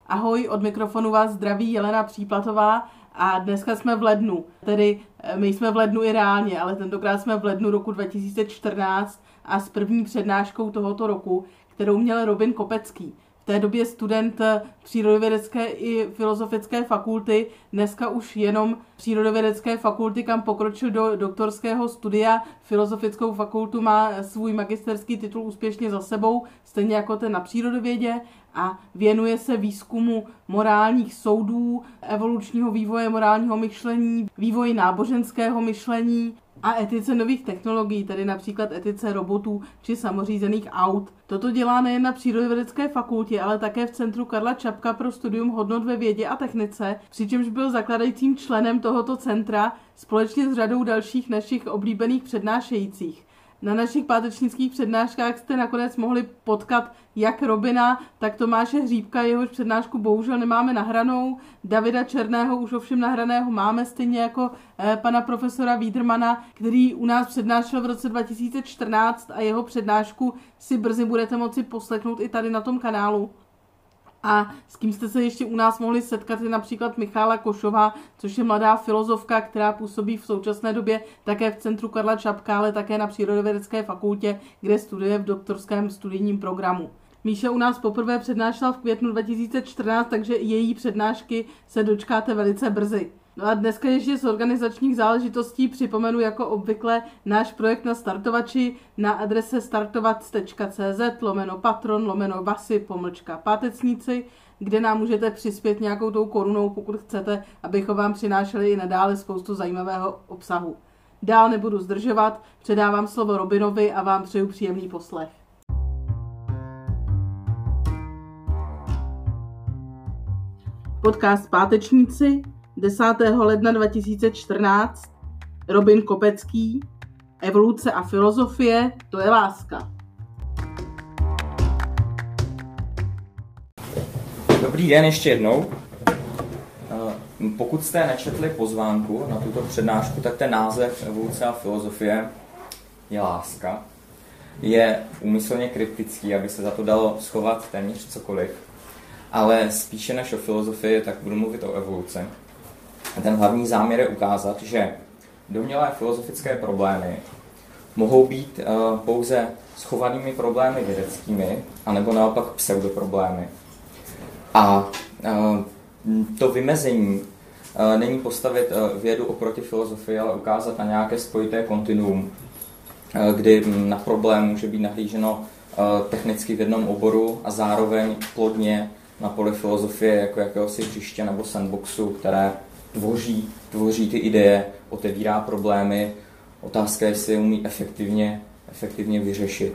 Ahoj, od mikrofonu vás zdraví Jelena Příplatová a dneska jsme v lednu. Tedy my jsme v lednu i reálně, ale tentokrát jsme v lednu roku 2014 a s první přednáškou tohoto roku, kterou měl Robin Kopecký. V té době student přírodovědecké i filozofické fakulty, dneska už jenom přírodovědecké fakulty, kam pokročil do doktorského studia. Filozofickou fakultu má svůj magisterský titul úspěšně za sebou, stejně jako ten na přírodovědě, a věnuje se výzkumu morálních soudů, evolučního vývoje morálního myšlení, vývoji náboženského myšlení a etice nových technologií, tedy například etice robotů či samořízených aut. Toto dělá nejen na přírodovědecké fakultě, ale také v Centru Karla Čapka pro studium hodnot ve vědě a technice, přičemž byl zakladajícím členem tohoto centra společně s řadou dalších našich oblíbených přednášejících. Na našich pátečnických přednáškách jste nakonec mohli potkat jak Robina, tak Tomáše Hříbka, jehož přednášku bohužel nemáme nahranou. Davida Černého už ovšem nahraného máme, stejně jako pana profesora Vídermana, který u nás přednášel v roce 2014 a jeho přednášku si brzy budete moci poslechnout i tady na tom kanálu. A s kým jste se ještě u nás mohli setkat je například Michála Košová, což je mladá filozofka, která působí v současné době také v Centru Karla Čapka, ale také na Přírodovědecké fakultě, kde studuje v doktorském studijním programu. Míša u nás poprvé přednášela v květnu 2014, takže její přednášky se dočkáte velice brzy. No a dneska ještě z organizačních záležitostí připomenu jako obvykle náš projekt na startovači na adrese startovac.cz/patron/vasy-pátecníci, kde nám můžete přispět nějakou tou korunou, pokud chcete, abychom vám přinášeli i nadále spoustu zajímavého obsahu. Dál nebudu zdržovat, předávám slovo Robinovi a vám přeju příjemný poslech. Podcast Pátečníci 10. ledna 2014, Robin Kopecký, Evoluce a filozofie, to je láska. Dobrý den ještě jednou. Pokud jste nečetli pozvánku na tuto přednášku, tak ten název Evoluce a filozofie je láska. Je úmyslně kryptický, aby se za to dalo schovat téměř cokoliv. Ale spíše než o filozofii, tak budu mluvit o evoluci. Ten hlavní záměr je ukázat, že domnělé filozofické problémy mohou být pouze schovanými problémy vědeckými, anebo naopak pseudoproblémy. A to vymezení není postavit vědu oproti filozofii, ale ukázat na nějaké spojité kontinuum, kdy na problém může být nahlíženo technicky v jednom oboru a zároveň plodně na poli filozofie jako jakéhosi hřiště nebo sandboxu, které tvoří ty ideje, otevírá problémy. Otázka je, jestli je umí efektivně vyřešit.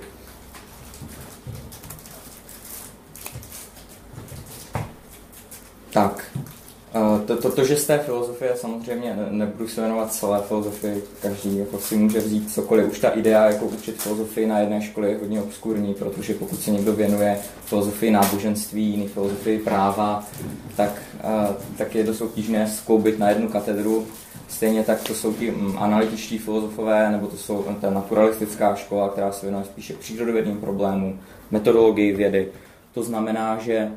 Tak, že z té filozofie samozřejmě nebudu se věnovat celé filozofii, každý jako si může vzít cokoliv. Už ta idea jako učit filozofii na jedné škole je hodně obskurní, protože pokud se někdo věnuje filozofii náboženství, jiný filozofii práva, tak je dost obtížné skloubit na jednu katedru. Stejně tak to jsou ti analytičtí filozofové, nebo to jsou ta naturalistická škola, která se věnuje spíše přírodovědným problémům, metodologii vědy. To znamená,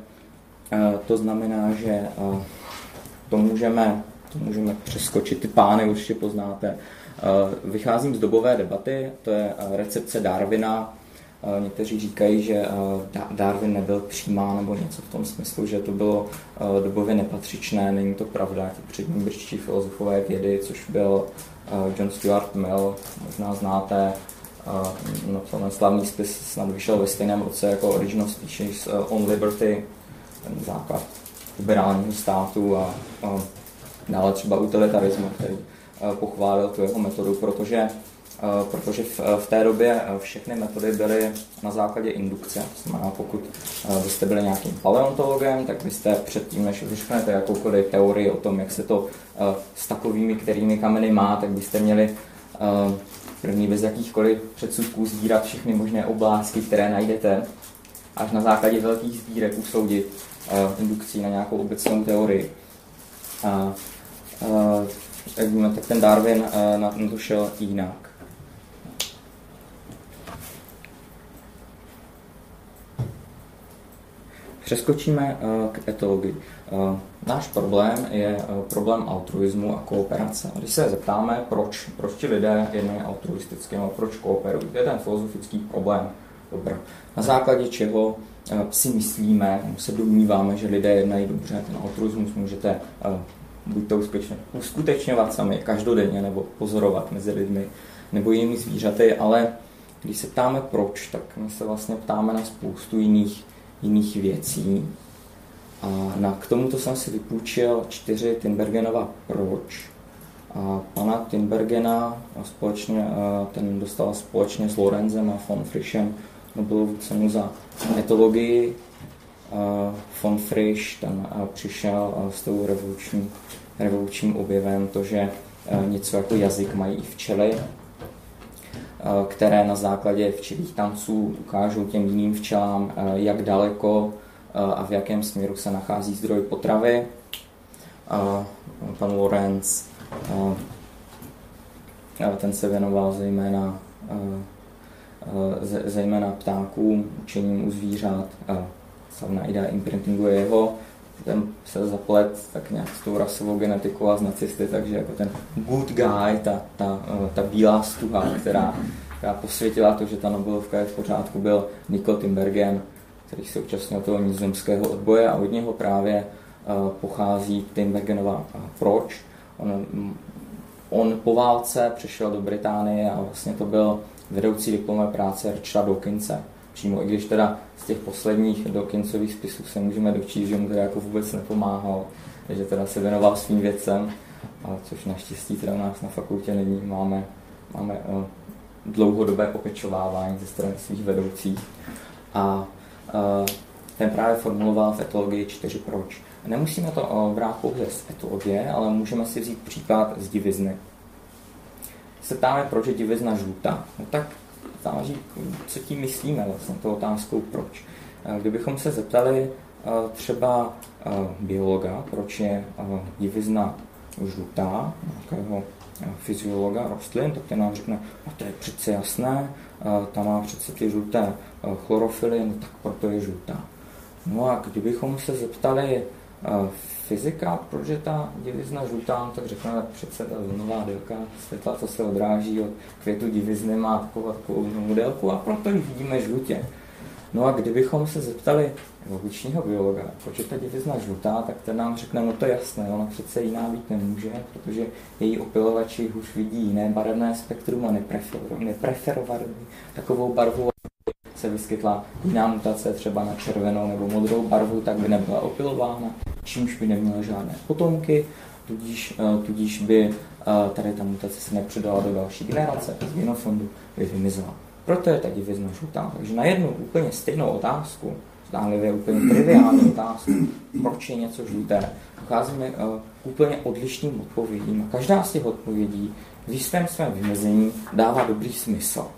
že to můžeme přeskočit. Ty pány určitě poznáte. Vycházím z dobové debaty, to je recepce Darwina. Někteří říkají, že Darwin nebyl přijímán nebo něco v tom smyslu, že to bylo dobově nepatřičné. Není to pravda. Ti přední britští filozofové vědy, což byl John Stuart Mill, možná znáte. Ten slavný spis snad vyšel ve stejném roce jako Original Species on Liberty, ten základ liberálního státu a dále třeba utilitarismu, který pochválil tu jeho metodu, protože v té době všechny metody byly na základě indukce. To znamená, pokud byste byli nějakým paleontologem, tak byste předtím, než vyšknete jakoukoliv teorii o tom, jak se to s takovými, kterými kameny má, tak byste měli první bez jakýchkoliv předsudků sbírat všechny možné oblásky, které najdete, až na základě velkých sbírek usoudit indukcí na nějakou obecnou teorii. Jak víme, tak ten Darwin na to šel jinak. Přeskočíme k etologii. Náš problém je problém altruismu a kooperace. Když se zeptáme, proč ti lidé jednají altruisticky, nebo proč kooperují, to je ten filozofický problém. Dobře. Na základě čeho si myslíme, nebo se domníváme, že lidé jednají dobře. Ten altruismus můžete buď to uskutečňovat sami každodenně, nebo pozorovat mezi lidmi, nebo jinými zvířaty, ale když se ptáme proč, tak my se vlastně ptáme na spoustu jiných věcí. A k tomuto jsem si vypůjčil 4 Tinbergenova proč. A pana Tinbergena ten dostal společně s Lorenzem a von Frischem Nobelovu cenu za etologii. Von Frisch ten přišel s tou revolučním objevem, to, že něco jako jazyk mají i včely, které na základě včelích tanců ukážou těm jiným včelám, jak daleko a v jakém směru se nachází zdroj potravy. Pan Lorenz, ten se věnoval zejména ptákům, učením u zvířat. Slavná idea imprintingu je jeho. Ten se zaplet tak nějak s tou rasovou genetikou a z nacisty, takže jako ten good guy, ta bílá stuha, která posvětila to, že ta Nobelovka je v pořádku, byl Nicole Tinbergen, který se účastnil toho nizozemského odboje a od něho právě pochází Tinbergenova proč. On po válce přešel do Británie a vlastně to byl vedoucí diplomové práce Richarda Dawkinse. Přímo, i když teda z těch posledních Dawkinsových spisů se můžeme dočíst, že mu teda jako vůbec nepomáhal, že teda se věnoval svým věcem, což naštěstí teda u nás na fakultě není. Máme dlouhodobé opečovávání ze strany svých vedoucích. A ten právě formuloval v etologii 4 proč. Nemusíme to brát pouze z etologie, ale můžeme si vzít příklad z divizny. Se ptáme, proč je divizna žlutá. No tak záleží, co tím myslíme vlastně tou otázkou proč. Kdybychom se zeptali třeba biologa, proč je divizna žlutá, nějakého fyziologa rostlin, tak ten nám řekne, no to je přece jasné, ta má přece ty žluté chlorofily, no tak proto je žlutá. No a kdybychom se zeptali fyzika, proč je ta divizna žlutá, tak řekneme, přece ta vlnová délka světla, co se odráží od květu divizny, má takovou délku a proto ji vidíme žlutě. No a kdybychom se zeptali evolučního biologa, proč je ta divizna žlutá, tak ten nám řekne, no to je jasné, ona přece jiná být nemůže, protože její opylovači už vidí jiné barevné spektrum a nepreferovali takovou barvu, se vyskytla jiná mutace třeba na červenou nebo modrou barvu, tak by nebyla opylována, čímž by neměla žádné potomky, tudíž by tady ta mutace se nepředala do další generace, z genofondu by vymizela. Proto je ta divizna žlutá. Takže na jednu úplně stejnou otázku, zdánlivě úplně triviální otázku, proč je něco žluté, docházíme úplně odlišným odpovědím a každá z těch odpovědí v jistém svém vymezení dává dobrý smysl.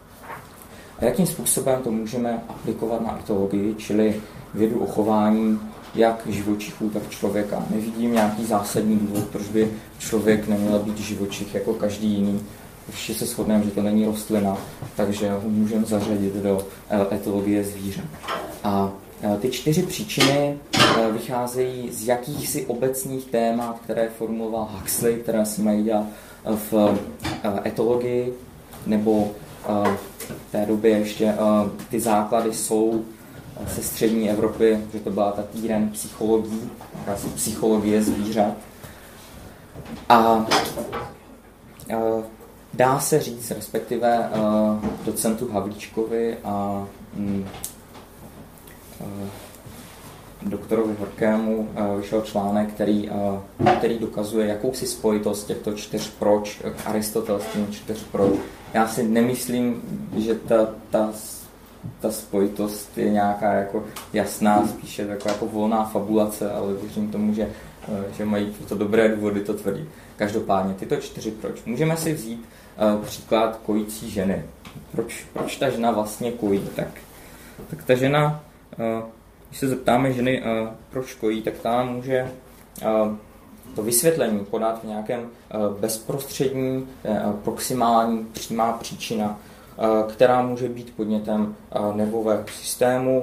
A jakým způsobem to můžeme aplikovat na etologii, čili vědu o chování jak živočichů, tak člověka. Nevidím nějaký zásadní důvod, proč by člověk neměl být živočich jako každý jiný. Ještě se shodneme, že to není rostlina, takže ho můžeme zařadit do etologie zvířat. A ty 4 příčiny vycházejí z jakýchsi obecných témat, které formuloval Huxley, které se mají dělat v etologii, nebo v té době ještě ty základy jsou ze střední Evropy, že to byla ta týren psychologií, psychologie zvířat. A dá se říct, respektive docentu Havlíčkovi a doktorovi Horkému vyšel článek, který dokazuje jakousi spojitost těchto 4 proč, Aristotel s těmi 4 proč. Já si nemyslím, že ta spojitost je nějaká jako jasná, spíše jako volná fabulace, ale věřím tomu, že mají to dobré důvody to tvrdit. Každopádně tyto 4 proč. Můžeme si vzít příklad kojící ženy. Proč ta žena vlastně kojí? Tak ta žena, když se zeptáme ženy, proč kojí, tak ta může to vysvětlení podat v nějakém bezprostřední, proximální, přímá příčina, která může být podnětem nervového systému,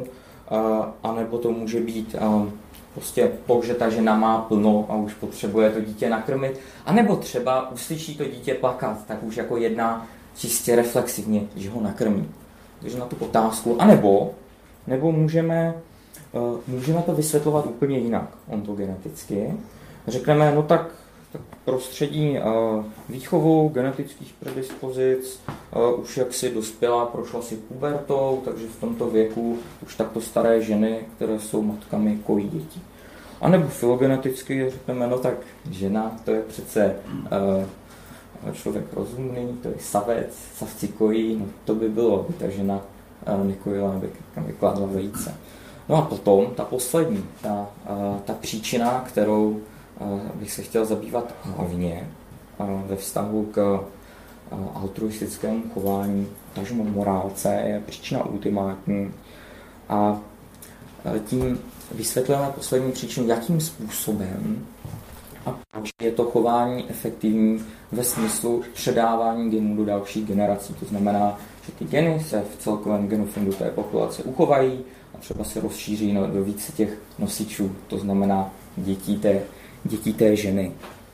anebo to může být prostě to, že ta žena má plno a už potřebuje to dítě nakrmit, anebo třeba uslyší to dítě plakat, tak už jako jedná čistě reflexivně, že ho nakrmí. Takže na tu otázku, nebo můžeme to vysvětlovat úplně jinak, ontogeneticky. Řekneme, no tak prostředí výchovou, genetických predispozic, už jak si dospěla, prošla si pubertou, takže v tomto věku už takto staré ženy, které jsou matkami, kojí děti. A nebo filogeneticky řekneme, no tak žena, to je přece člověk rozumný, to je savec, savci kojí, no to by bylo, aby ta žena nekojila, aby vykládla vejce. No a potom ta poslední, ta příčina, kterou bych se chtěl zabývat hlavně ve vztahu k altruistickému chování, tažmo morálce, je příčina ultimátní. A tím vysvětlujeme poslední příčinu, jakým způsobem a proč je to chování efektivní ve smyslu předávání genů do dalších generací. To znamená, že ty geny se v celkovém genofondu té populace uchovají a třeba se rozšíří do více těch nosičů, to znamená dětí té ženy.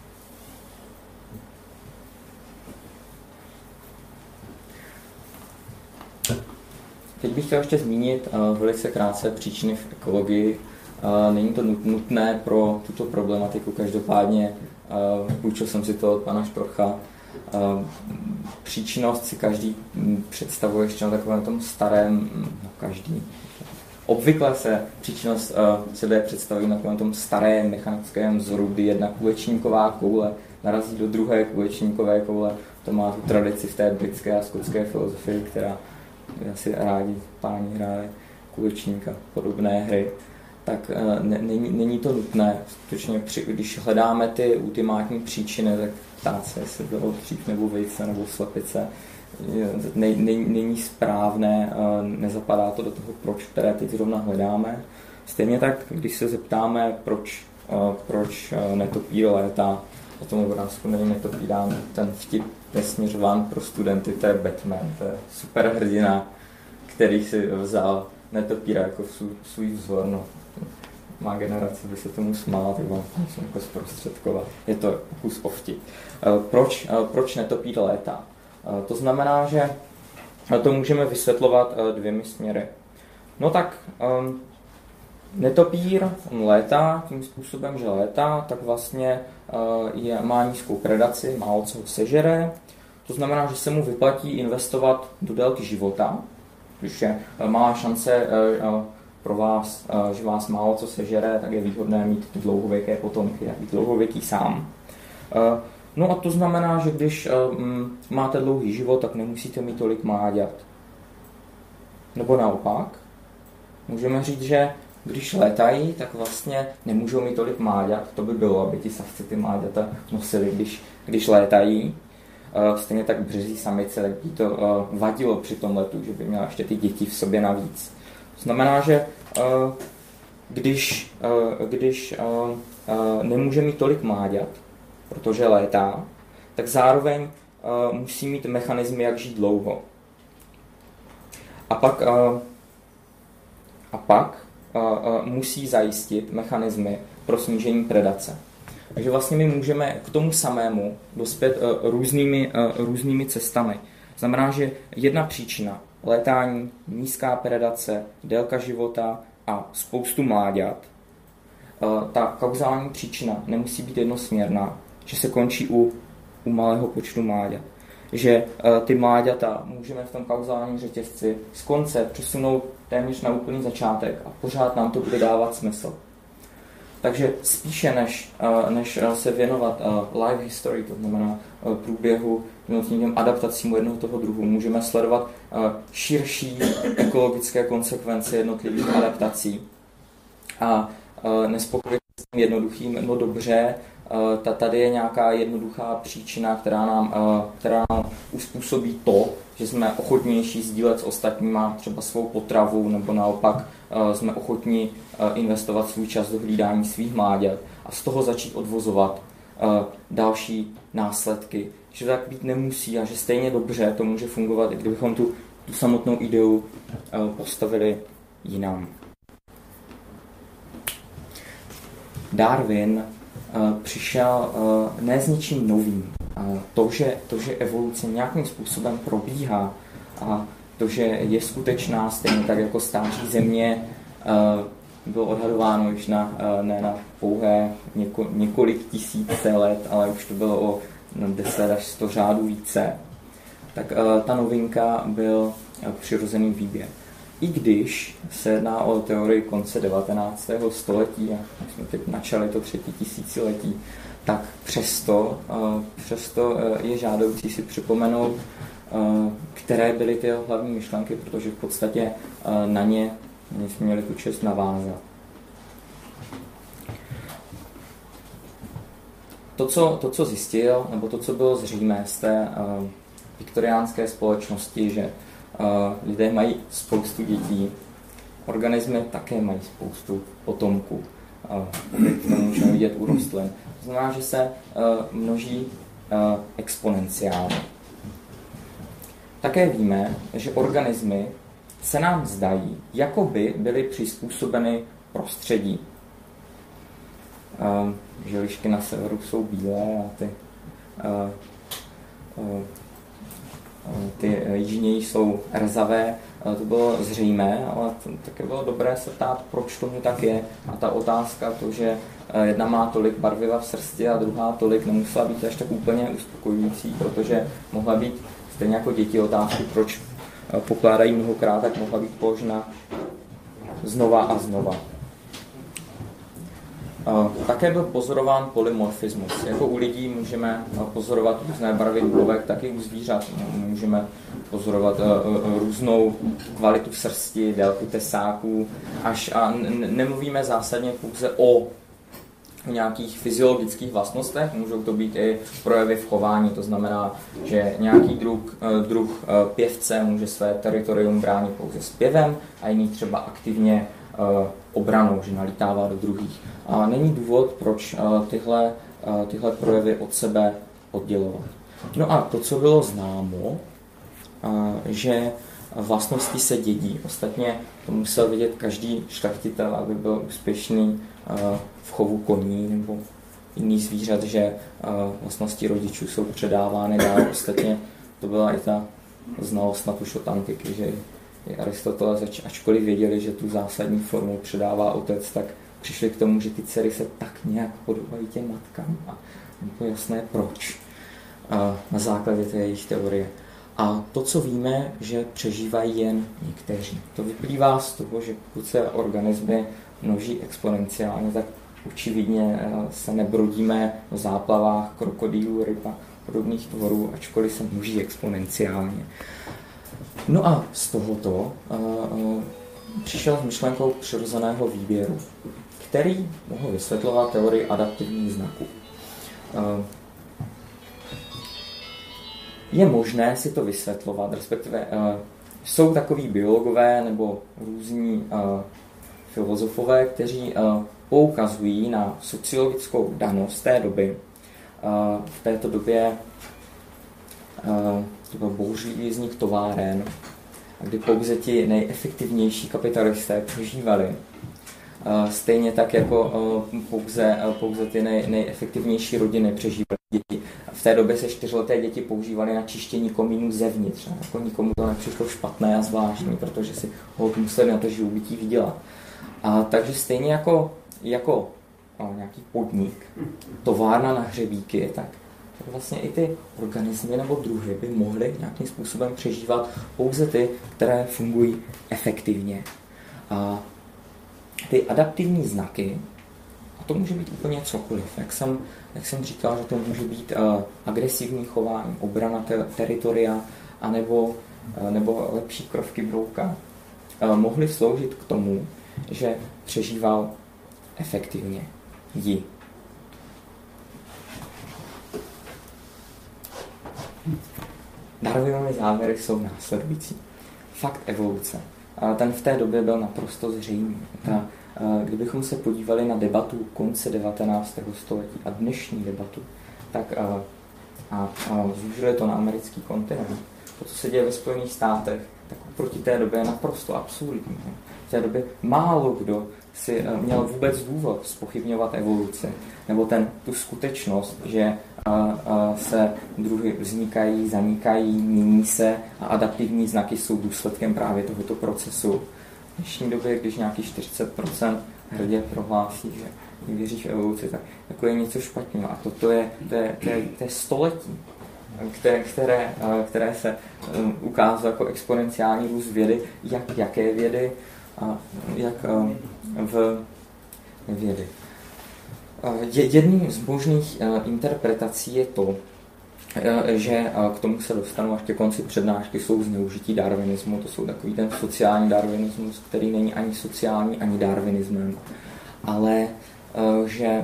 Teď bych chtěl ještě zmínit velice krátce příčiny v ekologii. Není to nutné pro tuto problematiku, každopádně půjčil jsem si to od pana Štorcha. Příčinnost si každý představuje ještě na takovém tom starém, každý. Obvykle se příčinnost lidé představují na takovém tom starém mechanickém vzoru, kdy jedna kulečníková koule narazí do druhé kulečníkové koule. To má tu tradici v té britské a skotské filozofii, která asi rádi páni hráli kulečníka, podobné hry. Tak není to nutné. Skutečně, když hledáme ty ultimátní příčiny, tak ptát se, jestli bylo dřív nebo vejce nebo slepice, není správné, nezapadá to do toho, proč, které teď zrovna hledáme. Stejně tak, když se zeptáme, proč netopír létá, o tom obrázku není netopír, ten vtip nesměřován pro studenty, to je Batman, to je superhrdina, který si vzal netopíra jako svůj vzor. No. Má generace by se tomu smála, tak vám musím jako zprostředkovat. Je to kus o vtip. Proč netopír létá? To znamená, že to můžeme vysvětlovat dvěmi směry. No tak netopír, on létá tím způsobem, že létá, tak vlastně má nízkou predaci, málo co ho sežere. To znamená, že se mu vyplatí investovat do délky života, když je malá šance pro vás, že vás málo co sežere, tak je výhodné mít ty dlouhověké potomky a být dlouhověký sám. No a to znamená, že když máte dlouhý život, tak nemusíte mít tolik mláďat. Nebo naopak, můžeme říct, že když létají, tak vlastně nemůžou mít tolik mláďat. To by bylo, aby ti savci ty mláďata nosili, když létají. Stejně tak březí samice, tak by to vadilo při tom letu, že by měla ještě ty děti v sobě navíc. To znamená, že když nemůže mít tolik mláďat, protože létá, tak zároveň musí mít mechanismy, jak žít dlouho. A pak musí zajistit mechanismy pro snížení predace. Takže vlastně my můžeme k tomu samému dospět různými cestami. Znamená, že jedna příčina, létání, nízká predace, délka života a spoustu mláďat, ta kauzální příčina nemusí být jednosměrná, že se končí u malého počtu mláďat. Že ty mláďata můžeme v tom kauzálním řetězci z konce přesunout téměř na úplný začátek a pořád nám to bude dávat smysl. Takže spíše než se věnovat life history, to znamená průběhu jednotlivým adaptacím jednoho toho druhu, můžeme sledovat širší ekologické konsekvence jednotlivých adaptací a nespokojit s tím jednoduchým, no dobře, tady je nějaká jednoduchá příčina, která nám uspůsobí to, že jsme ochotnější sdílet s ostatníma třeba svou potravu, nebo naopak jsme ochotní investovat svůj čas do hlídání svých mláďat a z toho začít odvozovat další následky. Že tak být nemusí a že stejně dobře to může fungovat, i kdybychom tu samotnou ideu postavili jinam. Darwin přišel ne s ničím novým. To, že evoluce nějakým způsobem probíhá a to, že je skutečná, stejně tak jako stáří Země, bylo odhadováno už ne na pouhé několik tisíce let, ale už to bylo o 10 až 100 řádů více, tak ta novinka byl přirozený výběr. I když se jedná o teorii konce 19. století, a jsme teď načali to 3. tisíciletí, tak přesto je žádoucí si připomenout, které byly ty hlavní myšlenky, protože v podstatě na ně jsme měli tu čest navázat. To, co zjistil, nebo to, co bylo zřejmé z té viktoriánské společnosti, že lidé mají spoustu dětí, organismy také mají spoustu potomků. To můžeme vidět u rostlin. To znamená, že se množí exponenciálně. Také víme, že organismy se nám zdají, jako by byly přizpůsobeny prostředí. Želišky na severu jsou bílé a ty jižněji jsou rzavé. To bylo zřejmé, ale také bylo dobré se ptát, proč tomu tak je. A ta otázka, to, že jedna má tolik barviva v srsti a druhá tolik, nemusela být až tak úplně uspokojující, protože mohla být stejně jako děti otázky, proč pokládají mnohokrát, tak mohla být položena znova a znova. Také byl pozorován polymorfismus. Jako u lidí můžeme pozorovat různé barvy bulovek, tak i u zvířat můžeme pozorovat různou kvalitu srsti, délku tesáků, a nemluvíme zásadně pouze o nějakých fyziologických vlastnostech, můžou to být i projevy v chování, to znamená, že nějaký druh pěvce může své teritorium bránit pouze zpěvem a jiný třeba aktivně obranou, že nalítává do druhých. A není důvod, proč tyhle projevy od sebe oddělovat. No a to, co bylo známo, že vlastnosti se dědí. Ostatně to musel vidět každý šlechtitel, aby byl úspěšný v chovu koní nebo jiných zvířat, že vlastnosti rodičů jsou předávány dál. Ostatně to byla i ta znalost na tu od antiky, že i Aristoteles, ačkoliv věděli, že tu zásadní formu předává otec, tak přišli k tomu, že ty dcery se tak nějak podobají těm matkám a bylo jasné proč na základě té jejich teorie. A to, co víme, že přežívají jen někteří. To vyplývá z toho, že pokud se organismy množí exponenciálně, tak očividně se nebrodíme v záplavách krokodýlů, ryb a podobných tvorů, ačkoliv se množí exponenciálně. No a z tohoto přišel s myšlenkou přirozeného výběru, který mohl vysvětlovat teorii adaptivních znaků. Je možné si to vysvětlovat, respektive jsou takoví biologové nebo různí filozofové, kteří poukazují na sociologickou danost té doby. V této době to byl bouřlivý vznik továren, kdy pouze ti nejefektivnější kapitalisté přežívali. Stejně tak jako pouze ty nejefektivnější rodiny přežívaly děti. V té době se 4leté děti používaly na čištění komínů zevnitř. Jako nikomu to nepřišlo špatné a zvláštní, protože si holt museli na to živobytí vydělat. Takže stejně jako nějaký podnik, továrna na hřebíky, tak vlastně i ty organismy nebo druhy by mohly nějakým způsobem přežívat pouze ty, které fungují efektivně. A ty adaptivní znaky, a to může být úplně cokoliv, jak jsem říkal, že to může být agresivní chování, obrana teritoria, nebo lepší krovky brouka, mohly sloužit k tomu, že přežíval efektivně ji. Darwinovy závěry jsou následující. Fakt evoluce. Ten v té době byl naprosto zřejmý. Kdybychom se podívali na debatu konce 19. století a dnešní debatu, tak zúžili to na americký kontinent. To, co se děje ve Spojených státech, tak oproti té době je naprosto absurdní. V té době málo kdo si měl vůbec důvod zpochybňovat evoluci, nebo tu skutečnost, že se druhy vznikají, zanikají, mění se a adaptivní znaky jsou důsledkem právě tohoto procesu. V dnešní době, když nějaký 40% hrdě prohlásí, že věří v evoluci, tak jako je něco špatného. A to je století, které se ukázalo jako exponenciální růst vědy, jaké vědy a jak v vědy. Jedním z možných interpretací je to, že k tomu se dostanu až ke konci přednášky, jsou zneužití darwinismu. To jsou takový ten sociální darwinismus, který není ani sociální, ani darwinismem, ale že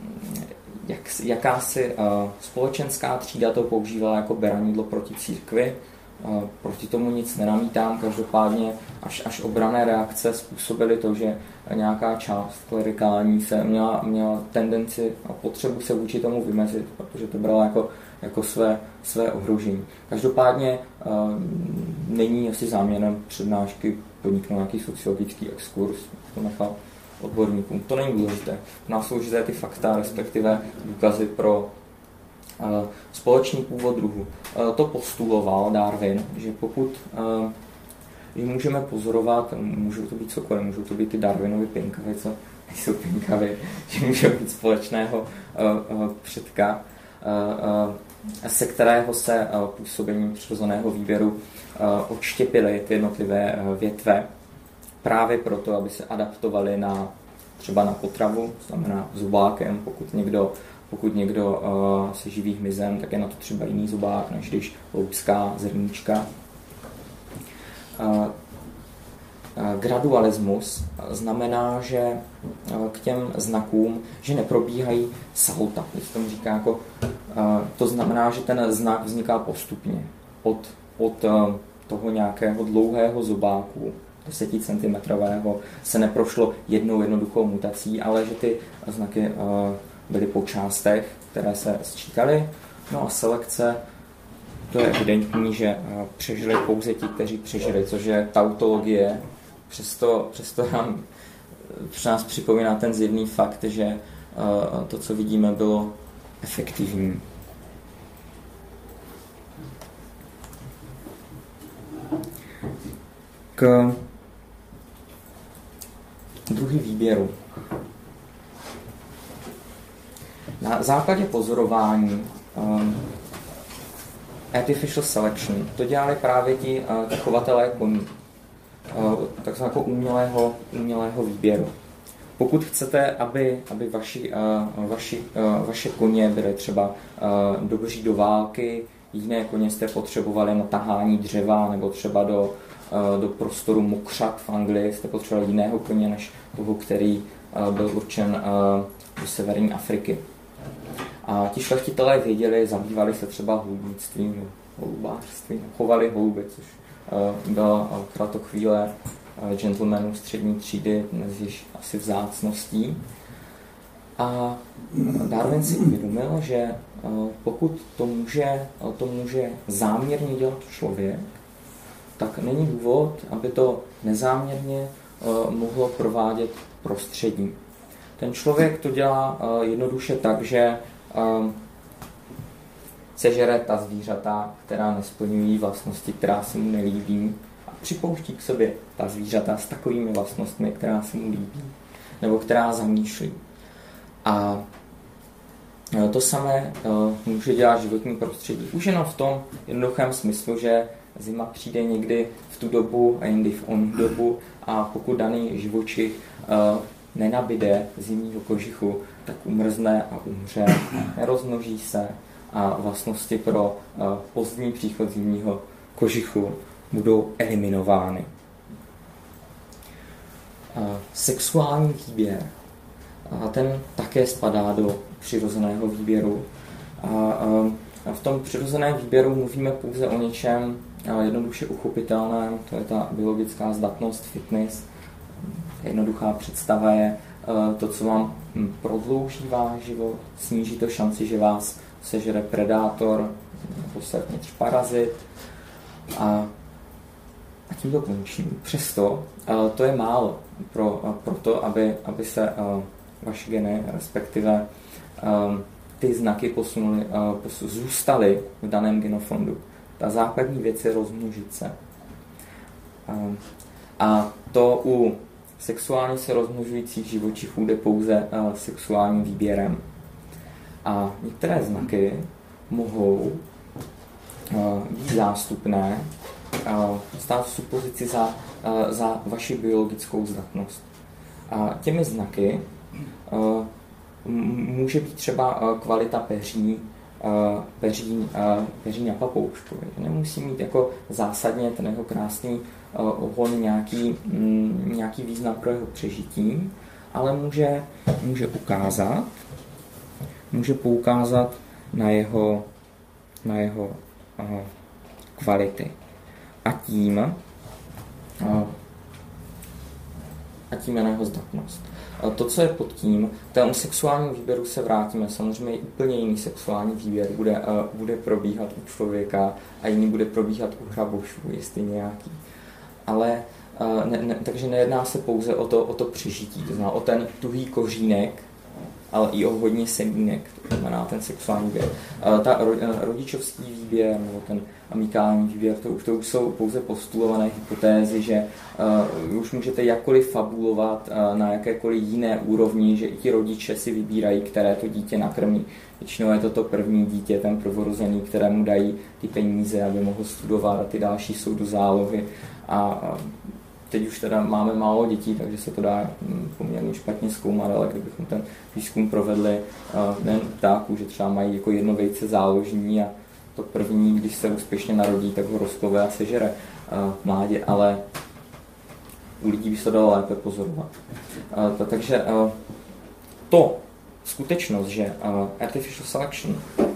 jakási společenská třída to používala jako beranidlo proti církvi. Proti tomu nic nenamítám, každopádně až obranné reakce způsobily to, že nějaká část klerikální se měla tendenci a potřebu se vůči tomu vymezit, protože to brala jako své ohrožení. Každopádně není asi záměrem přednášky podniknout nějaký sociologický exkurs, to nechal odborníkům. To není důležité. U nás jsou důležité ty fakta, respektive důkazy pro společný původ druhu. To postuloval Darwin, že pokud ji můžeme pozorovat, můžou to být cokoliv, můžou to být ty Darwinovy pinkavy, co nejsou pinkavy, že můžou být společného předka, se kterého se působením přirozeného výběru odštěpily ty jednotlivé větve, právě proto, aby se adaptovali třeba na potravu, znamená zobákem, pokud někdo se živí hmyzem, tak je na to třeba jiný zobák, než když loupská zrníčka. Gradualismus znamená, že k těm znakům, že neprobíhají salta. To znamená, že ten znak vzniká postupně. Od toho nějakého dlouhého zobáku, 10 cm, se neprošlo jednou jednoduchou mutací, ale že ty znaky byly po částech, které se sčítaly. No a selekce, to je evidentní, že přežili pouze ti, kteří přežili, což je tautologie. Přesto nás připomíná ten zjevný fakt, že to, co vidíme, bylo efektivní. K druhý výběru. Na základě pozorování artificial selection to dělali právě ti chovatelé koní, takzvaného umělého výběru. Pokud chcete, aby vaše koně byly třeba dobří do války, jiné koně jste potřebovali na tahání dřeva, nebo třeba do prostoru mokřat v Anglii jste potřebovali jiného koně, než toho, který byl určen do severní Afriky. A ti šlechtitelé věděli, zabývali se třeba holubnictvím, holubářstvím, chovali holuby, což byla kratochvíle gentlemanů střední třídy, dnes již asi vzácností. A Darwin si uvědomil, že pokud to může záměrně dělat člověk, tak není důvod, aby to nezáměrně mohlo provádět prostředí. Ten člověk to dělá jednoduše tak, že sežere ta zvířata, která nesplňují vlastnosti, která se mu nelíbí, a připouští k sobě ta zvířata s takovými vlastnostmi, která se mu líbí, nebo která zamýšlí. A to samé může dělat životní prostředí. Už jenom v tom jednoduchém smyslu, že zima přijde někdy v tu dobu a jindy v onu dobu, a pokud daný živočich nenabide zimního kožichu, tak umrzne a umře, nerozmnoží se a vlastnosti pro pozdní příchod zimního kožichu budou eliminovány. Sexuální výběr, ten také spadá do přirozeného výběru. A v tom přirozeném výběru mluvíme pouze o něčem jednoduše uchopitelném, to je ta biologická zdatnost, fitness. Jednoduchá představa je to, co vám prodlouží váš život, sníží to šanci, že vás sežere predátor nebo se parazit. A A tím to končím. Přesto to je málo pro to, aby se vaše geny, respektive ty znaky zůstaly v daném genofondu. Ta základní věc je rozmnožit se. A to u sexuálně se rozmnožujících živočichů jde pouze sexuálním výběrem. A některé znaky mohou být zástupné, stát v supozici za vaši biologickou zdatnost. A těmi znaky může být třeba kvalita peří na papouškovi. Nemusí mít jako zásadně ten jeho krásný ohon nějaký význam pro jeho přežití, ale může poukázat na jeho kvality. A tím je na jeho zdatnost. To, co je pod tím, k tému sexuálnímu výběru se vrátíme. Samozřejmě úplně jiný sexuální výběr bude probíhat u člověka a jiný bude probíhat u hrabošů, jestli nějaký. Ale takže nejedná se pouze o to přežití, to znamená o ten tuhý kořínek, ale i o hodně semínek, to znamená ten sexuální výběr. Ta rodičovský výběr nebo ten amikální výběr, to už jsou pouze postulované hypotézy, že už můžete jakkoliv fabulovat na jakékoliv jiné úrovni, že i ti rodiče si vybírají, které to dítě nakrmí. Většinou je to první dítě, ten prvorozený, kterému dají ty peníze, aby mohl studovat, a ty další jsou do zálohy. A teď už teda máme málo dětí, takže se to dá poměrně špatně zkoumat, ale kdybychom ten výzkum provedli nejen ptáků, že třeba mají jako jedno vejce záložní a to první, když se úspěšně narodí, tak ho rozklové a sežere mládě, ale u lidí by se dalo lépe pozorovat. Takže skutečnost, že artificial selection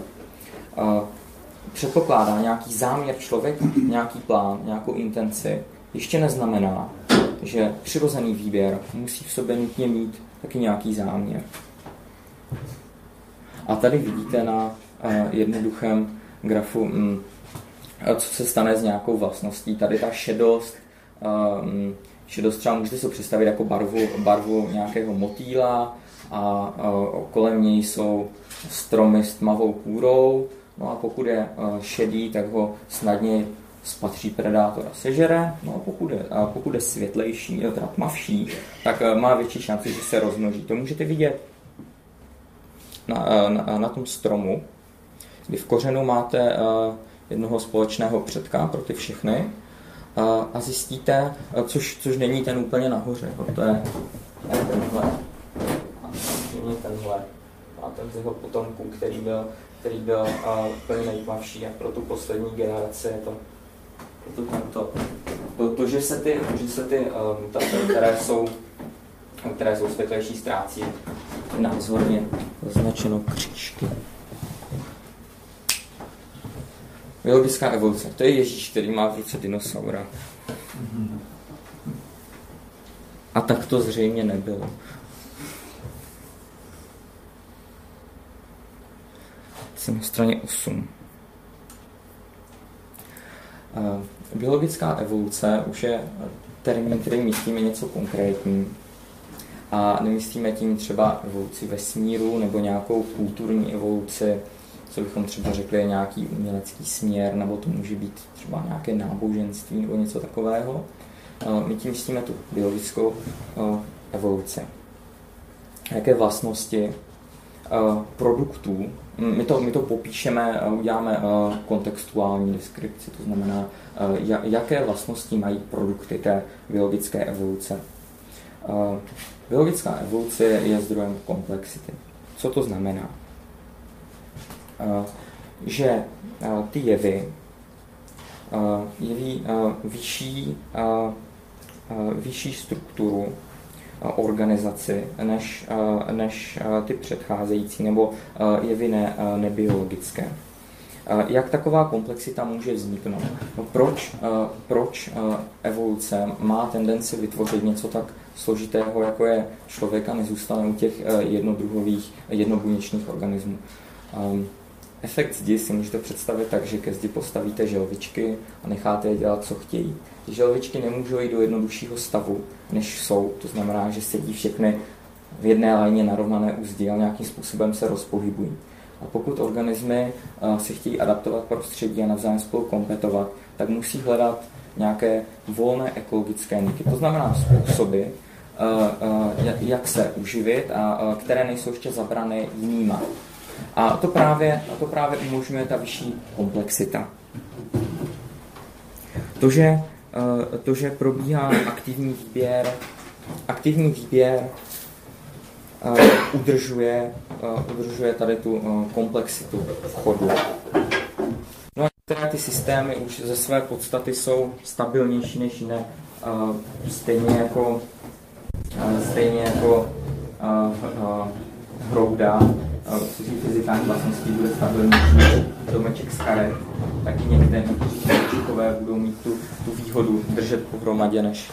předpokládá nějaký záměr člověka, nějaký plán, nějakou intenci, ještě neznamená, že přirozený výběr musí v sobě nutně mít taky nějaký záměr. A tady vidíte na jednoduchém grafu, co se stane s nějakou vlastností. Tady ta šedost třeba můžete si představit jako barvu nějakého motýla a kolem něj jsou stromy s tmavou kůrou. No a pokud je šedý, tak ho snadně spatří predátor a sežere. No a pokud je světlejší, teda tmavší, tak má větší šanci, že se rozmnoží. To můžete vidět na tom stromu, kdy v kořenu máte jednoho společného předka pro ty všechny a zjistíte, což není ten úplně nahoře. To je tenhle. A ten z jeho potomků, který byl úplně nejtmavší, a pro tu poslední generaci je to že se ty mutace, které jsou světlejší, ztrácí, názorně označeno křížky. Biologická evoluce. To je Ježíš, který má v ruce dinosaura. A tak to zřejmě nebylo. Jsem na straně 8. Biologická evoluce už je termín, který myslíme něco konkrétní. A nemyslíme tím třeba evoluci vesmíru nebo nějakou kulturní evoluci, co bychom třeba řekli je nějaký umělecký směr, nebo to může být třeba nějaké náboženství nebo něco takového. My tím myslíme tu biologickou evoluci. Jaké vlastnosti produktů, my to popíšeme a uděláme kontextuální deskripci, to znamená, jaké vlastnosti mají produkty té biologické evoluce. Biologická evoluce je zdrojem komplexity. Co to znamená? Že ty jevy jeví vyšší strukturu, organizaci než ty předcházející nebo jevy nebiologické. Jak taková komplexita může vzniknout? Proč evoluce má tendenci vytvořit něco tak složitého, jako je člověk, a nezůstane u těch jednodruhových, jednobuněčných organismů? Efekt zdi si můžete představit tak, že ke zdi postavíte želvičky a necháte je dělat, co chtějí. Ty želvičky nemůžou jít do jednoduššího stavu, než jsou. To znamená, že sedí všechny v jedné lajně narovnané u zdi a nějakým způsobem se rozpohybují. A pokud organismy se chtějí adaptovat prostředí a navzájem spolu kompetovat, tak musí hledat nějaké volné ekologické niky. To znamená způsoby, jak se uživit a které nejsou ještě zabrané jinýma. A to právě umožňuje ta vyšší komplexita. To, že probíhá aktivní výběr udržuje tady tu komplexitu vchodu. No a některé ty systémy už ze své podstaty jsou stabilnější než jiné, stejně jako hrouda, což fyzikální vlastností bude stabilnější než domeček z karet, tak i některé domečkové budou mít tu výhodu držet pohromadě než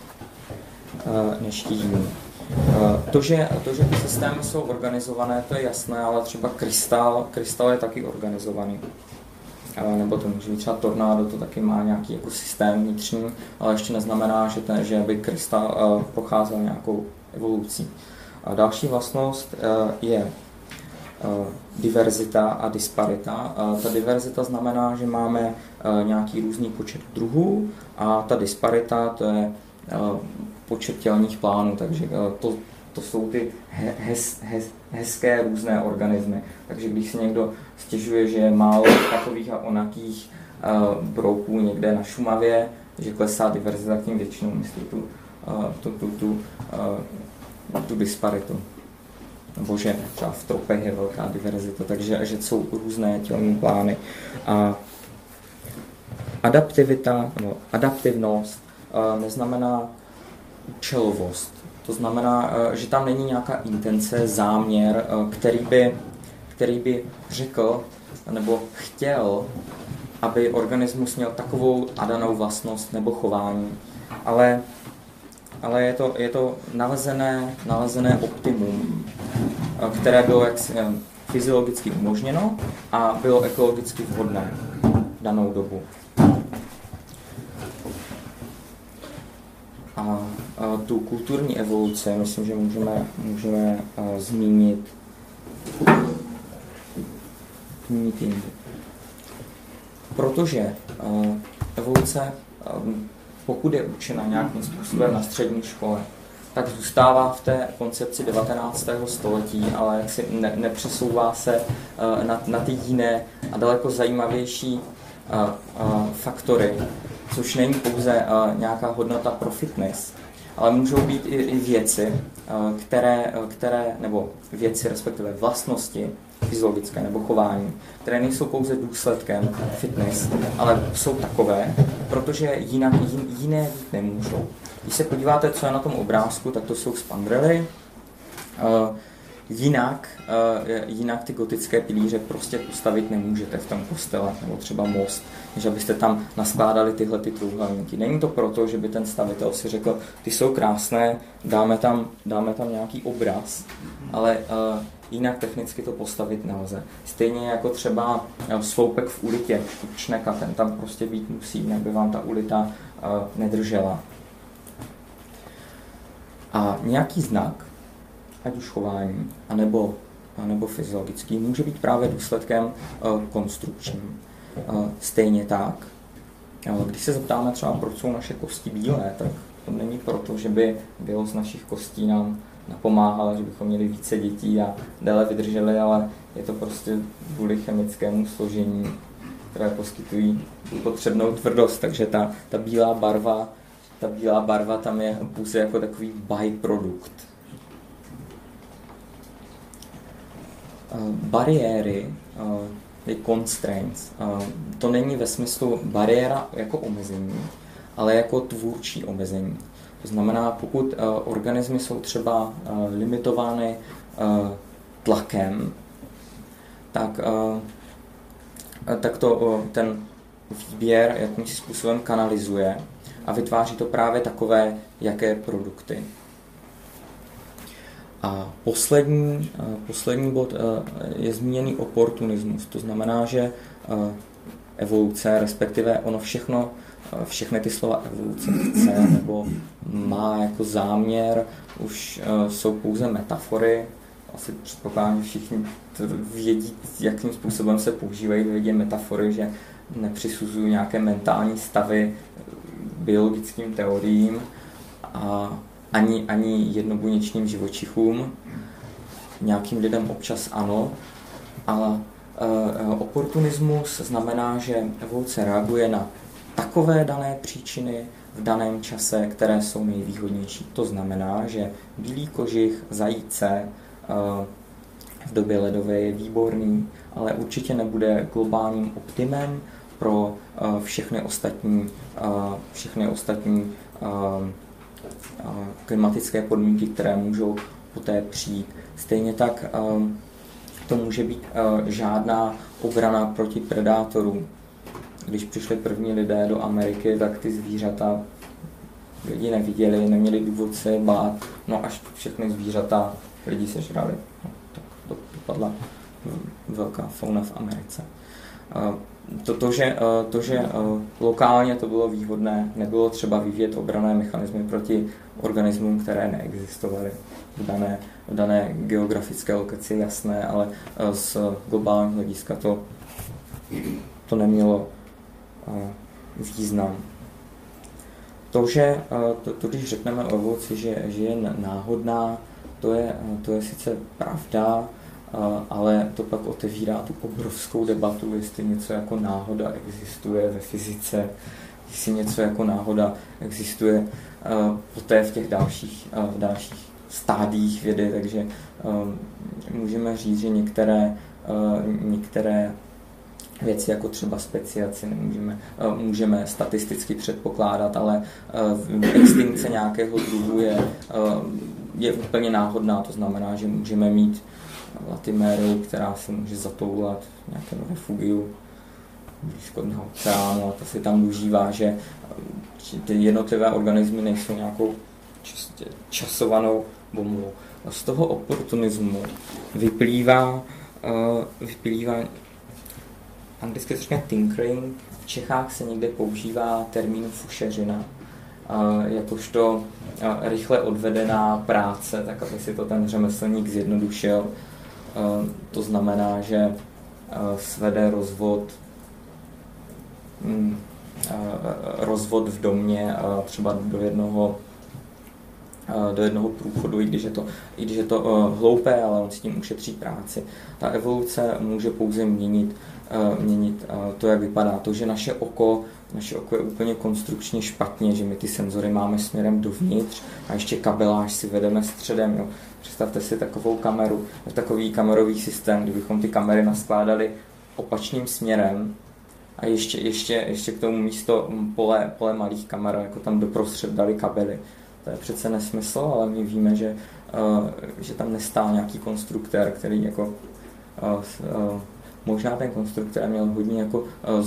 ti jiní. To, že ty systémy jsou organizované, to je jasné, ale třeba krystal je taky organizovaný. Nebo to může být třeba tornádo, to taky má nějaký jako systém vnitřní, ale ještě neznamená, že by krystal procházel nějakou evolucí. A další vlastnost je diverzita a disparita. Ta diverzita znamená, že máme nějaký různý počet druhů a ta disparita to je počet tělních plánů, takže to jsou ty hezké různé organismy. Takže když si někdo stěžuje, že je málo takových a onakých brouků někde na Šumavě, že klesá diverzita, tím většinou myslí tu disparitu. Nebo že třeba v tropech je velká diverzita, takže že jsou různé tělní plány. A adaptivnost neznamená účelovost. To znamená, že tam není nějaká intence, záměr, který by řekl nebo chtěl, aby organismus měl takovou a danou vlastnost nebo chování. Ale je to nalezené optimum, které bylo fyziologicky umožněno a bylo ekologicky vhodné v danou dobu. A tu kulturní evoluci, myslím, že můžeme zmínit jindy. Protože evoluce, pokud je učena nějakým způsobem na střední škole, tak zůstává v té koncepci 19. století, ale jaksi nepřesouvá se na ty jiné a daleko zajímavější faktory, což není pouze nějaká hodnota pro fitness, ale můžou být i věci, nebo věci, respektive vlastnosti fyziologické nebo chování, které nejsou pouze důsledkem fitness, ale jsou takové, protože jiné být nemůžou. Když se podíváte, co je na tom obrázku, tak to jsou spandrely. Jinak ty gotické pilíře prostě postavit nemůžete v tom kostele, nebo třeba most, než abyste tam naskládali tyhle ty trůhelníky. Není to proto, že by ten stavitel si řekl, ty jsou krásné, dáme tam nějaký obraz, ale jinak technicky to postavit nelze. Stejně jako třeba sloupek v ulitě, štučneka, ten tam prostě být musí, aby vám ta ulita nedržela. A nějaký znak, ať už chování, anebo fyziologický, může být právě důsledkem konstrukčním. Stejně tak, když se zeptáme třeba, proč jsou naše kosti bílé, tak to není proto, že by bylo z našich kostí nám napomáhalo, že bychom měli více dětí a déle vydrželi, ale je to prostě kvůli chemickému složení, které poskytují potřebnou tvrdost, takže ta bílá barva tam je pouze jako takový byprodukt. Bariéry, constraints, to není ve smyslu bariéra jako omezení, ale jako tvůrčí omezení. To znamená, pokud organismy jsou třeba limitovány tlakem, tak to ten výběr jakýmsi způsobem kanalizuje a vytváří to právě takové, jaké produkty. A poslední bod je zmíněný oportunismus. To znamená, že evoluce, respektive ono všechny ty slova evoluce chce nebo má jako záměr, už jsou pouze metafory. Asi předpokládám, že všichni vědí, jakým způsobem se používají, vědí metafory, že nepřisuzují nějaké mentální stavy biologickým teoriím a ani jednobuněčným živočichům. Nějakým lidem občas ano, ale oportunismus znamená, že evoluce reaguje na takové dané příčiny v daném čase, které jsou nejvýhodnější. To znamená, že bílý kožich zajíce v době ledové je výborný, ale určitě nebude globálním optimem pro všechny ostatní klimatické podmínky, které můžou poté přijít. Stejně tak to může být žádná obrana proti predátorům. Když přišli první lidé do Ameriky, tak ty zvířata lidi neviděli, neměli důvod se bát, no až všechny zvířata lidi sežrali. No, tak to dopadla velká fauna v Americe. To, že lokálně to bylo výhodné, nebylo třeba vyvíjet obranné mechanismy proti organismům, které neexistovaly v dané geografické lokaci, jasné, ale z globálního hlediska to nemělo význam. Když řekneme o evoluci, že je náhodná, to je sice pravda, ale to pak otevírá tu obrovskou debatu, jestli něco jako náhoda existuje ve fyzice, jestli něco jako náhoda existuje poté v těch dalších stádiích vědy, takže můžeme říct, že některé věci, jako třeba speciaci, můžeme statisticky předpokládat, ale extinkce nějakého druhu je úplně náhodná, to znamená, že můžeme mít latiméru, která se může zatoulat v nějakém refugiu blízko dna oceánu a to se tam užívá, že ty jednotlivé organismy nejsou nějakou časovanou bombou. Z toho oportunismu vyplývá anglicky se říká tinkering, v Čechách se někde používá termín fušeřina, jakožto rychle odvedená práce, tak aby si to ten řemeslník zjednodušil. To znamená, že svede rozvod v domě třeba do jednoho průchodu, i když je to hloupé, ale on s tím ušetří práci. Ta evoluce může pouze měnit to, jak vypadá. To, že naše oko je úplně konstrukčně špatně, že my ty senzory máme směrem dovnitř a ještě kabeláž si vedeme středem. Jo. Představte si takovou kameru, takový kamerový systém, kdybychom ty kamery naskládali opačným směrem a ještě k tomu místo pole malých kamer, jako tam doprostřed dali kabely. To je přece nesmysl, ale my víme, že tam nestál nějaký konstruktér, který jako možná ten konstruktér měl hodně jako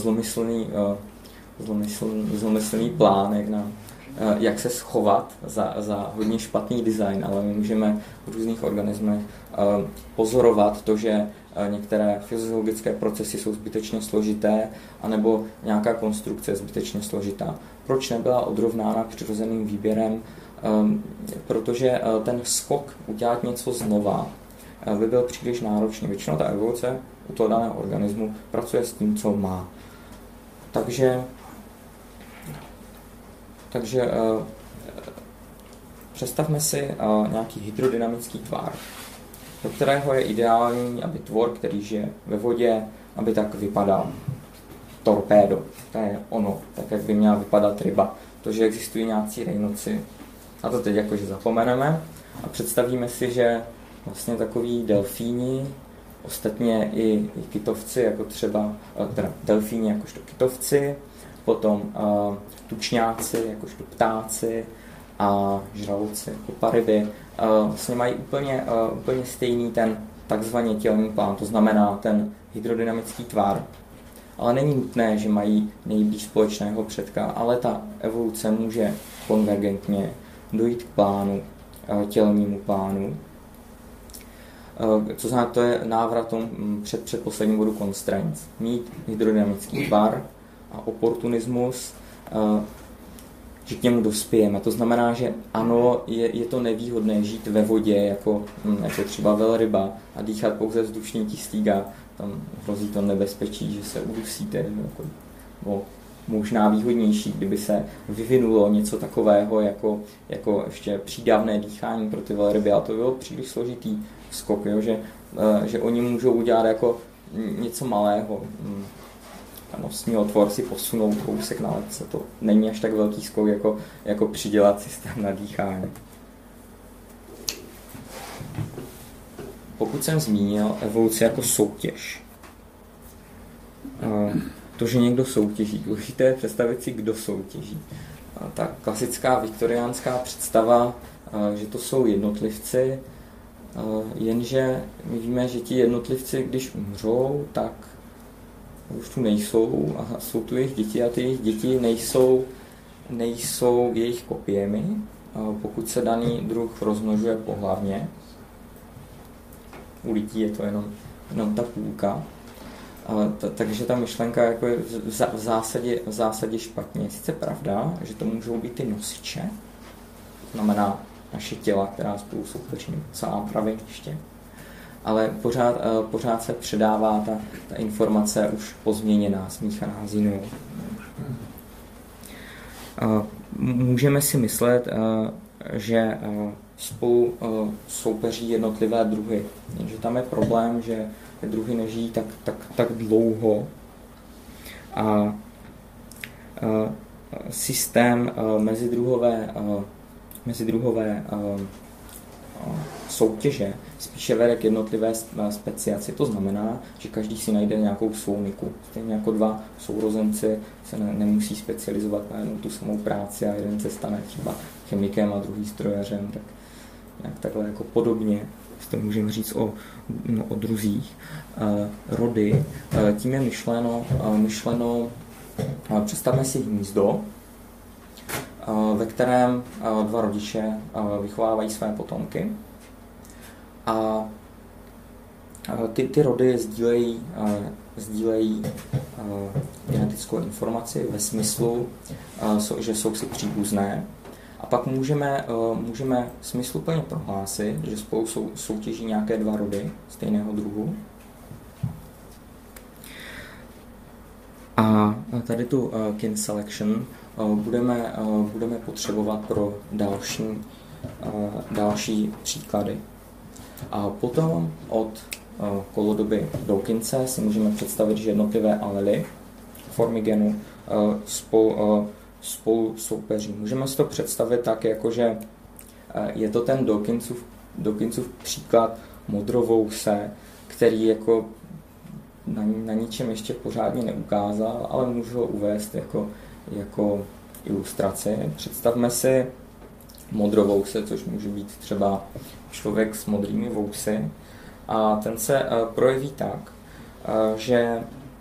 zlomyslný plán, jak se schovat za hodně špatný design, ale my můžeme v různých organismech pozorovat to, že některé fyziologické procesy jsou zbytečně složité, anebo nějaká konstrukce je zbytečně složitá. Proč nebyla odrovnána přirozeným výběrem? Protože ten skok udělat něco znova by byl příliš náročný. Většinou ta evoluce u toho daného organismu pracuje s tím, co má. Takže představme si nějaký hydrodynamický tvar, do kterého je ideální, aby tvor, který žije ve vodě, aby tak vypadal. Torpédo, to je ono, tak jak by měla vypadat ryba. To, že existují nějací rejnoci, a to teď jakože zapomeneme a představíme si, že vlastně takový delfíni, ostatně i kytovci, jako třeba delfíni jakožto kytovci, potom tučňáci jakožto ptáci a žraloci jako paryby, vlastně mají úplně stejný ten takzvaný tělní plán, to znamená ten hydrodynamický tvar. Ale není nutné, že mají nejblíž společného předka, ale ta evoluce může konvergentně dojít k plánu, tělnímu plánu, Co znamená, to je návrat před posledním bodu constraints. Mít hydrodynamický tvar a oportunismus, že k němu dospějeme. To znamená, že ano, je to nevýhodné žít ve vodě, jako třeba velryba a dýchat pouze vzdušný kyslík a tam hrozí to nebezpečí, že se udusíte. Jako možná výhodnější, kdyby se vyvinulo něco takového, jako ještě přídavné dýchání pro ty velryby, ale to bylo příliš složitý skok, jo? Že oni můžou udělat jako něco malého. Nosní otvor si posunou kousek na ledce. To není až tak velký skok, jako přidělat systém na dýchání. Pokud jsem zmínil evoluci jako soutěž, to, že někdo soutěží, důležité je představit si, kdo soutěží. Ta klasická viktoriánská představa, že to jsou jednotlivci, jenže my víme, že ti jednotlivci, když umřou, tak už tu nejsou a jsou tu jejich děti a ty jejich děti nejsou jejich kopiemi, pokud se daný druh rozmnožuje pohlavně. U lidí je to jenom ta půlka. Takže ta myšlenka jako je v zásadě špatně. Je sice pravda, že to můžou být ty nosiče, to znamená naše těla, která spolu soupeří, celá praveniště, ale pořád se předává ta informace už pozměněná, smíchaná s jinou. Můžeme si myslet, že spolu soupeří jednotlivé druhy. Že tam je problém, že ty druhy nežijí tak dlouho a systém mezidruhové soutěže spíše vede k jednotlivé speciaci. To znamená, že každý si najde nějakou svou niku. Stejně jako dva sourozenci se nemusí specializovat na jednu tu samou práci a jeden se stane třeba chemikem a druhý strojařem. Tak nějak takhle jako podobně to můžeme říct o druzích. Rody, tím je myšleno představme si hnízdo, ve kterém dva rodiče vychovávají své potomky a ty rody sdílejí genetickou informaci ve smyslu, že jsou si příbuzné. A pak můžeme smysluplně prohlásit, že spolu soutěží nějaké dva rody stejného druhu. A tady tu kin selection budeme potřebovat pro další příklady. A potom od kolodoby Dawkinse si můžeme představit, že jednotlivé alely formy genu spolu soupeří. Můžeme si to představit tak, jako že je to ten Dawkinsův příklad modrovouse, který jako na ničem ještě pořádně neukázal, ale můžu ho uvést jako ilustraci. Představme si modrovouse, což může být třeba člověk s modrými vousy, a ten se projeví tak, že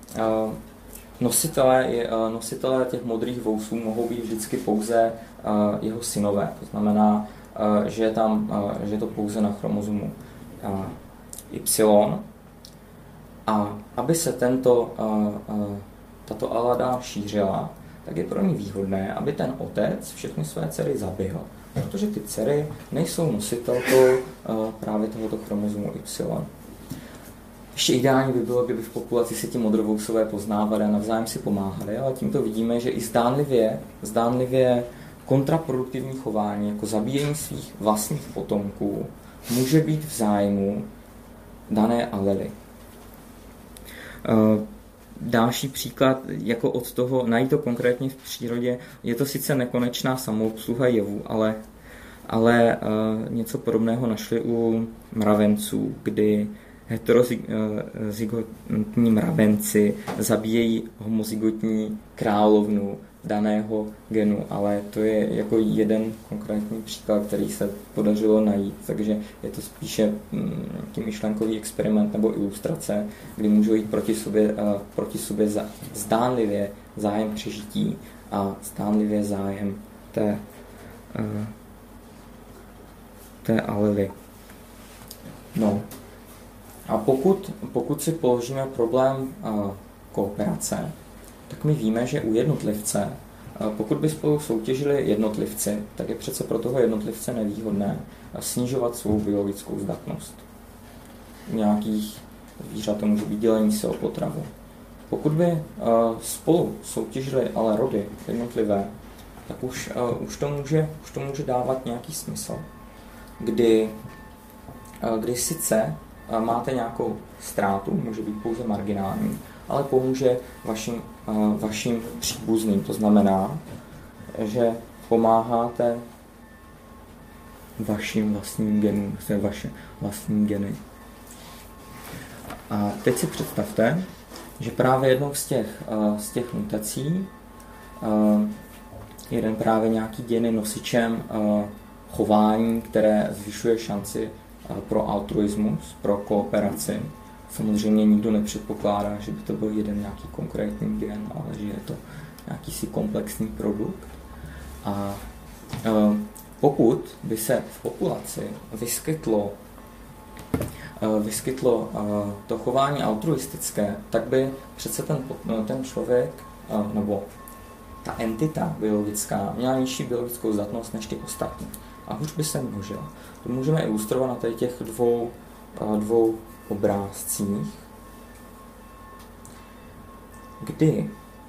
nositelé těch modrých vousů mohou být vždycky pouze jeho synové. To znamená, že je to pouze na chromozomu Y. A aby se tato alada šířila, tak je pro ní výhodné, aby ten otec všechny své dcery zabil. Protože ty dcery nejsou nositelkou právě tohoto chromozomu Y. Ještě ideální by bylo, kdyby v populaci se ti modrovousové poznávali a navzájem si pomáhali, ale tímto vidíme, že i zdánlivě kontraproduktivní chování, jako zabíjení svých vlastních potomků, může být v zájmu dané alely. Další příklad, jako od toho, najít to konkrétně v přírodě, je to sice nekonečná samoobsluha jevů, ale něco podobného našli u mravenců, kdy heterozygotní mravenci zabíjejí homozygotní královnu daného genu, ale to je jako jeden konkrétní příklad, který se podařilo najít, takže je to spíše tím myšlenkový experiment nebo ilustrace, kdy můžou jít proti sobě zdánlivě zájem přežití a zdánlivě zájem té alely. No, A pokud si položíme problém kooperace, tak my víme, že u jednotlivce, pokud by spolu soutěžili jednotlivci, tak je přece pro toho jednotlivce nevýhodné snižovat svou biologickou zdatnost. U nějakých zvířat to může být dělení se o potravu. Pokud by spolu soutěžili ale rody jednotlivé, tak už to může dávat nějaký smysl, kdy sice máte nějakou ztrátu, může být pouze marginální, ale pomůže vašim příbuzným. To znamená, že pomáháte vašim vlastním genům, vaše vlastní geny. A teď si představte, že právě jednou z těch mutací jeden právě nějaký gen je nosičem chování, které zvyšuje šanci pro altruismus, pro kooperaci. Samozřejmě nikdo nepředpokládá, že by to byl jeden nějaký konkrétní gen, ale že je to nějaký si komplexní produkt. A pokud by se v populaci vyskytlo to chování altruistické, tak by přece ten člověk nebo ta entita biologická měla nižší biologickou zdatnost než ty ostatní. A hůř by se množila. To můžeme ilustrovat na těch dvou obrázcích, kdy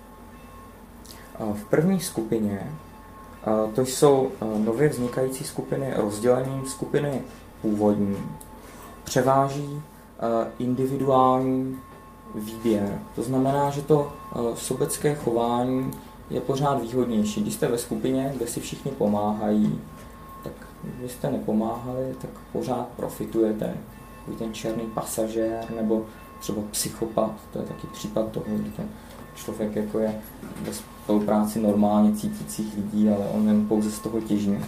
v první skupině to jsou nově vznikající skupiny rozdělením skupiny původní. Převáží individuální výběr. To znamená, že to sobecké chování je pořád výhodnější. Když jste ve skupině, kde si všichni pomáhají, tak když jste nepomáhali, tak pořád profitujete. Ten černý pasažér nebo třeba psychopat, to je taky případ toho, kdy ten člověk jako je ve spolupráci normálně cítících lidí, ale on jen pouze z toho těží.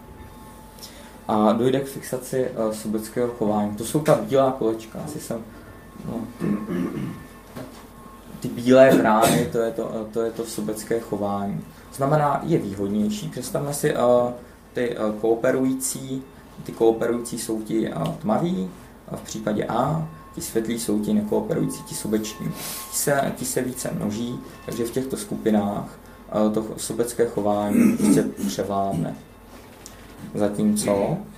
A dojde k fixaci sobeckého chování. To jsou ta bílá kolečka. Ty bílé brány, to je to sobecké chování. Znamená, je výhodnější. Představme si ty kooperující jsou ti tmaví, v případě A, ti světlí jsou ti nekooperující, ti sobeční. Ti se více množí, takže v těchto skupinách to sobecké chování prostě převládne. Zatímco,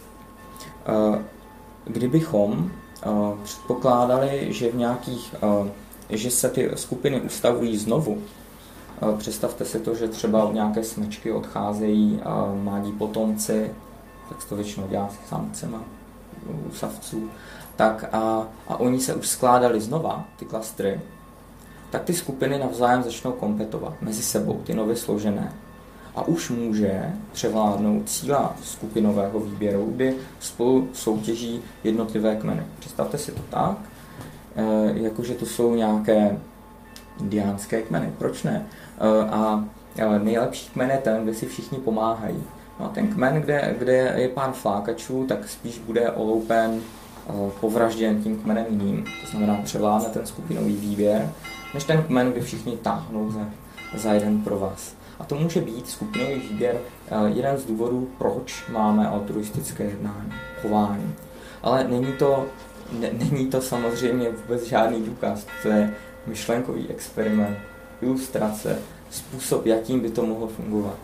kdybychom předpokládali, že se ty skupiny ustavují znovu, představte si to, že třeba od nějaké smečky odcházejí mladí potomci, tak se to většinou dělá s samcema u savců, tak a oni se už skládali znova, ty klastry, tak ty skupiny navzájem začnou kompetovat mezi sebou, ty nově složené. A už může převládnout síla skupinového výběru, kdy spolu soutěží jednotlivé kmeny. Představte si to tak, jakože to jsou nějaké indiánské kmeny. Proč ne? A nejlepší kmen je ten, kde si všichni pomáhají. No, ten kmen, kde je pár flákačů, tak spíš bude oloupen, povražděn tím kmenem jiným. To znamená, převládne ten skupinový výběr, než ten kmen, kde všichni táhnou za jeden provaz. A to může být skupinový výběr jeden z důvodů, proč máme altruistické chování. Ale není to samozřejmě vůbec žádný důkaz. To je myšlenkový experiment, ilustrace, způsob, jakým by to mohlo fungovat.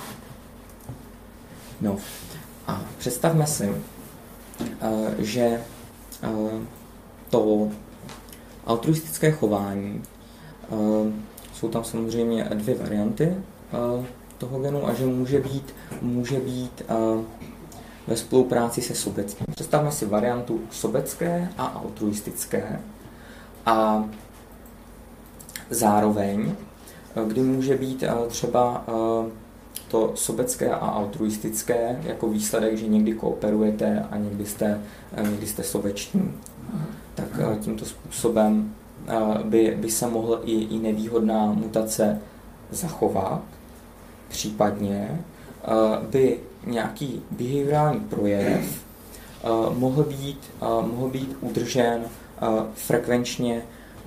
No a představme si, že to altruistické chování, jsou tam samozřejmě dvě varianty toho genu a že může být ve spolupráci se sobeckým. Představme si variantu sobecké a altruistické a zároveň, kdy může být třeba to sobecké a altruistické jako výsledek, že někdy kooperujete a někdy jste sobeční. Tak tímto způsobem by se mohla i nevýhodná mutace zachovat, případně by nějaký behaviorální projev mohl být udržen frekvenčně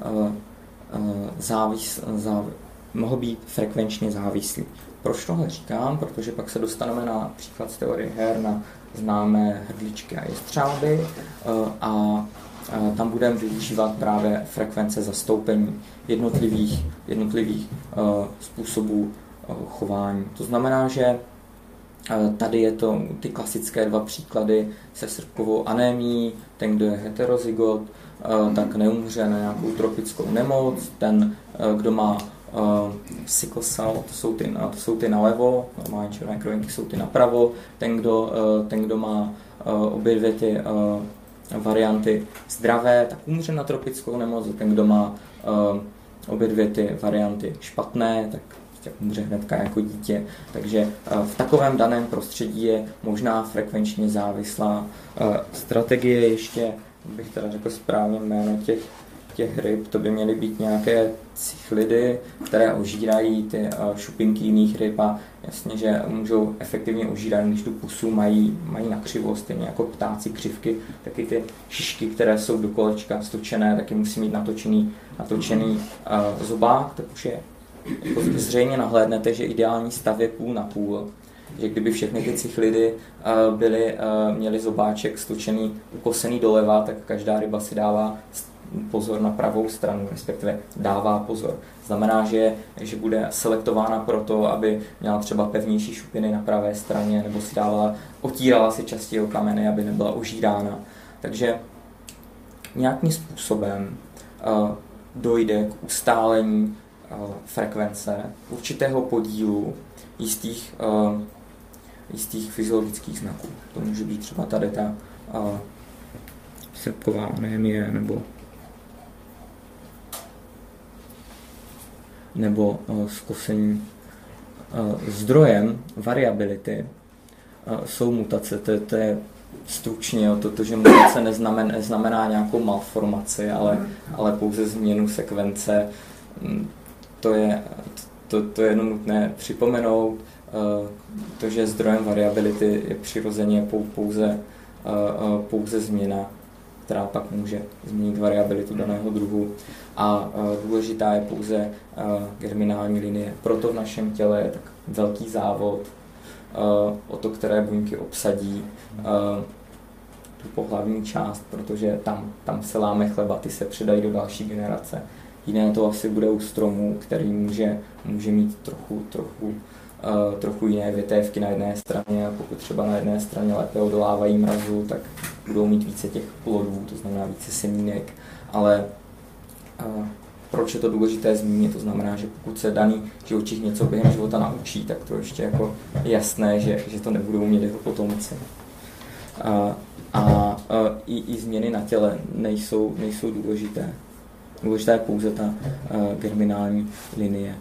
mohl být frekvenčně závislý. Proč tohle říkám? Protože pak se dostaneme na příklad z teorie her na známé hrdličky a jestřáby a tam budeme využívat právě frekvence zastoupení jednotlivých způsobů chování. To znamená, že tady je to ty klasické 2 příklady se srpkovou anémií. Ten, kdo je heterozygot, tak neumře na nějakou tropickou nemoc. Ten, kdo má sickle cell, to jsou ty nalevo, normálně červené krvinky jsou ty napravo. Ten, kdo má obě dvě ty varianty zdravé, tak umře na tropickou nemoc. Ten, kdo má obě dvě ty varianty špatné, tak umře hnedka jako dítě. Takže v takovém daném prostředí je možná frekvenčně závislá strategie. Ještě bych teda řekl správně jméno těch ryb, to by měly být nějaké cichlidy, které ožírají ty šupinky jiných ryb a jasně, že můžou efektivně ožírat, když tu pusu mají na křivo, stejně jako ptáci křivky, taky ty šišky, které jsou do kolečka stočené, taky musí mít natočený zobák, tak už je jako zřejmě nahlédnete, že ideální stav je půl na půl, že kdyby všechny ty cichlidy měly zobáček stočený, ukosený doleva, tak každá ryba si dává pozor na pravou stranu, respektive dává pozor. Znamená, že bude selektována proto, aby měla třeba pevnější šupiny na pravé straně, nebo si otírala si častěji o kameny, aby nebyla ožírána. Takže nějakým způsobem dojde k ustálení frekvence určitého podílu jistých fyziologických znaků. To může být třeba tady ta srpková anémie nebo zkosení. Zdrojem variability jsou mutace. To je stručně, to, že mutace neznamená nějakou malformaci, ale pouze změnu sekvence. To je jenom nutné připomenout. To, že zdrojem variability je přirozeně pouze změna, která pak může změnit variabilitu daného druhu. A důležitá je pouze germinální linie. Proto v našem těle je tak velký závod o to, které buňky obsadí tu pohlavní část, protože tam se láme chleba, ty se předají do další generace. Jiné to asi bude u stromů, který může mít trochu jiné větévky na jedné straně, a pokud třeba na jedné straně lépe odolávají mrazu, tak budou mít více těch plodů, to znamená více semínek, ale proč je to důležité zmínit? To znamená, že pokud se daný živočich něco během života naučí, tak to ještě jako je jasné, že to nebudou mít jeho potomci. I změny na těle nejsou důležité. Důležitá je pouze ta germinální linie.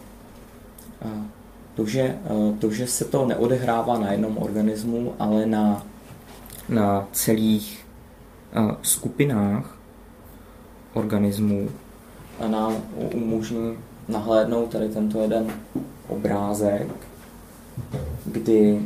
To, že se to neodehrává na jednom organismu, ale na celých skupinách organismů, nám umožní nahlédnout tady tento jeden obrázek, kdy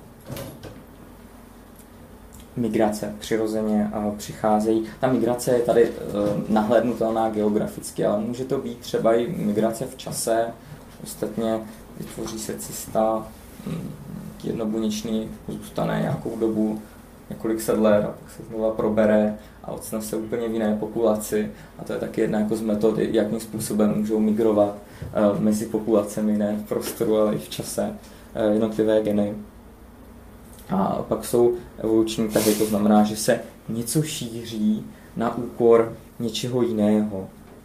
migrace přirozeně přicházejí. Ta migrace je tady nahlédnutelná geograficky, ale může to být třeba i migrace v čase. Ostatně vytvoří se cysta, jednobuněčný, zůstane nějakou dobu, několik set let, a pak se znova probere a ocitne se úplně v jiné populaci. A to je taky jedna jako z metod, jakým způsobem můžou migrovat mezi populacemi, ne v prostoru, ale i v čase, jednotlivé geny. A pak jsou evoluční tahy, to znamená, že se něco šíří na úkor něčeho jiného.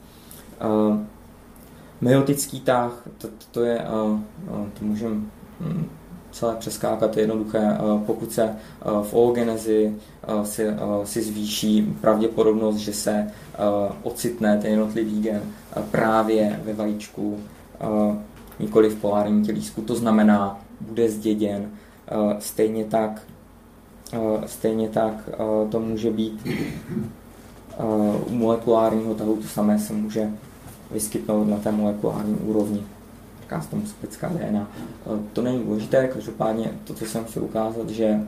Meiotický tah, to můžeme celé přeskákat, to je jednoduché. Pokud se v oogenezi si zvýší pravděpodobnost, že se ocitne ten jednotlivý gen právě ve vajíčku, nikoli v polárním tělísku, to znamená, bude zděděn. Stejně tak to může být u molekulárního tahu, to samé se může vyskytnout na té molekulární úrovni. Říká se tomu splická DNA. To není důležité, každopádně to, co jsem chtěl ukázat, že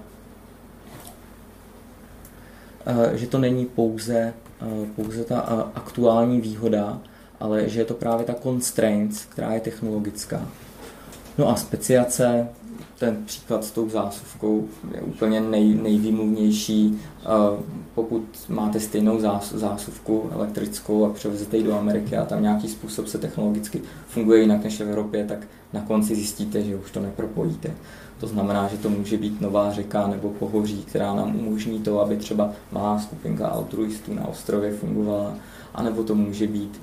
to není pouze ta aktuální výhoda, ale že je to právě ta constraint, která je technologická. No a speciace, ten příklad s tou zásuvkou je úplně nejvýmluvnější. Pokud máte stejnou zásuvku elektrickou a převezete ji do Ameriky a tam nějaký způsob se technologicky funguje jinak než v Evropě, tak na konci zjistíte, že už to nepropojíte. To znamená, že to může být nová řeka nebo pohoří, která nám umožní to, aby třeba malá skupinka altruistů na ostrově fungovala, anebo to může být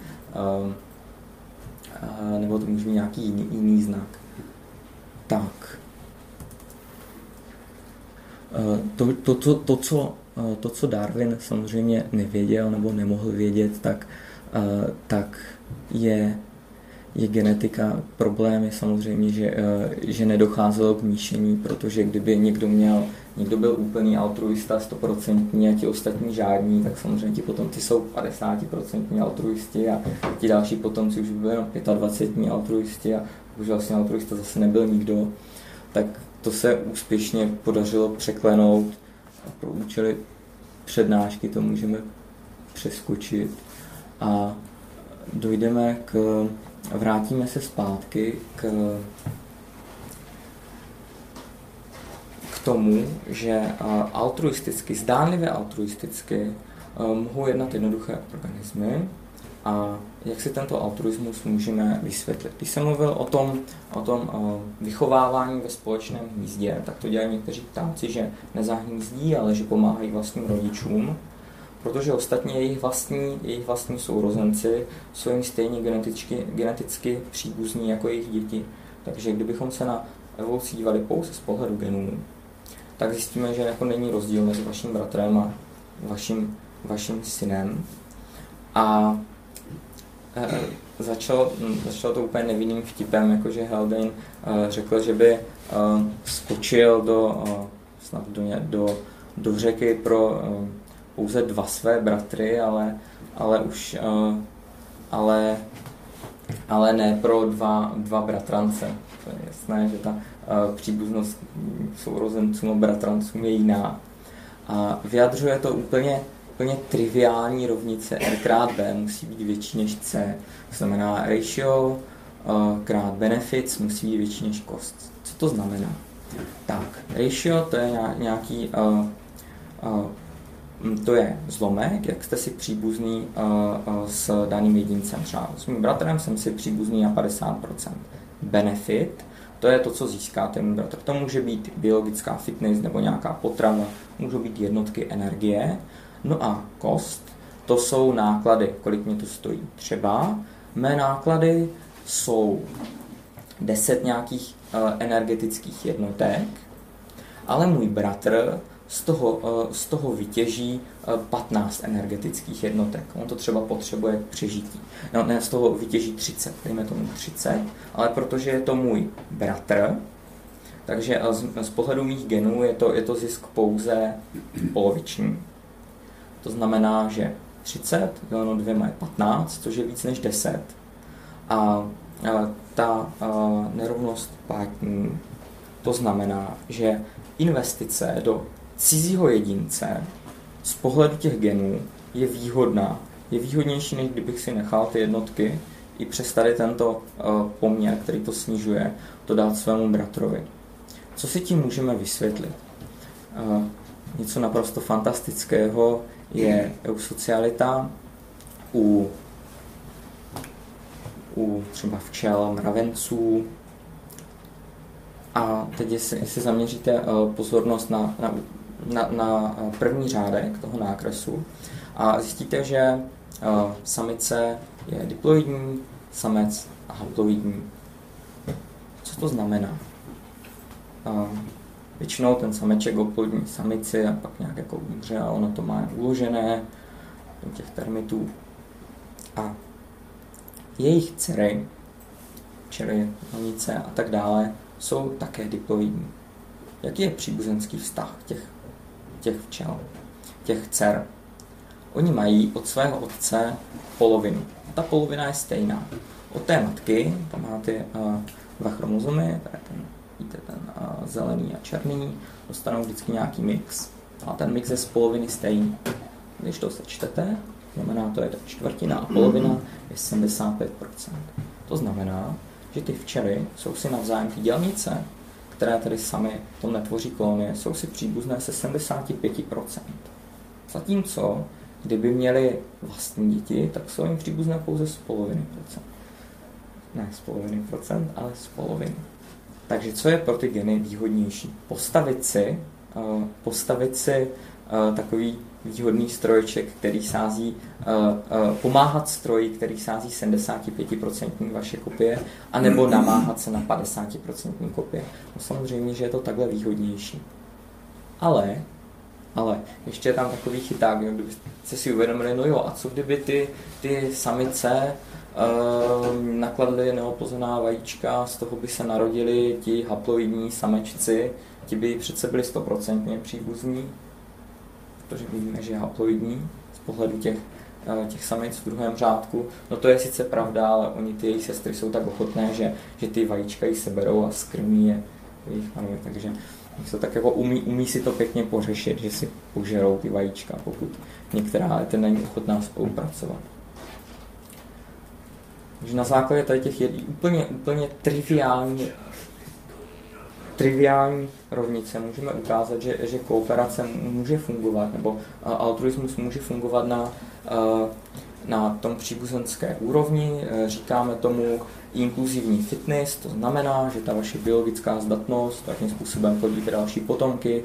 nějaký jiný znak. Tak. To, co Darwin samozřejmě nevěděl nebo nemohl vědět, tak je genetika. Problém je samozřejmě, že nedocházelo k míšení, protože kdyby někdo byl úplný altruista, 100% a ti ostatní žádní, tak samozřejmě potom ty jsou 50% altruisti a ti další potomci už by byli 25% altruisti a už vlastně altruista zase nebyl nikdo, tak to se úspěšně podařilo překlenout a pro účely přednášky to můžeme přeskočit a vrátíme se zpátky k tomu, že zdánlivě altruisticky mohou jednat jednoduché organismy a jak si tento altruismus můžeme vysvětlit. Když jsem mluvil o tom vychovávání ve společném hnízdě, tak to dělají někteří ptáci, že nezahnízdí, ale že pomáhají vlastním rodičům, protože ostatně jejich vlastní sourozenci jsou jim stejně geneticky příbuzní jako jejich děti. Takže kdybychom se na evoluci dívali pouze z pohledu genů, tak zjistíme, že jako není rozdíl mezi vaším bratrem a vaším synem. A začalo to úplně nevinným vtipem, jakože Haldane řekl, že by skočil do řeky pro pouze 2 své bratry, ale ne pro dva bratrance. To je jasné, že ta příbuznost sourozencům a bratrancům je jiná. A vyjadřuje to úplně triviální rovnice R krát B musí být větší než C. To znamená ratio krát benefits musí být větší než cost. Co to znamená? Tak, ratio to je nějaký to je zlomek, jak jste si příbuzný s daným jedincem. Třeba s mým bratrem jsem si příbuzný na 50%. Benefit, to je to, co získá ten bratr. To může být biologická fitness nebo nějaká potrava, můžou být jednotky energie. No a cost, to jsou náklady, kolik mě to stojí. Třeba mé náklady jsou 10 nějakých energetických jednotek, ale můj bratr z toho vytěží 15 energetických jednotek. On to třeba potřebuje k přežití. No, ne, z toho vytěží 30, dejme tomu 30, ale protože je to můj bratr, takže z pohledu mých genů je to zisk pouze poloviční. To znamená, že 30 děleno 2 je 15, což je víc než 10. A ta nerovnost pátní, to znamená, že investice do cizího jedince z pohledu těch genů je výhodná. Je výhodnější, než kdybych si nechal ty jednotky i přes tady tento poměr, který to snižuje, to dát svému bratrovi. Co si tím můžeme vysvětlit? Něco naprosto fantastického je eusocialita u třeba včel, mravenců. A teď, jestli zaměříte pozornost na první řádek toho nákresu a zjistíte, že samice je diploidní, samec a haploidní. Co to znamená? Většinou ten sameček oplodní samici a pak nějak jako umře a ono to má uložené do těch termitů. A jejich dcery, mamice a tak dále, jsou také diploidní. Jaký je příbuzenský vztah těch včel, těch dcer? Oni mají od svého otce polovinu. Ta polovina je stejná. Od té matky, tam má ty 2 chromozomy, vidíte ten zelený a černý, dostanou vždycky nějaký mix. A ten mix je z poloviny stejný. Když to sečtete, znamená to je ta čtvrtina a polovina je 75%. To znamená, že ty včely jsou si navzájem ty dělnice, které tedy sami tom netvoří kolonie, jsou si příbuzné se 75%. Zatímco, kdyby měli vlastní děti, tak jsou jim příbuzné pouze z poloviny procent. Ne z poloviny procent, ale z poloviny. Takže co je pro ty geny výhodnější? Postavit si takový výhodný stroječek, který sází, pomáhat stroji, který sází 75% vaše kopie, anebo namáhat se na 50% kopie. No samozřejmě, že je to takhle výhodnější. Ale ještě je tam takový chyták, kdybyste si uvědomili, no jo, a co kdyby ty samice nakladly neoplozená vajíčka, z toho by se narodili ti haploidní samečci, ti by přece byli 100% příbuzní, protože víme, že je haploidní z pohledu těch samic v druhém řádku. No to je sice pravda, ale oni ty jejich sestry jsou tak ochotné, že ty vajíčka jí seberou a skrmí je jejich manuji, takže se tak jako umí si to pěkně pořešit, že si požerou ty vajíčka, pokud některá není ochotná spolupracovat. Takže na základě tady těch úplně triviální rovnice můžeme ukázat, že kooperace může fungovat, nebo altruismus může fungovat na tom příbuzenské úrovni. Říkáme tomu inkluzivní fitness, to znamená, že ta vaše biologická zdatnost, jakým způsobem plodíte další potomky,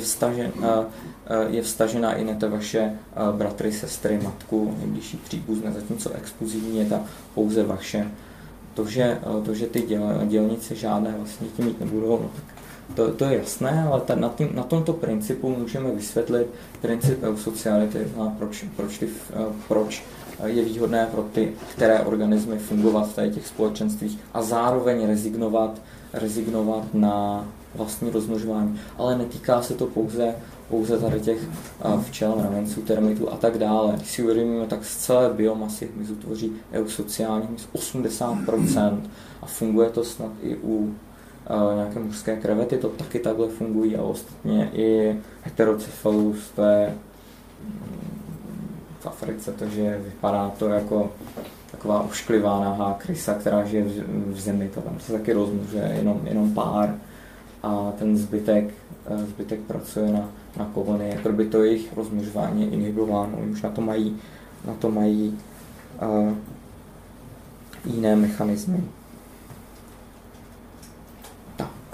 je vstažena i na ty vaše bratry, sestry, matku, nejbližší příbuzné, zatímco exkluzivní je ta pouze vaše. To, že ty dělnice žádné vlastně tím mít nebudou, no tak to je jasné, ale na tomto principu můžeme vysvětlit princip eusociality, proč je výhodné pro ty, které organismy fungovat v těch společenstvích a zároveň rezignovat na vlastní rozmnožování. Ale netýká se to pouze tady těch včel, mravenců, termitů a tak dále. Když si uvědomíme, tak z celé biomasy hmyzu tvoří eusociální hmyz 80% a funguje to snad i u nějaké mořské krevety, to taky takhle fungují a ostatně i heterocephalus, to je v Africe, takže vypadá to jako taková ošklivá nahá krysa, která žije v zemi, to tam se taky rozmnožuje jenom pár a ten zbytek pracuje na kolonii, jako by to jejich rozmnožování je inhibováno, už na to mají jiné mechanismy. Tak.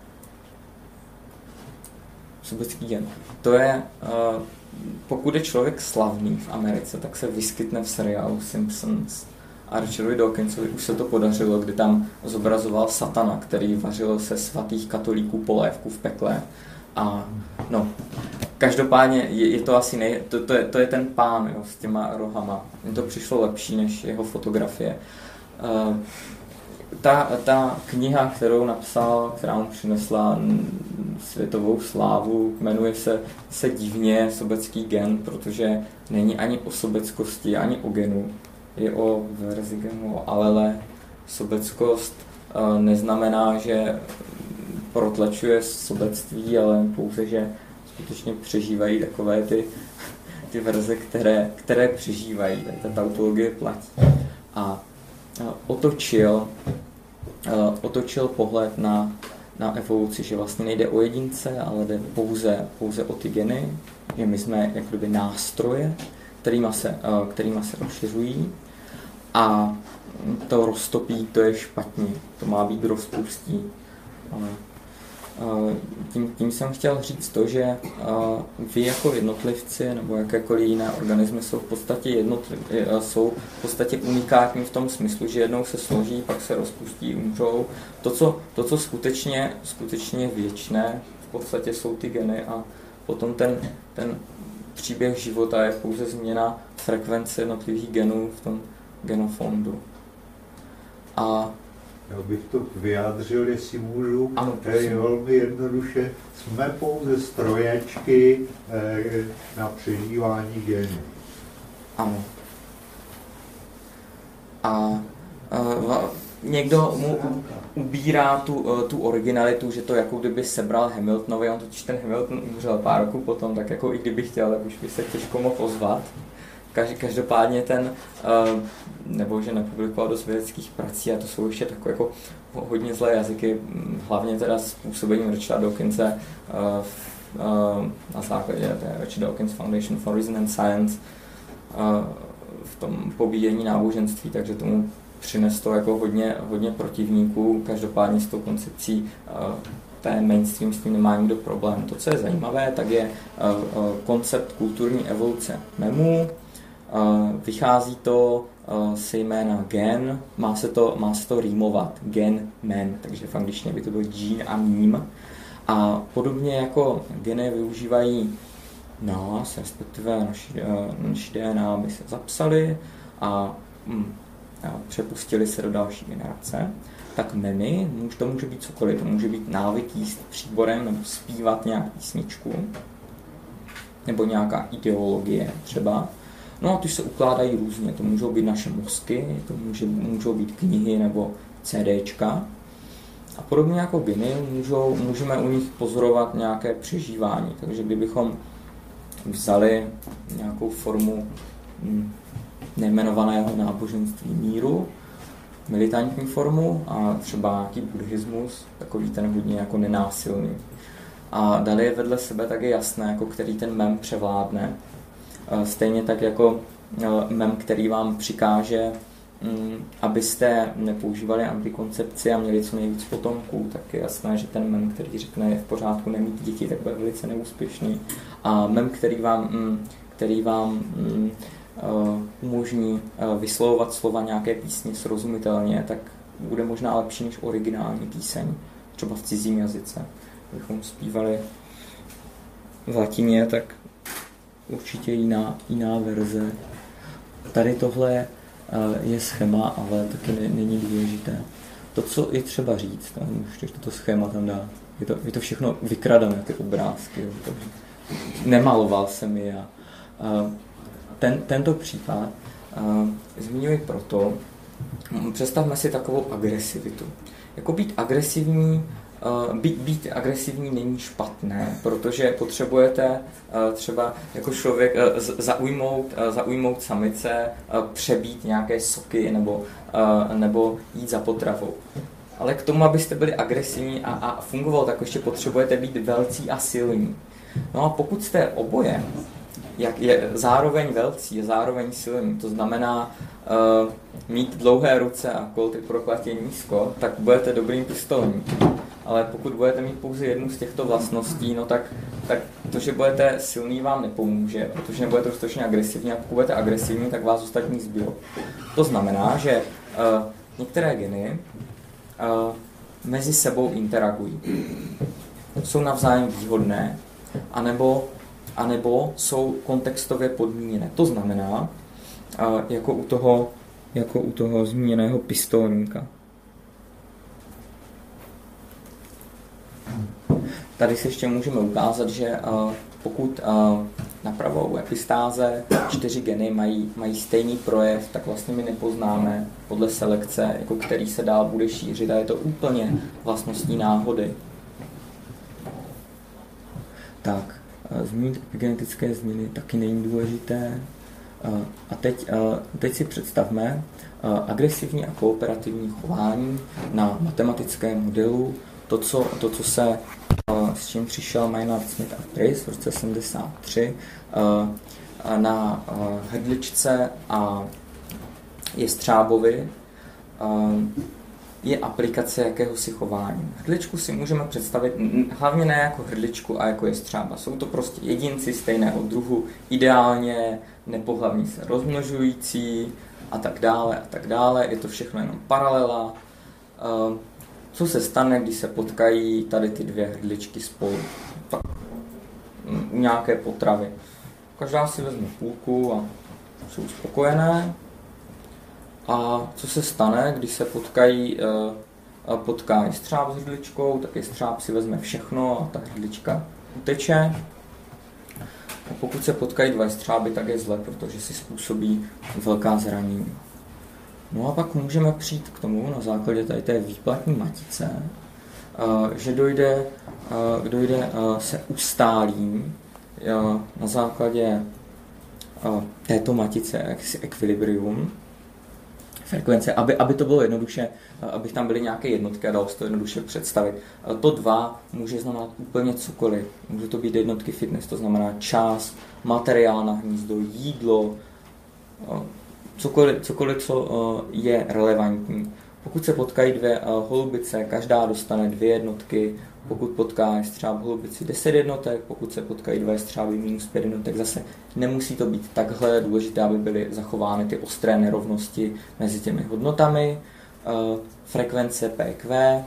Sobecký gen. To je, pokud je člověk slavný v Americe, tak se vyskytne v seriálu Simpsons. A Richardovi Dawkinsovi už se to podařilo, kdy tam zobrazoval satana, který vařil se svatých katolíků polévku v pekle. A no, každopádně je to asi to je ten pán, jo, s těma rohama. Mně to přišlo lepší než jeho fotografie. Ta kniha, kterou napsal, která mu přinesla světovou slávu, jmenuje se divně Sobecký gen, protože není ani o sobeckosti, ani o genu. Je o verzi genu, o alele. Sobeckost neznamená, že protlačuje sobectví, ale pouze, že skutečně přežívají takové ty verze, které přežívají. Ta tautologie platí. A otočil pohled na evoluci, že vlastně nejde o jedince, ale jde pouze o ty geny, že my jsme jak kdyby nástroje, kterýma se rozšiřují a to roztopí, to je špatně, to má být rozpustí. Tím jsem chtěl říct to, že vy jako jednotlivci nebo jakékoliv jiné organismy jsou v podstatě unikátní v tom smyslu, že jednou se složí, pak se rozpustí, umřou. To, co skutečně věčné, v podstatě jsou ty geny a potom ten příběh života je pouze změna frekvence jednotlivých genů v tom genofondu. A já bych to vyjádřil, jestli můžu, ano, velmi jednoduše, jsme pouze stroječky na přežívání genů. Ano. A někdo mu ubírá tu originalitu, že to jako kdyby sebral Hamiltonovi, on totiž ten Hamilton umřel pár roků potom, tak jako i kdyby chtěl, tak už by se těžko mohl ozvat. Každopádně nebo že nepublikoval dost vědeckých prací a to jsou ještě takové jako hodně zlé jazyky, hlavně teda s působením Richarda Dawkinse na základě Richard Dawkins Foundation for Reason and Science v tom pobíjení náboženství, takže tomu přineslo jako hodně protivníků. Každopádně s tou koncepcí té mainstream s tím nemá nikdo problém. To, co je zajímavé, tak je koncept kulturní evoluce memů. Vychází to se jména gen, má se to rýmovat, gen, men, takže v angličtině by to byl gene a meme. A podobně jako geny využívají nás, respektive naši DNA, aby se zapsali a přepustili se do další generace, tak memy, to může být cokoliv, to může být návyk jíst příborem nebo zpívat nějakou písničku, nebo nějaká ideologie třeba. No a ty se ukládají různě, to můžou být naše mozky, to můžou být knihy nebo CDčka. A podobně jako geny můžeme u nich pozorovat nějaké přežívání, takže kdybychom vzali nějakou formu nejmenovaného náboženství míru, militantní formu a třeba nějaký buddhismus, takový ten hodně jako nenásilný. A dali je vedle sebe, tak je jasné, jako který ten mem převládne. Stejně tak jako mem, který vám přikáže, abyste nepoužívali antikoncepci a měli co nejvíc potomků, tak je jasné, že ten mem, který řekne je v pořádku nemít děti, tak bude velice neúspěšný. A mem, který vám umožní vyslovovat slova nějaké písně srozumitelně, tak bude možná lepší než originální píseň, třeba v cizím jazyce. Kdybychom zpívali v latině, tak určitě jiná verze. Tady tohle je schéma, ale taky není důležité. To, co je třeba říct, ještě to schéma tam dá, je to všechno vykradané, ty obrázky. Nemaloval jsem je. Tento případ zmiňuji proto, představme si takovou agresivitu. Jako být agresivní není špatné, protože potřebujete třeba jako člověk zaujmout samice, přebít nějaké soky nebo jít za potravou. Ale k tomu, abyste byli agresivní a fungoval, tak ještě potřebujete být velcí a silní. No a pokud jste oboje, jak je zároveň velcí, je zároveň silný, to znamená mít dlouhé ruce a kolty proklatě nízko, tak budete dobrým pistolníkem. Ale pokud budete mít pouze jednu z těchto vlastností, no tak to, že budete silný, vám nepomůže, protože nebudete dostatečně agresivní, a pokud budete agresivní, tak vás ostatní zbijou. To znamená, že některé geny mezi sebou interagují. Jsou navzájem výhodné, anebo jsou kontextově podmíněné. To znamená, jako u toho zmíněného pistolníka. Tady si ještě můžeme ukázat, že pokud na pravou epistáze 4 geny mají stejný projev, tak vlastně my nepoznáme podle selekce, jako který se dál bude šířit, a je to úplně vlastností náhody. Tak, zmínit epigenetické změny taky není důležité. A teď si představme agresivní a kooperativní chování na matematickém modelu. To, co se s čím přišel Maynard Smith a Price v roce 73 na hrdličce a jestřábovi je aplikace jakéhosi chování. Hrdličku si můžeme představit hlavně ne jako hrdličku a jako jestřába. Jsou to prostě jedinci stejného druhu, ideálně nepohlavní se rozmnožující a tak dále. Je to všechno jenom paralela. Co se stane, když se potkají tady ty dvě hrdličky spolu? Tak, u nějaké potravy. Každá si vezme půlku a jsou spokojené. A co se stane, když se potká jestřáb s hrdličkou, tak jestřáb si vezme všechno a ta hrdlička uteče. A pokud se potkají dva jestřáby, tak je zle, protože si způsobí velká zranění. No a pak můžeme přijít k tomu na základě tady té výplatní matice, že dojde se ustálím na základě této matice, jaksi ekvilibrium, frekvence, aby to bylo jednoduše, aby tam byly nějaké jednotky a dalo se to jednoduše představit. To 2 může znamenat úplně cokoliv. Může to být jednotky fitness, to znamená čas, materiál na hnízdo, jídlo, cokoliv, co je relevantní. Pokud se potkají 2 holubice, každá dostane 2 jednotky. Pokud potká jestřáb holubici 10 jednotek, pokud se potkají 2 jestřáby minus 5 jednotek, zase nemusí to být takhle důležité, aby byly zachovány ty ostré nerovnosti mezi těmi hodnotami. Frekvence PQ.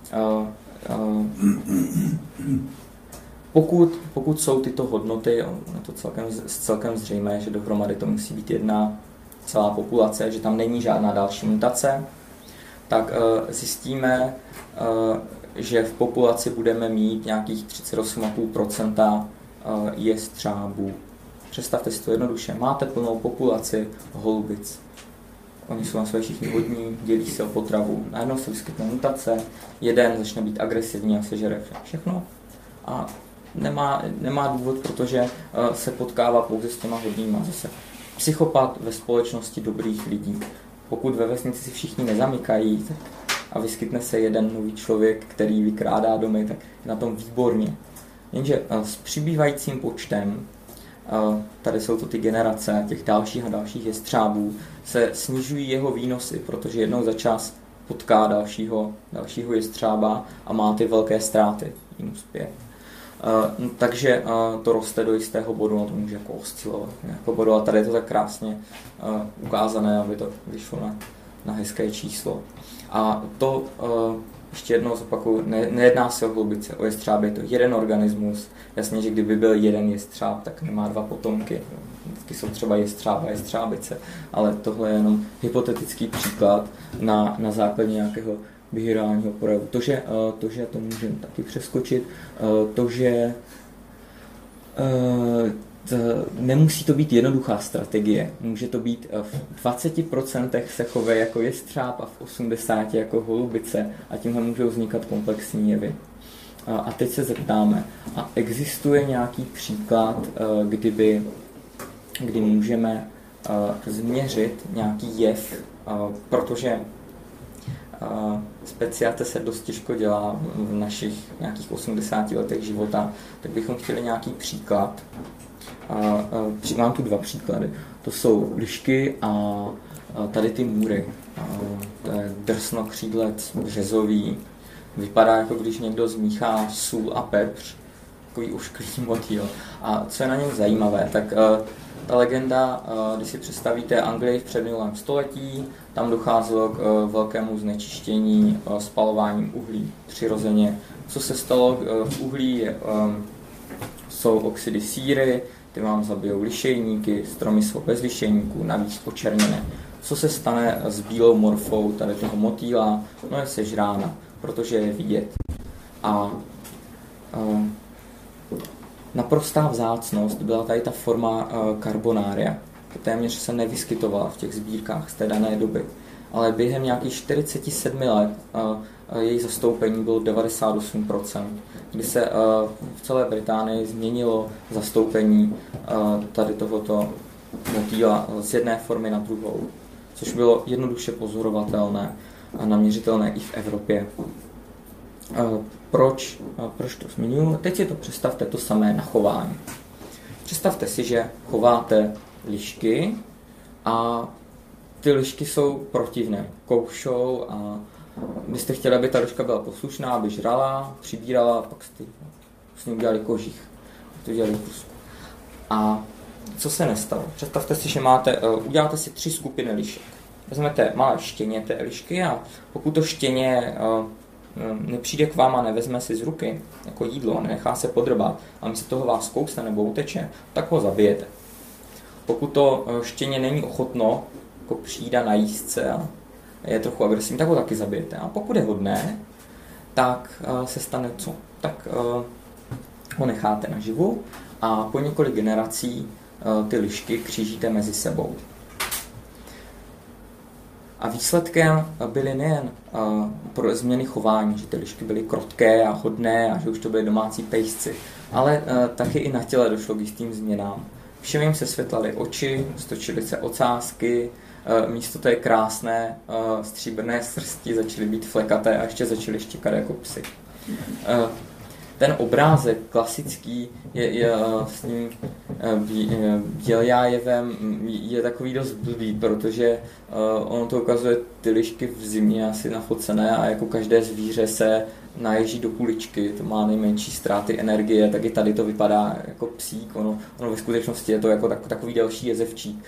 Pokud jsou tyto hodnoty, je to celkem zřejmé, že dohromady to musí být jedna celá populace, že tam není žádná další mutace, tak zjistíme, že v populaci budeme mít nějakých 38,5% jestřábů. Představte si to jednoduše. Máte plnou populaci holubic. Oni jsou na své všichni hodní, dělí se o potravu. Najednou se vyskytne mutace, jeden začne být agresivní a sežere všechno. A nemá důvod, protože se potkává pouze s těma hodnýma. Zase psychopat ve společnosti dobrých lidí. Pokud ve vesnici si všichni nezamykají a vyskytne se jeden nový člověk, který vykrádá domy, tak je na tom výborně. Jenže s přibývajícím počtem, tady jsou to ty generace těch dalších a dalších jestřábů, se snižují jeho výnosy, protože jednou za čas potká dalšího jestřába a má ty velké ztráty, minus 5. Takže to roste do jistého bodu, to může jako oscilovat nějakou bodu, a tady je to tak krásně ukázané, aby to vyšlo na hezké číslo. A to ještě jednou zopakuju, nejedná se o holubice, o jestřáby, je to jeden organismus. Jasně, že kdyby byl jeden jestřáb, tak nemá 2 potomky. Vždycky jsou třeba jestřáb a jestřábice, ale tohle je jenom hypotetický příklad na základě nějakého behaviorálního projevu. To, že to můžeme taky přeskočit, to, že nemusí to být jednoduchá strategie. Může to být v 20% se chové jako jestřáb a v 80% jako holubice a tímhle můžou vznikat komplexní jevy. A teď se zeptáme, a existuje nějaký příklad, kdy můžeme změřit nějaký jev, protože speciace se dost těžko dělá v našich nějakých 80 letech života, tak bychom chtěli nějaký příklad. Mám tu 2 příklady. To jsou lišky a tady ty můry. To je drsnokřídlec březový. Vypadá, jako když někdo zmíchá sůl a pepř. Takový ušklý motýl. A co je na něm zajímavé, tak ta legenda, když si představíte Anglii v předminulém století, tam docházelo k velkému znečištění spalováním uhlí přirozeně. Co se stalo v uhlí, jsou oxidy síry, ty vám zabijou lišejníky, stromy jsou bez lišejníků, navíc počerněné. Co se stane s bílou morfou tady toho motýla? No je sežrána, protože je vidět. A naprostá vzácnost byla tady ta forma carbonaria. Téměř se nevyskytovala v těch sbírkách z té dané doby. Ale během nějakých 47 let její zastoupení bylo 98%, kdy se v celé Británii změnilo zastoupení tady tohoto motýla z jedné formy na druhou, což bylo jednoduše pozorovatelné a naměřitelné i v Evropě. Proč to zmiňuji? Teď si to představte to samé na chování. Představte si, že chováte lišky a ty lišky jsou protivné, koušou a byste chtěli, aby ta liška byla poslušná, aby žrala, přibírala, pak jste s ní udělali kožich, to dělali kusku. A co se nestalo? Představte si, že uděláte si 3 skupiny lišek. Vezmete malé štěně té lišky a pokud to štěně nepřijde k vám a nevezme si z ruky jako jídlo, nenechá se podrbat a místo toho vás kousne nebo uteče, tak ho zabijete. Pokud to štěně není ochotno jako přijít a najíst se a je trochu agresivní, tak ho taky zabijete. A pokud je hodné, tak se stane co? Tak ho necháte naživu a po několik generací ty lišky křížíte mezi sebou. A výsledkem byly nejen pro změny chování, že ty lišky byly krotké a hodné a že už to byly domácí pejsci, ale taky i na těle došlo k jistým změnám. všem jim se světlaly oči, stočily se ocásky, místo té krásné stříbrné srsti začaly být flekaté a ještě začaly štěkat jako psy. Ten obrázek klasický je s tím Běljájevem je takový dost blbý, protože ono to ukazuje ty lišky v zimě asi nafocené a jako každé zvíře se naježí do kuličky, to má nejmenší ztráty energie, tak i tady to vypadá jako psík, ono ve skutečnosti je to jako takový další jezevčík.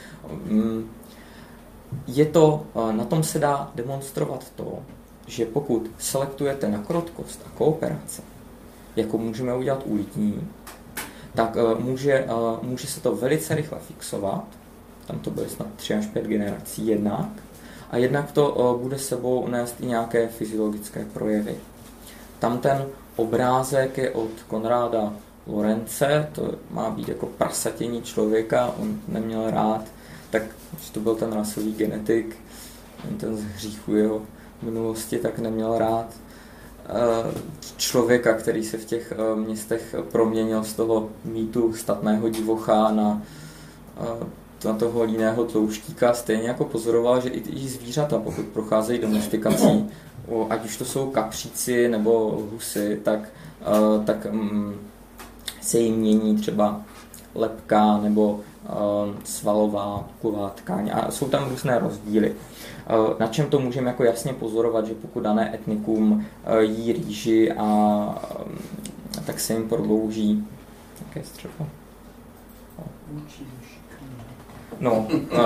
Na tom se dá demonstrovat to, že pokud selektujete na krotkost a kooperaci, jako můžeme udělat u lidí, tak může se to velice rychle fixovat, tam to bude snad 3 až 5 generací jednak, a jednak to bude sebou nést i nějaké fyziologické projevy. Tam ten obrázek je od Konráda Lorence, to má být jako prasatění člověka, on neměl rád, tak to byl ten rasový genetik, ten z hříchu jeho minulosti, tak neměl rád člověka, který se v těch městech proměnil z toho mýtu statného divocha na toho líného tlouštíka. Stejně jako pozoroval, že i zvířata, pokud procházejí domestikací, ať už to jsou kapříci nebo husy, tak se jim mění třeba lebka nebo svalová ková tkáň a jsou tam různé rozdíly. Na čem to můžeme jako jasně pozorovat, že pokud dané etnikum jí rýži tak se jim prodlouží jaké střepo? No,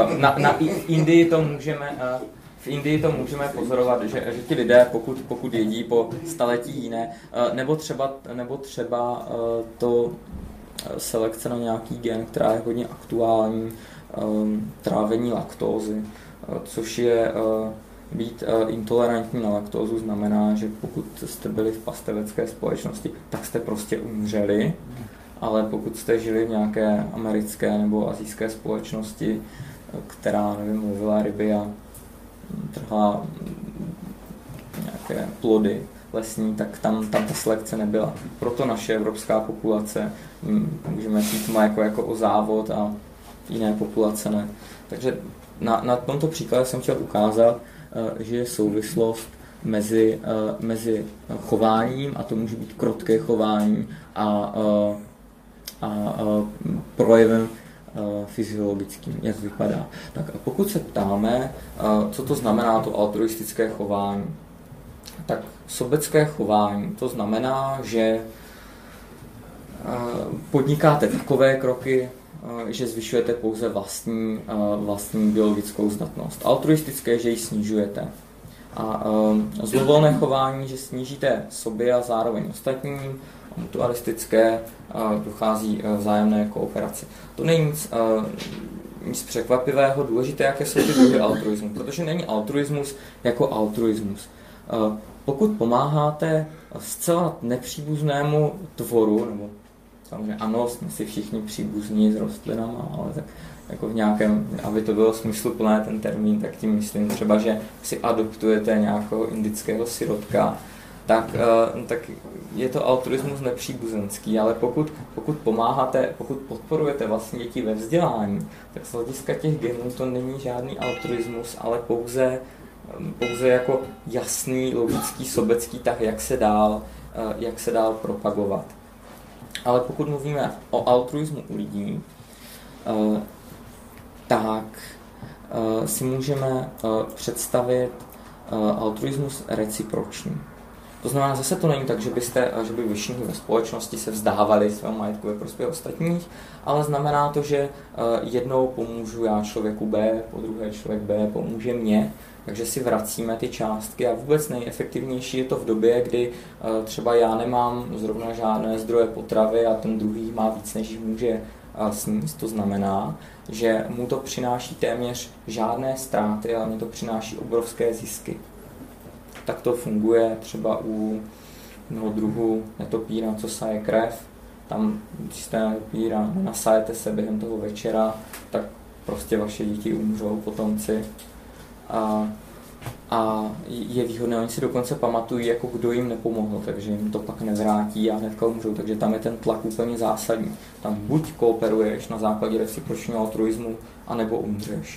v Indii to můžeme pozorovat, že ti lidé, pokud jedí po staletí jiné, nebo třeba to selekce na nějaký gen, která je hodně aktuální, trávení laktózy, což je být intolerantní na laktózu znamená, že pokud jste byli v pastevecké společnosti, tak jste prostě umřeli, ale pokud jste žili v nějaké americké nebo asijské společnosti, která, nevím, lovila ryby a trhla nějaké plody lesní, tak tam ta selekce nebyla. Proto naše evropská populace, můžeme říct, má jako o závod a jiné populace ne. Takže na tomto příkladu jsem chtěl ukázat, že je souvislost mezi chováním, a to může být krotké chování, a projevem fyziologickým, jak vypadá. Tak a pokud se ptáme, co to znamená to altruistické chování, tak sobecké chování, to znamená, že podnikáte takové kroky, že zvyšujete pouze vlastní biologickou zdatnost. Altruistické, že ji snižujete. A zlovolné chování, že snížíte sobě a zároveň ostatním. Mutualistické, dochází vzájemné kooperaci. To není nic překvapivého, důležité, jaké jsou ty druhy altruismu, protože není altruismus jako altruismus. Pokud pomáháte zcela nepříbuznému tvoru, nebo samozřejmě ano, jsme si všichni příbuzní s rostlinama, ale tak jako v nějakém, aby to bylo smysluplné ten termín, tak tím myslím třeba, že si adoptujete nějakého indického sirotka, tak je to altruismus nepříbuzenský, ale pokud pomáháte, pokud podporujete vlastní děti ve vzdělání, tak z hlediska těch genů to není žádný altruismus, ale pouze jako jasný, logický, sobecký tah, jak se dál propagovat. Ale pokud mluvíme o altruismu u lidí, tak si můžeme představit altruismus reciproční. To znamená, zase to není tak, že by všichni ve společnosti se vzdávali svého majetku ve prospěch ostatních, ale znamená to, že jednou pomůžu já člověku B, po druhé člověk B pomůže mně, takže si vracíme ty částky a vůbec nejefektivnější je to v době, kdy třeba já nemám zrovna žádné zdroje potravy a ten druhý má víc, než může sníst. To znamená, že mu to přináší téměř žádné ztráty, ale mu to přináší obrovské zisky. Tak to funguje třeba u jednoho druhu netopíra, co saje krev. Tam, když jste netopíra nasajete se během toho večera, tak prostě vaše děti umřou, potomci. a je výhodné, oni si dokonce pamatují, jako kdo jim nepomohl, takže jim to pak nevrátí a hnedka umřou, takže tam je ten tlak úplně zásadní. Tam buď kooperuješ na základě recipročního altruismu, anebo umřeš.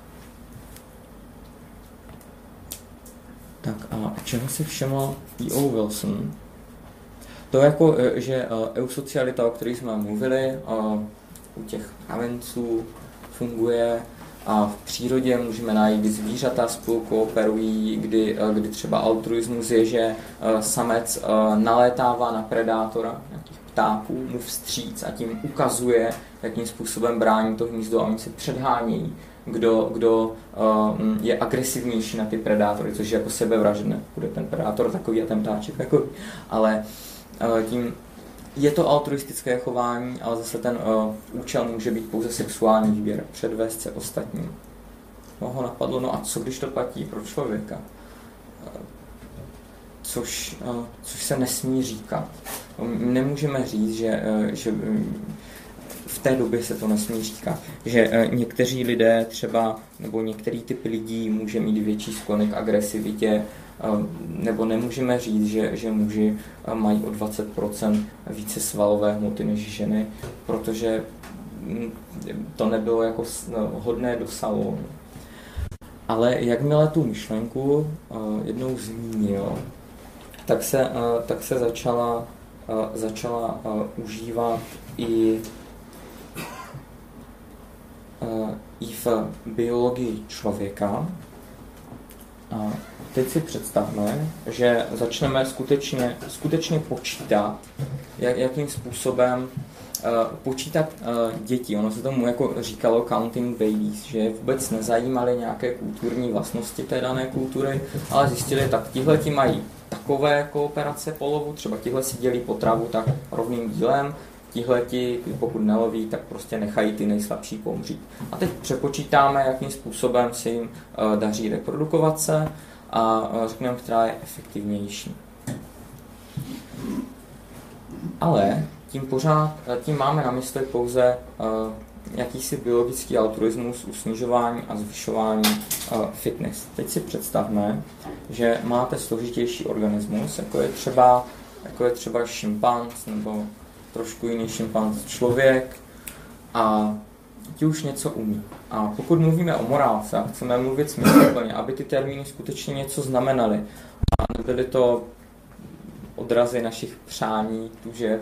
Tak a čeho si všiml P.O. Wilson? To je jako, že eusocialita, o které jsme mluvili, u těch mravenců funguje a v přírodě můžeme najít, kdy zvířata spolu kooperují, kdy třeba altruismus je, že samec nalétává na predátora, nějakých ptáků, mu vstříc a tím ukazuje, jakým způsobem brání to hnízdo a oni se předhánějí, kdo je agresivnější na ty predátory, což je jako sebevražedné. Bude ten predátor takový a ten ptáček takový. Ale tím je to altruistické chování, ale zase ten účel může být pouze sexuální výběr, předvést se ostatním. No ho napadlo, no a co když to platí pro člověka? Což se nesmí říkat. Nemůžeme říct, že v té době se to nesmí říkat, že někteří lidé třeba, nebo některý typ lidí může mít větší sklony k agresivitě, nebo nemůžeme říct, že muži mají o 20% více svalové hmoty než ženy, protože to nebylo jako hodné do salonu. Ale jakmile tu myšlenku jednou zmínil, tak se začala užívat i v biologii člověka. A teď si představme, že začneme skutečně počítat, jakým způsobem počítat děti. Ono se tomu jako říkalo counting babies, že vůbec nezajímaly nějaké kulturní vlastnosti té dané kultury, ale zjistili, tak tihleti mají takové kooperace polovu, třeba tihle si dělí potravu tak rovným dílem, tihleti, pokud neloví, tak prostě nechají ty nejslabší pomřít. A teď přepočítáme, jakým způsobem se jim daří reprodukovat se a řekneme, která je efektivnější. Ale tím máme na mysli pouze jakýsi biologický altruismus, usnižování a zvyšování fitness. Teď si představme, že máte složitější organismus, jako je třeba šimpanz nebo trošku jiný šimpanz člověk a ti už něco umí. A pokud mluvíme o morálce a chceme mluvit smysluplně, aby ty termíny skutečně něco znamenaly a nebyly to odrazy našich přání, tužeb,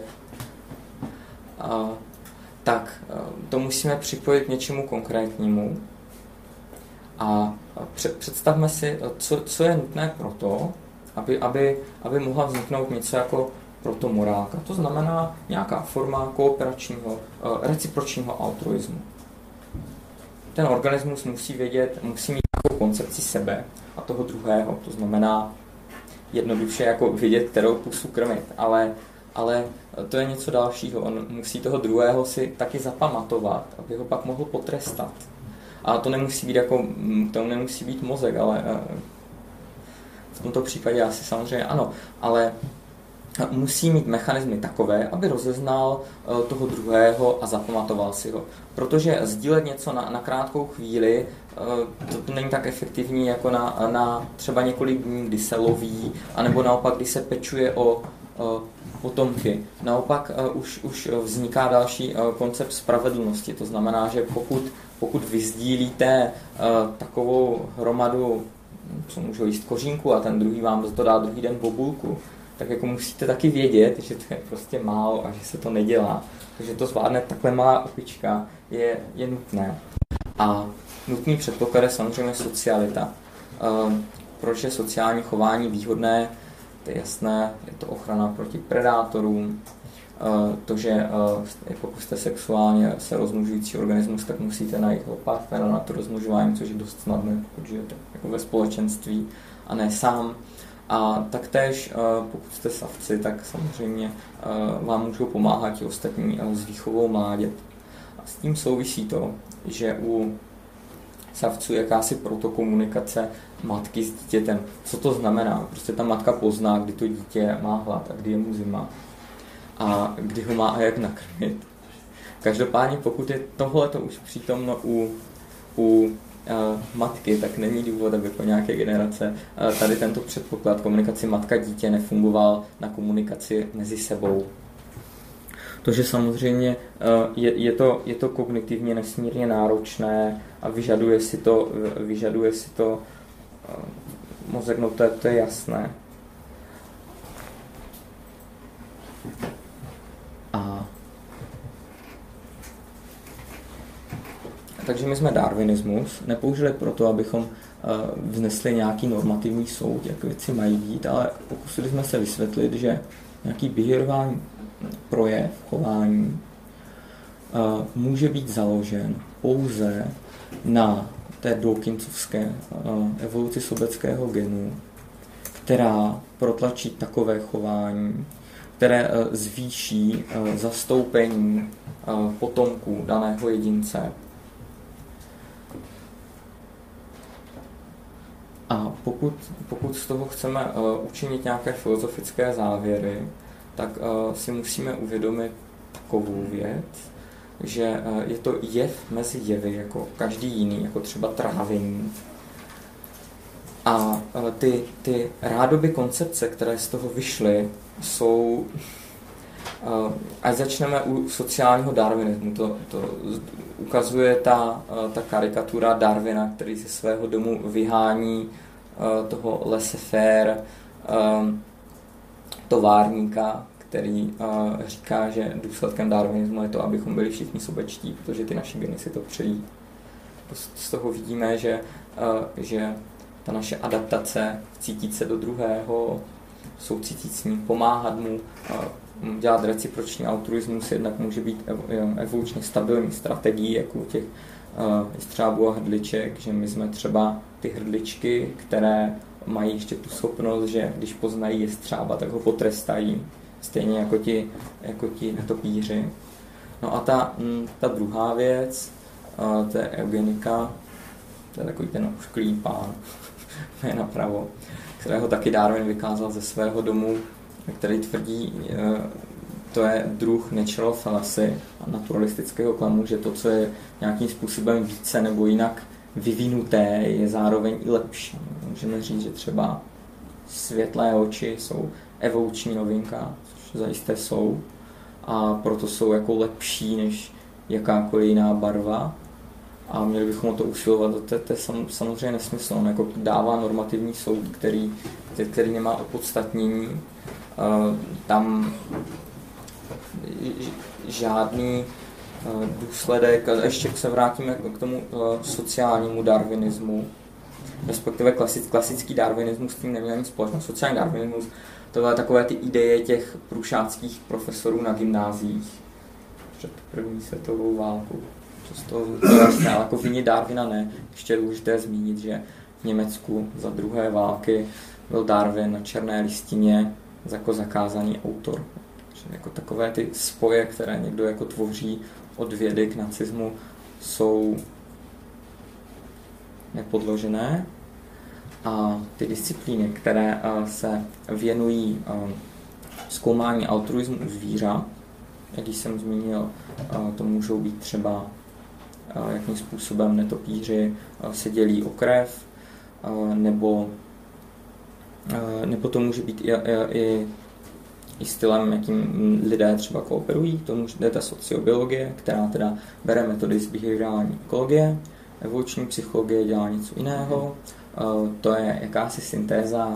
tak to musíme připojit k něčemu konkrétnímu a představme si, co je nutné pro to, aby mohla vzniknout něco jako protomorálka. To znamená nějaká forma kooperačního, recipročního altruismu. Ten organismus musí mít nějakou koncepci sebe a toho druhého. To znamená jednoduše jako vědět, kterou pusu krmit, ale to je něco dalšího. On musí toho druhého si taky zapamatovat, aby ho pak mohl potrestat. A to nemusí být mozek, ale v tomto případě asi samozřejmě ano, ale musí mít mechanismy takové, aby rozeznal toho druhého a zapamatoval si ho. Protože sdílet něco na krátkou chvíli, to není tak efektivní jako na třeba několik dní, kdy se loví, anebo naopak, kdy se pečuje o potomky. Naopak už vzniká další koncept spravedlnosti. To znamená, že pokud vy sdílíte takovou hromadu, co můžou jíst kořínku a ten druhý vám to dá druhý den bobulku, tak jako musíte taky vědět, že to je prostě málo a že se to nedělá. Takže to zvládne takhle malá opička je nutné. A nutný předpoklad je samozřejmě socialita. Proč je sociální chování výhodné? To je jasné, je to ochrana proti predátorům, to, že pokud jste sexuálně se rozmnožující organismus, tak musíte najít partnera na to rozmnožování, což je dost snadné, pokud žijete jako ve společenství a ne sám. A taktéž, pokud jste savci, tak samozřejmě vám můžou pomáhat i ostatní s výchovou mládět. A s tím souvisí to, že u savců jakási protokomunikace matky s dítětem. Co to znamená? Prostě ta matka pozná, kdy to dítě má hlad a kdy je mu zima a kdy ho má a jak nakrmit. Každopádně, pokud je tohleto už přítomno u matky, tak není důvod, aby po nějaké generace tady tento předpoklad komunikaci matka-dítě nefungoval na komunikaci mezi sebou. To, že samozřejmě je to kognitivně nesmírně náročné a vyžaduje si to mozek, no to je jasné. Takže my jsme darwinismus nepoužili proto, abychom vznesli nějaký normativní soud, jak věci mají být, ale pokusili jsme se vysvětlit, že nějaký behaviorální projev, chování může být založen pouze na té dawkinsovské evoluci sobeckého genu, která protlačí takové chování, které zvýší zastoupení potomků daného jedince. A pokud z toho chceme učinit nějaké filozofické závěry, tak si musíme uvědomit takovou věc, že je to jev mezi jevy, jako každý jiný, jako třeba trávení. A ty rádoby koncepce, které z toho vyšly, jsou, ať začneme u sociálního darwinismu, to ukazuje ta karikatura Darwina, který ze svého domu vyhání toho laissez-faire továrníka, který říká, že důsledkem darwinismu je to, abychom byli všichni sobečtí, protože ty naše geny si to přejí. Z toho vidíme, že ta naše adaptace, cítit se do druhého, soucítit s ním, pomáhat mu, dělat reciproční altruismus, jednak může být evolučně stabilní strategií, jako u těch jestřábů a hrdliček, že my jsme třeba ty hrdličky, které mají ještě tu schopnost, že když poznají jestřába, tak ho potrestají, stejně jako ti netopíři. No a ta druhá věc, to je eugenika, to je takový ten ošklý pán, je napravo, kterého taky Darwin vykázal ze svého domu, který tvrdí, to je druh natural fallacy a naturalistického klamu, že to, co je nějakým způsobem více nebo jinak vyvinuté, je zároveň i lepší. Můžeme říct, že třeba světlé oči jsou evoluční novinka, což zajisté jsou, a proto jsou jako lepší než jakákoliv jiná barva. A měli bychom o to usilovat. To je samozřejmě nesmysl. On jako dává normativní soud, který nemá opodstatnění. Tam žádný důsledek. A ještě se vrátíme k tomu sociálnímu darwinismu, respektive klasický darwinismus s tím neměl nic společného. Sociální darwinismus, to byly takové ty ideje těch průšáckých profesorů na gymnáziích před první světovou válkou. To jasné, ale jako vině Darwina ne. Ještě je důležité zmínit, že v Německu za druhé války byl Darwin na černé listině jako zakázaný autor. Takže jako takové ty spoje, které někdo jako tvoří od vědy k nacismu, jsou nepodložené. A ty disciplíny, které se věnují zkoumání altruismu u zvířat, jak jsem zmínil, to můžou být třeba jakým způsobem netopíři se dělí o krev, nebo to může být i stylem, jakým lidé třeba kooperují. To je ta sociobiologie, která teda bere metody z behaviorální ekologie. Evoluční psychologie dělá něco jiného. To je jakási syntéza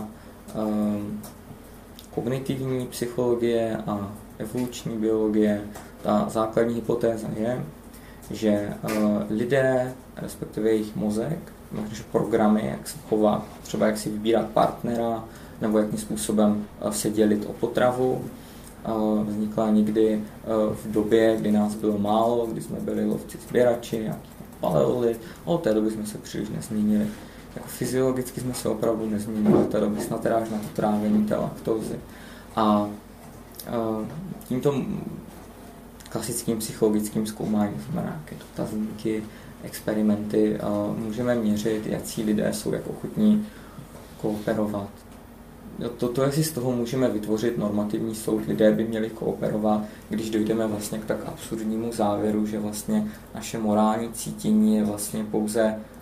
kognitivní psychologie a evoluční biologie. Ta základní hypotéza je, že lidé, respektive jejich mozek, programy, jak se chovat, třeba jak si vybírat partnera, nebo jakým způsobem se dělit o potravu, vznikla někdy v době, kdy nás bylo málo, kdy jsme byli lovci sběrači, nějaký paleolit, a od té doby jsme se příliš nezměnili. Jako fyziologicky jsme se opravdu nezměnili, od té doby snad teda až na to trávení té laktózy. A tímto klasickým psychologickým zkoumáním, znamená nějaké dotazníky, experimenty, můžeme měřit, jakcí lidé jsou jako ochotní kooperovat. To, jestli z toho můžeme vytvořit normativní soud, lidé by měli kooperovat, když dojdeme vlastně k tak absurdnímu závěru, že vlastně naše morální cítění je vlastně pouze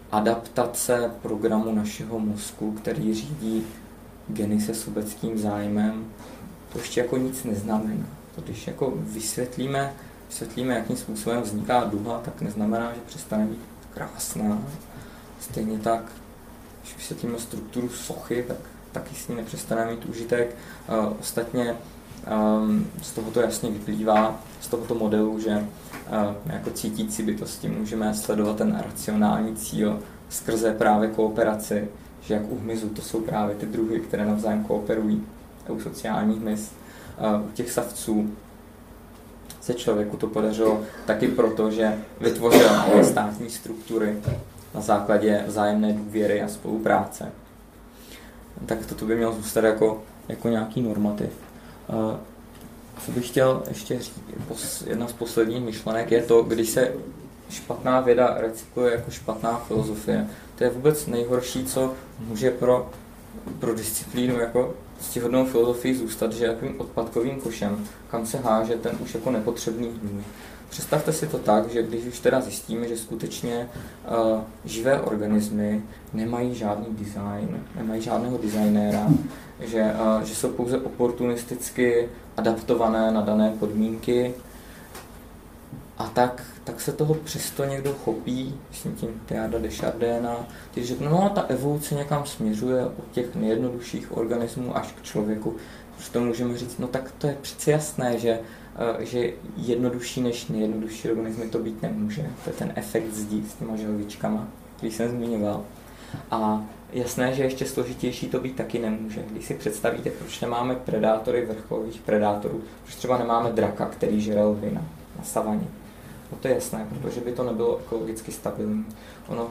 adaptace programu našeho mozku, který řídí geny se sobeckým zájmem, to ještě jako nic neznamená. To, když jako vysvětlíme, jakým způsobem vzniká duha, tak neznamená, že přestane být krásná. Stejně tak, když vysvětlíme strukturu sochy, tak taky s ní nepřestane mít užitek. Ostatně z tohoto jasně vyplývá, z tohoto modelu, že jako cítící bytosti můžeme sledovat ten racionální cíl skrze právě kooperaci, že jak u hmyzu to jsou právě ty druhy, které navzájem kooperují, a u sociálních hmyz, u těch savců se člověku to podařilo taky proto, že vytvořil státní struktury na základě vzájemné důvěry a spolupráce. Tak toto by mělo zůstat jako nějaký normativ. Co bych chtěl ještě říct, jedna z posledních myšlenek je to, když se špatná věda recykluje jako špatná filozofie. To je vůbec nejhorší, co může pro disciplínu jako ctihodnou filozofii zůstat, že je takovým odpadkovým košem, kam se háže ten už jako nepotřebný hnůj. Představte si to tak, že když už teda zjistíme, že skutečně živé organismy nemají žádný design, nemají žádného designéra, že jsou pouze oportunisticky adaptované na dané podmínky, a tak se toho přesto někdo chopí, myslím tím Teilhard de Chardina, když řekne, no ta evoluce někam směřuje od těch nejjednodušších organismů až k člověku. Protože to můžeme říct, no tak to je přece jasné, že jednodušší než nejjednodušší organismy to být nemůže. To je ten efekt zdi s těma želvičkama, který jsem zmiňoval. A jasné, že ještě složitější to být taky nemůže. Když si představíte, proč nemáme predátory vrcholových predátorů, proč třeba nemáme draka, který žere lvy na savaně. No to je jasné, protože by to nebylo ekologicky stabilní. Ono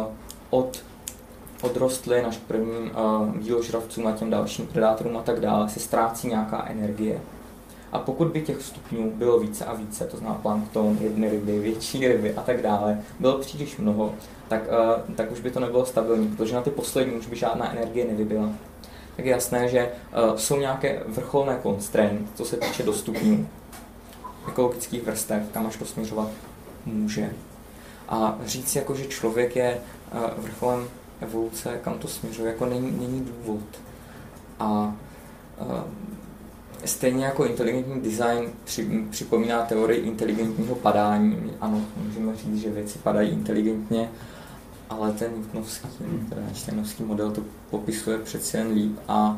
od rostlin až prvním díložravcům a těm dalším predátorům a tak dále se ztrácí nějaká energie. A pokud by těch stupňů bylo více a více, to znamená plankton, jedny ryby, větší ryby a tak dále, bylo příliš mnoho, tak už by to nebylo stabilní, protože na ty poslední už by žádná energie nevybyla. Tak je jasné, že jsou nějaké vrcholné constraint, co se týče do stupňů ekologických vrstev, kam až to směřovat může. A říct, jako, že člověk je vrcholem evoluce, kam to směřuje, jako není důvod. A stejně jako inteligentní design připomíná teorii inteligentního padání. Ano, můžeme říct, že věci padají inteligentně, ale ten Newtonovský model to popisuje přeci jen líp.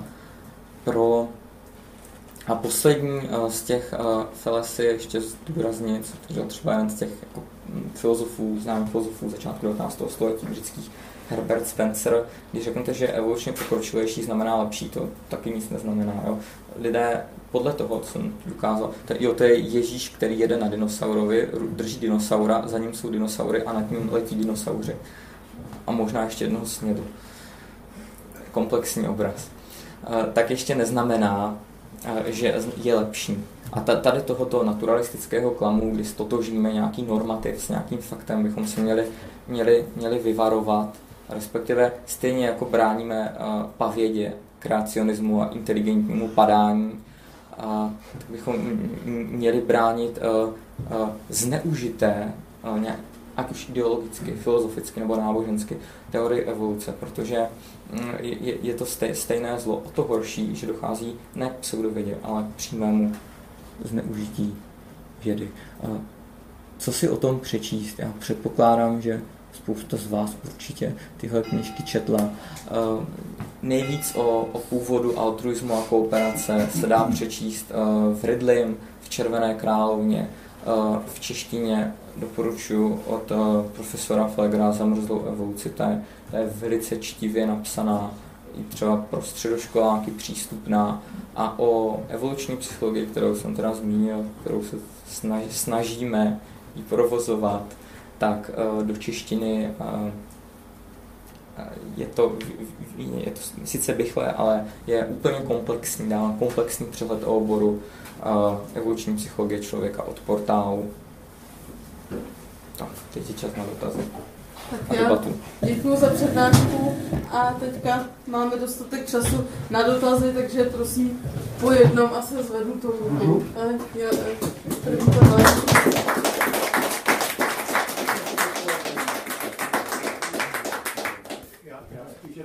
A poslední z těch fallacy ještě zdůraznit, protože třeba jeden z těch jako známých filozofů začátku 19. století britských, Herbert Spencer, když řeknete, že evolučně pokročilejší znamená lepší, to taky nic neznamená. Jo. Lidé podle toho, co jsem ukázal, to je Ježíš, který jede na dinosaurovi, drží dinosaura, za ním jsou dinosaury a nad ním letí dinosauři. A možná ještě jednoho snědu. Komplexní obraz. Tak ještě neznamená, že je lepší. A tady tohoto naturalistického klamu, kdy stotožníme nějaký normativ s nějakým faktem, bychom se měli vyvarovat, respektive stejně jako bráníme pavědě, kreacionismu a inteligentnímu padání, tak bychom měli bránit zneužité, ať už ideologicky, filozoficky nebo nábožensky, teorii evoluce, protože je to stejné zlo. O to horší, že dochází ne k pseudovědě, ale k přímému zneužití vědy. Co si o tom přečíst? Já předpokládám, že spousta z vás určitě tyhle knížky četla. Nejvíc o původu altruismu a kooperace se dá přečíst v Ridleym, v Červené královně, v češtině doporučuji od profesora Flegra Zamrzlou evoluci. Ta je velice čtivě napsaná, i třeba pro středoškoláky přístupná. A o evoluční psychologii, kterou jsem teda zmínil, kterou se snažíme ji provozovat, tak do češtiny je to sice bychlé, ale je úplně komplexní, dávám komplexní přehled o oboru evoluční psychologie člověka od portálu. Tak, teď je čas na dotazy. Tak já děkuji za přednášku a teďka máme dostatek času na dotazy, takže prosím po jednom a se zvednu to rukou.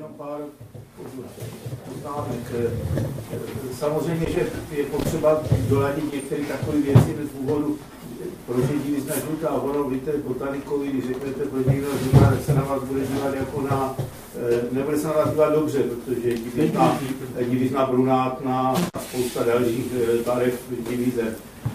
jenom pár poznámek. Samozřejmě, že je potřeba doladit některé takové věci bez důvodu, proč je divizna žlutá. Ono, víte, botanikovi, když řeknete, proč divizna žlutá, tak se na vás bude dívat jako na, nebude se na vás dívat dobře, protože divizna brunátná a spousta dalších barev divize.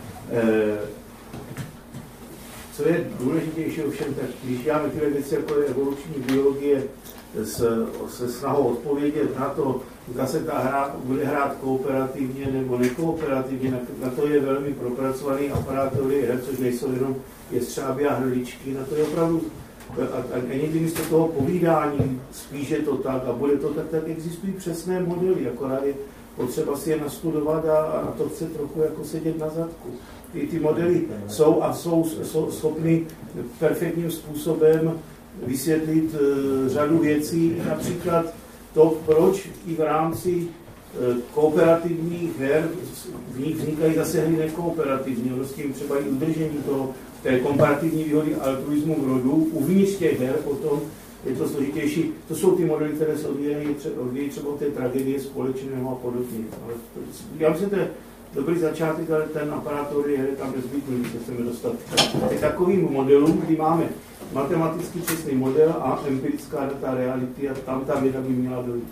Co je důležitější ovšem, tak když děláme tyhle věci, jako je evoluční biologie, se snahou odpovědět na to, zda se ta hra bude hrát kooperativně nebo nekooperativně, na to je velmi propracovaný aparát teorie her, což nejsou jenom jestřáby a hrličky, na to je opravdu, a někdy místo toho povídání, spíš je to tak a bude to tak existují přesné modely, akorát je potřeba si je nastudovat a na to chce trochu jako sedět na zadku. Ty modely jsou schopny perfektním způsobem vysvětlit řadu věcí, například to, proč i v rámci kooperativních her v nich vznikají zase hry nekooperativní, s tím třeba i udržení té komparativní výhody altruismu v rodu, uvnitř těch her potom je to složitější. To jsou ty modely, které se odvíjejí třeba od té tragédie společného a podobně. Ale já myslím, že to je dobrý začátek, ale ten aparát teorie je tam nezbytný, když se chceme dostat k takovým modelům, kdy máme matematicky přesný model a empirická data reality a tam ta věda by měla dojít.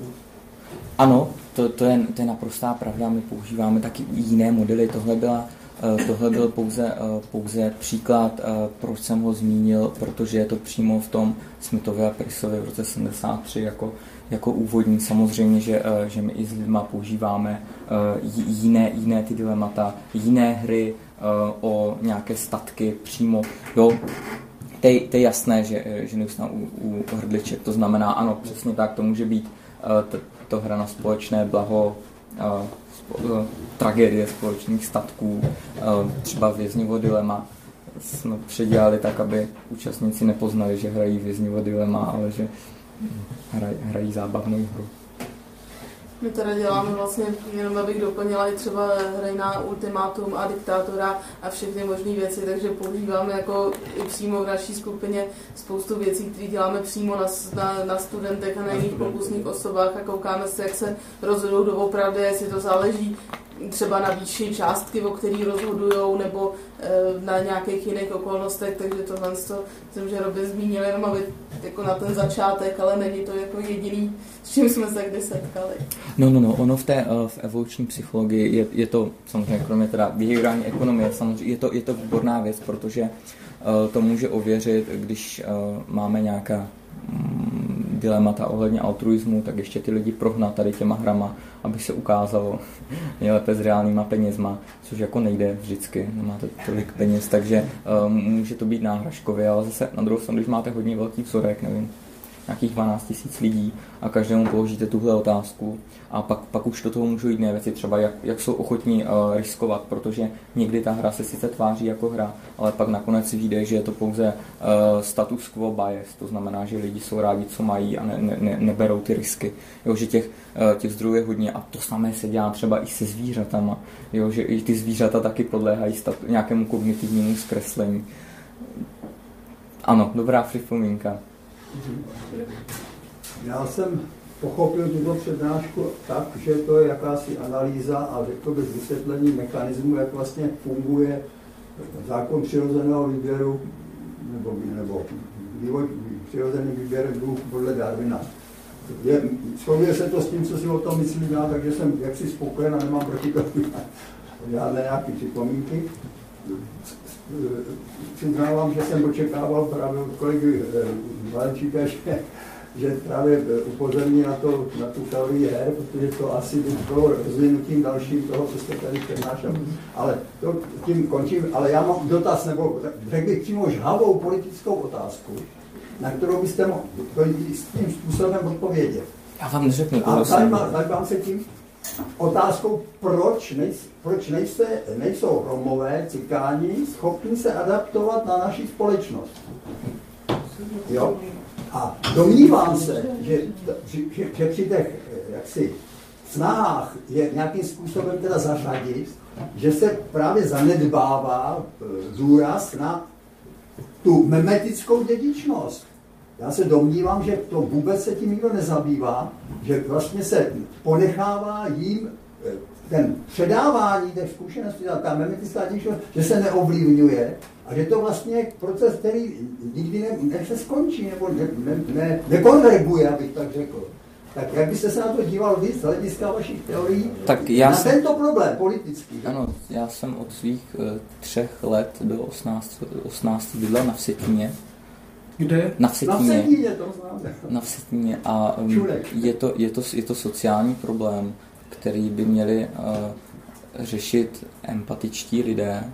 Ano, to je naprostá pravda, my používáme taky jiné modely, tohle byl pouze příklad, proč jsem ho zmínil, protože je to přímo v tom Smithově a Peirsovi v roce 73 jako úvodní. Samozřejmě, že my i s lidma používáme jiné ty dilemata, jiné hry o nějaké statky přímo. Jo, to je jasné, že neustále u hrdliček, to znamená, ano, přesně tak, to může být to hra na společné blaho, tragédie společných statků, třeba Vězňovo dilema jsme předělali tak, aby účastníci nepoznali, že hrají Vězňovo dilema, ale že hrají zábavnou hru. My teda děláme vlastně, jenom abych doplnila i třeba hry na ultimátum a diktátora a všechny možné věci, takže používáme jako i přímo v naší skupině spoustu věcí, které děláme přímo na studentech a na jiných pokusných osobách a koukáme se, jak se rozhodují doopravdy, jestli to záleží třeba na výši částky, o který rozhodujou, nebo na nějakých jiných okolnostech, takže tohle myslím, že Robin zmínil jenom aby jako na ten začátek, ale není to jako jediný, s čím jsme se kdy setkali. No, ono v evoluční psychologii je to samozřejmě, kromě teda behaviorální ekonomie, samozřejmě je to výborná věc, protože to může ověřit, když máme nějaká dilemata ohledně altruismu, tak ještě ty lidi prohnat tady těma hrama, aby se ukázalo nejlépe s reálnýma penězma, což jako nejde vždycky, nemáte tolik peněz, takže může to být náhražkově, ale zase na druhou stranu, když máte hodně velký vzorek, nevím, nějakých 12 000 lidí a každému položíte tuhle otázku a pak už do toho můžou jít jiné věci, třeba jak jsou ochotní riskovat, protože někdy ta hra se sice tváří jako hra, ale pak nakonec si vyjde, že je to pouze status quo bias, to znamená, že lidi jsou rádi, co mají a neberou ty risky. Jo, že těch zdrojů je hodně a to samé se dělá třeba i se zvířatama, jo, že i ty zvířata taky podléhají nějakému kognitivnímu zkreslení. Ano, dobrá připomínka. Já jsem pochopil tuto přednášku tak, že to je jakási analýza a řekl bych vysvětlení mechanismu, jak vlastně funguje zákon přirozeného výběru nebo vývoj přirozený výběr druhů podle Darwina. Shoduje se to s tím, co si o tom myslím já, takže jsem jaksi spokojen a nemám proti tomu žádné nějaké připomínky. Přiznávám, že jsem očekával právě od kolegy Valenčíka, že právě upozorní na tu teorii her, protože to asi by bylo rozvinutím dalším toho, co jste tady přednášel. Ale to tím končím. Ale já mám dotaz, nebo řekl bych přímo žhavou politickou otázku, na kterou byste mohli tím způsobem odpovědět. Já vám neřeknu. A zajímám se tím otázkou, proč nejsou Romové, cikáni schopni se adaptovat na naši společnost. Jo? A domnívám se, že při těch snahách je nějakým způsobem teda zařadit, že se právě zanedbává důraz na tu memetickou dědičnost. Já se domnívám, že to vůbec se tím nikdo nezabývá, že vlastně se ponechává jim ten předávání těch zkušeností, ta memetická činnost, že se neovlivňuje a že to vlastně je proces, který nikdy se skončí nebo nekonverguje, abych tak řekl. Tak jak byste se na to díval vy z hlediska vašich teorií na tento problém politický? Ano, já jsem od svých 3 let do 18 bydlel na Vsetíně. Kde? Na Vsetíně, to známe. Na Vsetíně a je to sociální problém, který by měli řešit empatičtí lidé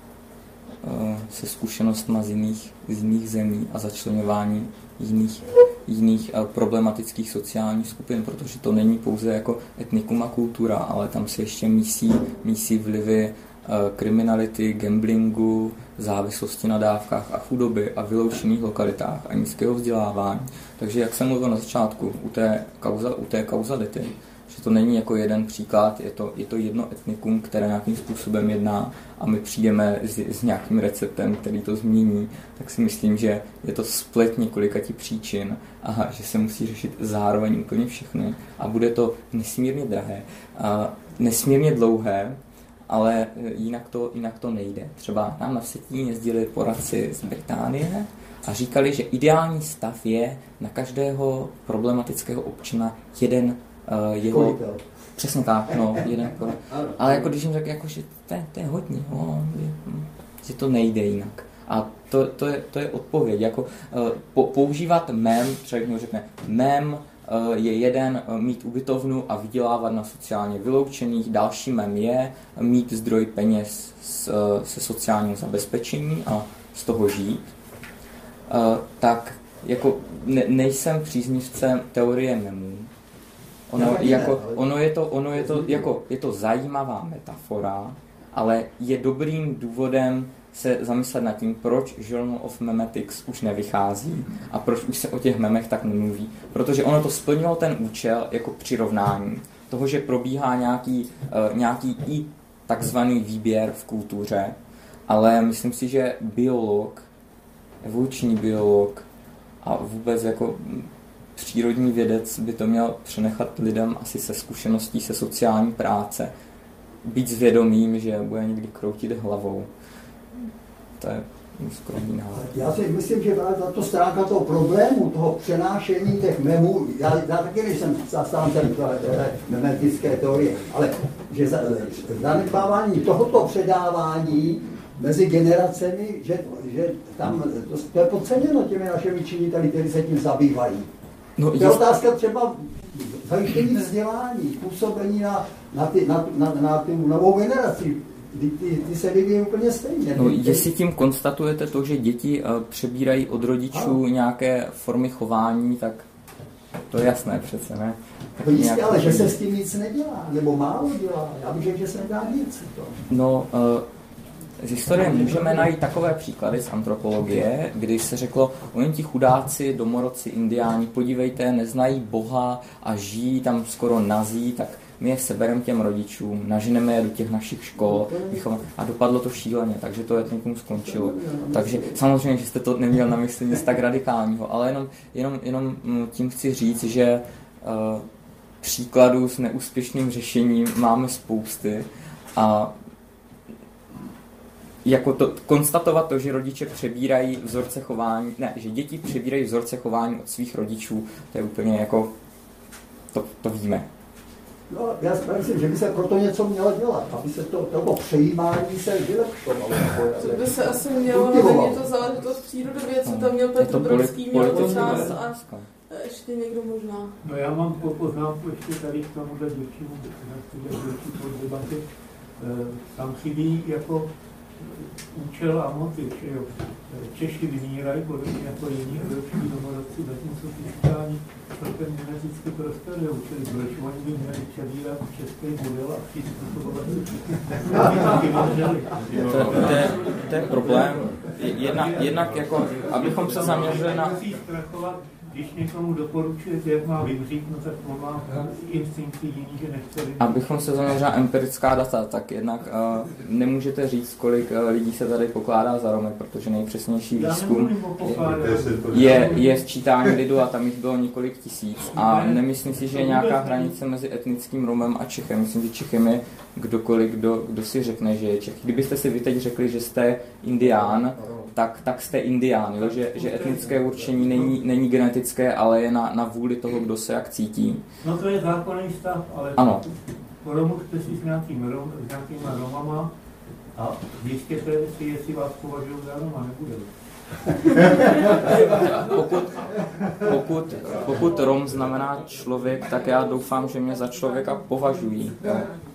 se zkušenostmi z jiných zemí a začleňování jiných problematických sociálních skupin, protože to není pouze jako etnikum a kultura, ale tam se ještě mísí vlivy kriminality, gamblingu, závislosti na dávkách a chudoby a vyloučených lokalitách a nízkého vzdělávání. Takže jak jsem mluvil na začátku u té kauzality, že to není jako jeden příklad, je to jedno etnikum, které nějakým způsobem jedná a my přijdeme s nějakým receptem, který to změní, tak si myslím, že je to splet několika příčin a že se musí řešit zároveň úplně všechny a bude to nesmírně drahé, nesmírně dlouhé, ale jinak to nejde. Třeba nám na Vsetíně jezdili poradci z Británie a říkali, že ideální stav je na každého problematického občana jeden jeho... Přesně tak, no, jeden. Ale jako když jim řekl, jako, že to je hodně, no, že to nejde jinak. A to je odpověď. Jako, používat mem, člověk řekne, mem je jeden mít ubytovnu a vydělávat na sociálně vyloučených. Další mem je mít zdroj peněz se sociálním zabezpečení a z toho žít. Tak jako nejsem příznivcem teorie memů. Je to zajímavá metafora, ale je dobrým důvodem se zamyslet nad tím, proč Journal of Memetics už nevychází a proč už se o těch memech tak nemluví. Protože ono to splnilo ten účel jako přirovnání toho, že probíhá nějaký i takzvaný výběr v kultuře, ale myslím si, že biolog, evoluční biolog a vůbec jako přírodní vědec by to měl přenechat lidem asi se zkušeností, se sociální práce. Být zvědomým, že bude někdy kroutit hlavou. To je skromný návod. Já si myslím, že na to stránka toho problému, toho přenášení těch memů, já taky nejsem zastáncem memetické teorie, ale že zanedbávání tohoto předávání mezi generacemi, že tam to je podceněno těmi našimi činiteli, kteří se tím zabývají. No, to je otázka třeba zajištění vzdělání, působení na tu novou generaci. Ty se vyvíjí úplně stejně. No, jestli tím konstatujete to, že děti přebírají od rodičů nějaké formy chování, tak to je jasné přece, ne? To jistě, ale že se s tím nic nedělá, nebo málo dělá. Já bych řekl, že se nedá nic. No, z historie můžeme najít takové příklady z antropologie, kdy se řeklo, oni ti chudáci, domorodci, indiáni, podívejte, neznají Boha a žijí tam skoro nazí, tak my je sebereme těm rodičům, naženeme je do těch našich škol a dopadlo to šíleně, takže to etnikum skončilo. Takže samozřejmě, že jste to neměl na mysli nic tak radikálního, ale jenom tím chci říct, že příkladů s neúspěšným řešením máme spousty a jako to, konstatovat to, že rodiče přebírají vzorce chování, že děti přebírají vzorce chování od svých rodičů, to je úplně jako, to víme. No, já si myslím, že by se proto něco mělo dělat, aby se to přejímání se vylepšovalo. To by se asi mělo, ale není to záležitost přírodovědců, tam měl Petr Brodský, měl to část a ještě někdo možná. No já mám poznámku ještě tady k tomuhle děvčímu debaty. Tam chybí jako účel a motiv, že jo. Češi vymírají, podobně jako jiní evropští domorodci, zatímco fiskální pro ten genetický prostor, že čili proč oni by měli přebírat český model a přizpůsobovat to je problém. Jednak jako, abychom se zaměřili na... Musí zkrachovat Když někomu doporučujete, jak má vymřít, no tak on má instinkty jiný, že nechce vymřít. Abychom se zaměřili na empirická data, tak jednak nemůžete říct, kolik lidí se tady pokládá za Romy, protože nejpřesnější výzkum je sčítání lidu a tam jich bylo několik tisíc. A nemyslím si, že je nějaká hranice mezi etnickým Romem a Čechem. Myslím, že Čechem je kdokoliv, kdo si řekne, že je Čech. Kdybyste si vy teď řekli, že jste Indián, tak jste Indián, jo? Že etnické určení není genetické, ale je na vůli toho, kdo se jak cítí. No to je zákonný stav, ale ano. Poromluvte si s nějakýma Romama a zjistěte si, jestli vás považují za Roma, nebudou. Pokud Rom znamená člověk, tak já doufám, že mě za člověka považují. Jo.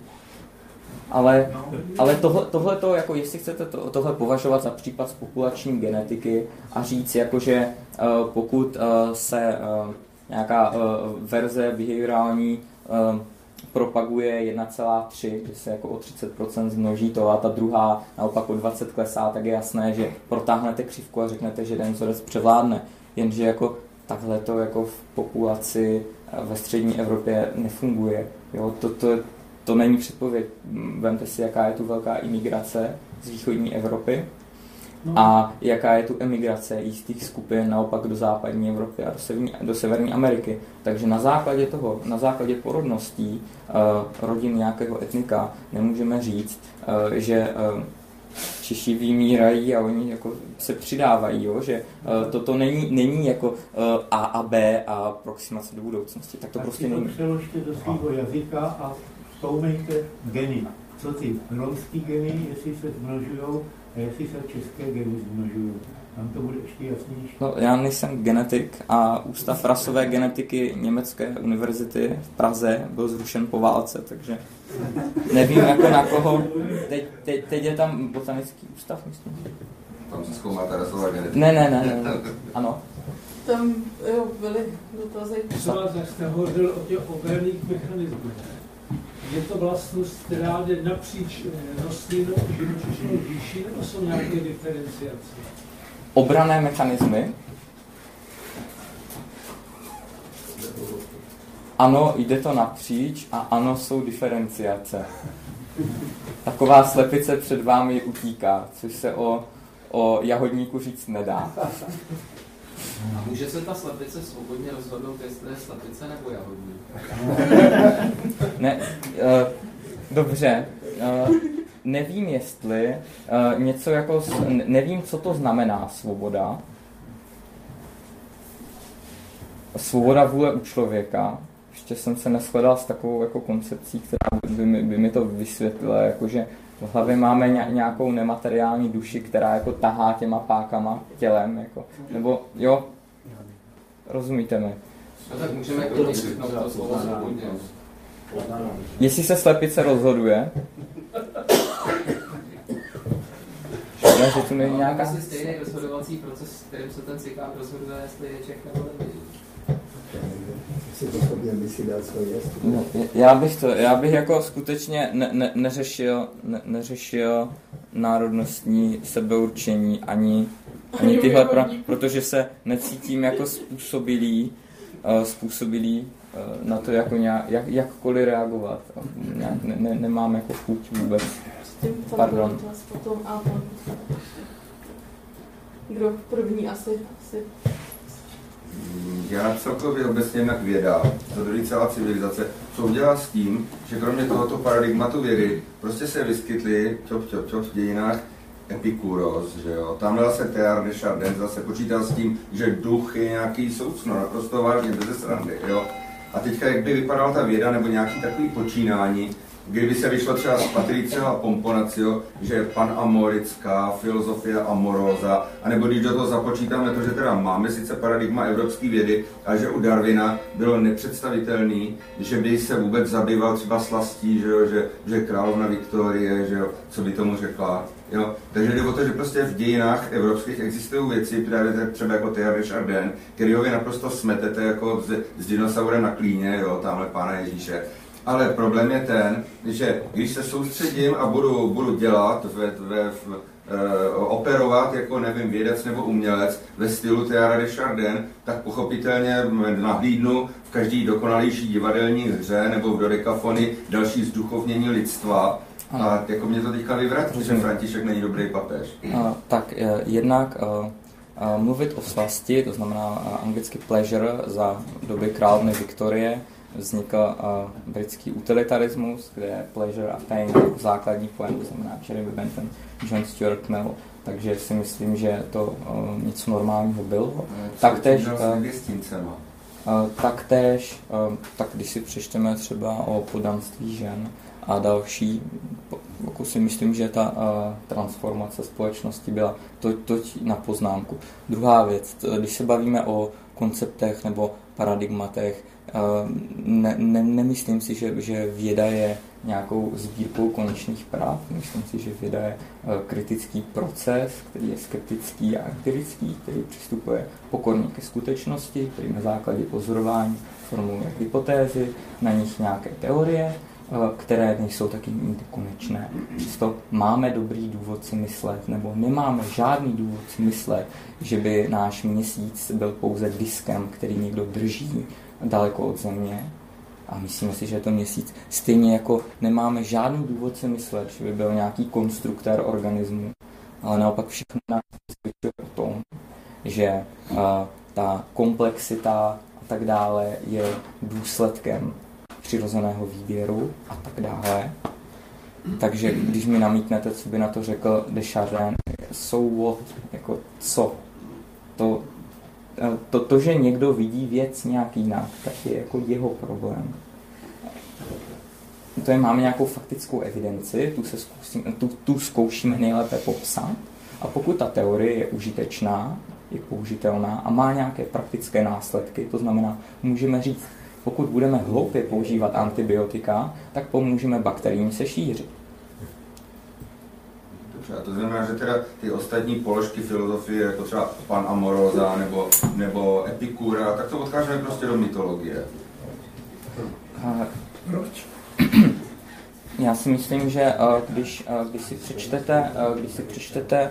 Ale tohleto, jako jestli chcete tohle považovat za případ z populační genetiky a říct, jakože pokud se nějaká verze behaviorální propaguje 1,3, že se jako o 30% zmnoží to a ta druhá naopak o 20 klesá, tak je jasné, že protáhnete křivku a řeknete, že ten vzorec převládne. Jenže jako takhle to jako v populaci ve střední Evropě nefunguje. Jo, to není předpověď. Vemte si, jaká je tu velká imigrace z východní Evropy a jaká je tu emigrace jistých skupin naopak do západní Evropy a do Severní Ameriky. Takže na základě porodností rodin nějakého etnika nemůžeme říct, že Češi vymírají a oni jako se přidávají, jo? Že toto není jako A a B a aproximace do budoucnosti. Tak to prostě není. Přeložte do svého jazyka a zkoumejte geny. Co ty romský geny, jestli se zmnožujou a jestli se české geny zmnožují. Tam to bude ještě jasnější. No, já nejsem genetik a Ústav rasové genetiky Německé univerzity v Praze byl zrušen po válce, takže nevím jako na koho. Teď je tam botanický ústav, myslím. Tam se zkoumá ta rasová genetika. Ne. Ano. Tam byly dotazy. Jak jste hovořil o těch oberných mechanismech. Je to vlastnost, která jde napříč rostlinou, živočišnou říší, nebo jsou nějaké diferenciace? Obranné mechanismy? Ano, jde to napříč a ano, jsou diferenciace. Taková slepice před vámi utíká, což se o jahodníku říct nedá. A může se ta slepice svobodně rozhodnout, jestli je slepice nebo jahodník? Ne, dobře. Nevím, jestli něco jako... Nevím, co to znamená svoboda. Svoboda vůle u člověka. Ještě jsem se neshledal s takovou jako koncepcí, která by mi to vysvětlila, jakože v hlavě máme nějakou nemateriální duši, která jako tahá těma pákama tělem, jako, nebo jo, rozumíte mi. No tak můžeme řeknout to slovo svobodně. Jestli se slepice rozhoduje, že tu není nějaká... Asi stejný rozhodovací proces, kterým se ten cykák rozhoduje, jestli je Čech nebo není. Si to sobě myslí dát svoji jasný. Já bych jako skutečně neřešil národnostní sebeurčení ani tyhle, protože se necítím jako způsobilý na to jako jakkoliv reagovat. Nemám jako chuť vůbec. Pardon. Kdo první asi? Já celkově obecně jinak věda, za druhý celá civilizace, co udělá s tím, že kromě tohoto paradigmatu vědy prostě se vyskytly v dějinách Epikuros, že jo. Tamhle zase Teilhard de Chardin zase počítal s tím, že duch je nějaký soucno, naprosto vážně, bez srandy, jo. A teďka, jak by vypadala ta věda nebo nějaký takový počínání, kdyby se vyšlo třeba z Patricio a Pomponacio, že je panamorická filozofie amorosa, anebo když do toho započítáme to, že teda máme sice paradigma evropské vědy, ale že u Darwina bylo nepředstavitelný, že by se vůbec zabýval třeba slastí, že královna Viktorie, že jo, co by tomu řekla. Jo. Takže jde o to, že prostě v dějinách evropských existují věci, které třeba jako Teilhard de Chardin, který ho vy naprosto smetete jako z dinosaura na klíně, jo, tamhle Pána Ježíše. Ale problém je ten, že když se soustředím a budu dělat operovat jako, nevím, vědec nebo umělec ve stylu Théâtre de Chardin, tak pochopitelně nahlídnu v každý dokonalejší divadelní hře nebo v dodekafony další zduchovnění lidstva. A jako mě to teďka vyvratí, že František není dobrý papež. Jednak mluvit o slasti, to znamená anglicky pleasure, za doby královny Viktorie vznikl britský utilitarismus, kde je pleasure a pain jako základní pojem, to znamená Jeremy Bentham, John Stuart Mill, takže si myslím, že to něco normálního bylo. Taktéž, tak když si přečteme třeba o poddanství žen a další, pokud si myslím, že ta transformace společnosti byla to na poznámku. Druhá věc, když se bavíme o konceptech nebo paradigmatech, nemyslím si, že věda je nějakou sbírkou konečných práv. Myslím si, že věda je kritický proces, který je skeptický a empirický, který přistupuje pokorně ke skutečnosti, který na základě pozorování formuluje hypotézy, na nich nějaké teorie, které nejsou taky nikdy konečné. Přesto máme dobrý důvod si myslet, nebo nemáme žádný důvod si myslet, že by náš měsíc byl pouze diskem, který někdo drží daleko od Země. A myslíme si, že je to měsíc. Stejně jako nemáme žádný důvod si myslet, že by byl nějaký konstruktér organismu. Ale naopak všechno nás svědčuje o tom, že ta komplexita a tak dále je důsledkem přirozeného výběru a tak dále. Takže když mi namítnete, co by na to řekl Desjardins, so what, jako co? To, že někdo vidí věc nějak jinak, tak je jako jeho problém. To je, máme nějakou faktickou evidenci, tu zkoušíme nejlépe popsat a pokud ta teorie je užitečná, je použitelná a má nějaké praktické následky, to znamená, můžeme říct, pokud budeme hloupě používat antibiotika, tak pomůžeme bakteriím se šířit. Dobře, a to znamená, že teda ty ostatní položky filozofie, jako třeba pan Amorosa nebo Epikura, tak to odkážeme prostě do mytologie. Proč? Já si myslím, že když si přečtete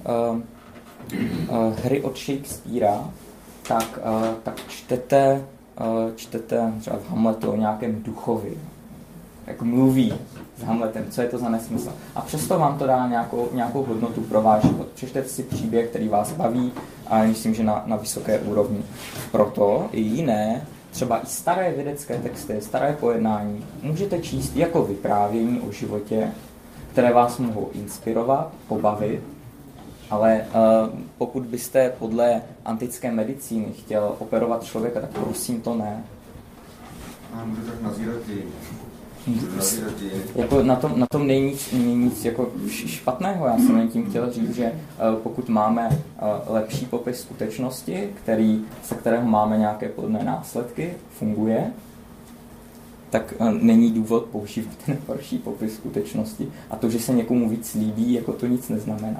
hry od Shakespearea, tak čtete třeba v Hamletu o nějakém duchovi, jak mluví s Hamletem, co je to za nesmysl. A přesto vám to dá nějakou hodnotu pro váš život. Přečtete si příběh, který vás baví a myslím, že na vysoké úrovni. Proto i jiné, třeba i staré vědecké texty, staré pojednání, můžete číst jako vyprávění o životě, které vás mohou inspirovat, pobavit, ale pokud byste podle antické medicíny chtěl operovat člověka, tak prosím to ne. A můžu tak nazírat jako na tom není nic jako špatného. Já jsem jen tím chtěl říct, že pokud máme lepší popis skutečnosti, se kterého máme nějaké plodné následky, funguje, tak není důvod používat ten horší popis skutečnosti. A to, že se někomu víc líbí, jako to nic neznamená.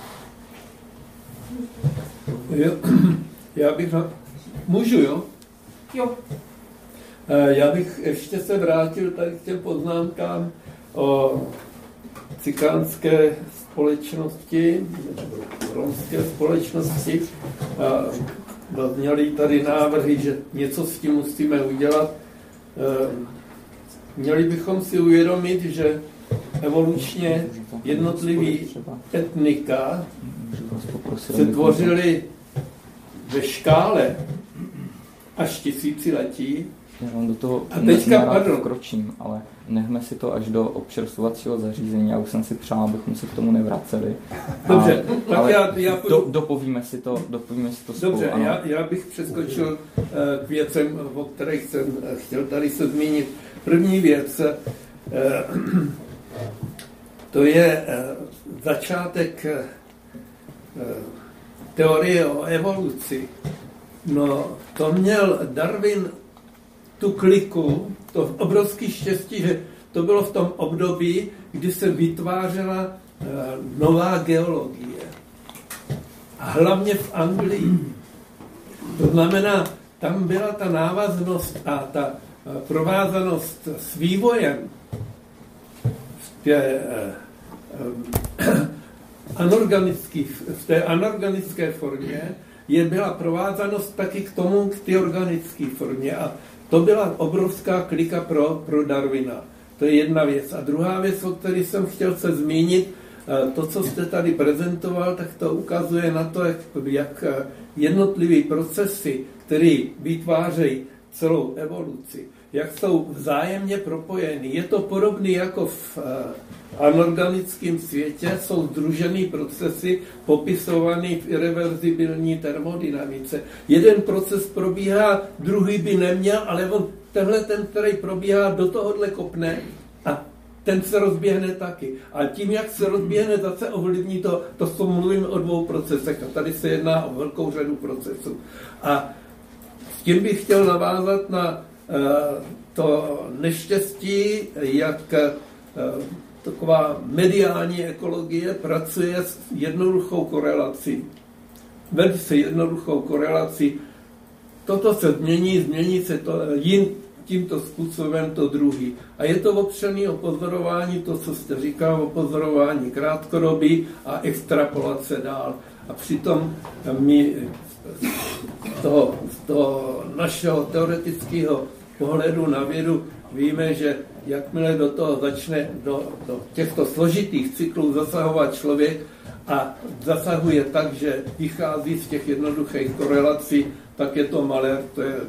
Já bych... Můžu, jo? Jo. Já bych ještě se vrátil tady k těm poznámkám o cikánské společnosti, romské společnosti. Zazněly tady návrhy, že něco s tím musíme udělat. Měli bychom si uvědomit, že evolučně jednotlivý etnika se tvořily ve škále až tisíciletí. Já vám do toho vkročím, ale nechme si to až do občerstvovacího zařízení. Já už jsem si přál, abychom se k tomu nevraceli. Dobře, tak já dopovíme si to spolu. Dobře, já bych přeskočil k věcem, o kterých jsem chtěl tady se zmínit. První věc, to je začátek teorie o evoluci. No, to měl Darwin tu kliku, to obrovské štěstí, že to bylo v tom období, kdy se vytvářela nová geologie. A hlavně v Anglii. To znamená, tam byla ta návaznost a ta provázanost s vývojem v té anorganické formě byla provázanost taky k té organické formě. A to byla obrovská klika pro Darwina. To je jedna věc. A druhá věc, o které jsem chtěl se zmínit, to, co jste tady prezentoval, tak to ukazuje na to, jak jednotlivé procesy, které vytvářejí celou evoluci, jak jsou vzájemně propojeny. Je to podobné jako v anorganickém světě, jsou sdružené procesy popisované v irreverzibilní termodynamice. Jeden proces probíhá, druhý by neměl, ale tenhle, který probíhá, do tohohle kopne a ten se rozběhne taky. A tím, jak se rozběhne, zase ovlivní to co mluvím o dvou procesech. A tady se jedná o velkou řadu procesů. A s tím bych chtěl navázat na to neštěstí, jak taková mediální ekologie pracuje s jednoduchou korelací. Velice jednoduchou korelací. Toto se změní se to tímto způsobem to druhý. A je to opřený o pozorování, to, co jste říkal, o pozorování krátkodobí a extrapolace dál. A přitom my z toho našeho teoretického pohledu na vědu víme, že jakmile do toho začne do těchto složitých cyklů zasahovat člověk a zasahuje tak, že vychází z těch jednoduchých korelací, tak je to malér, to je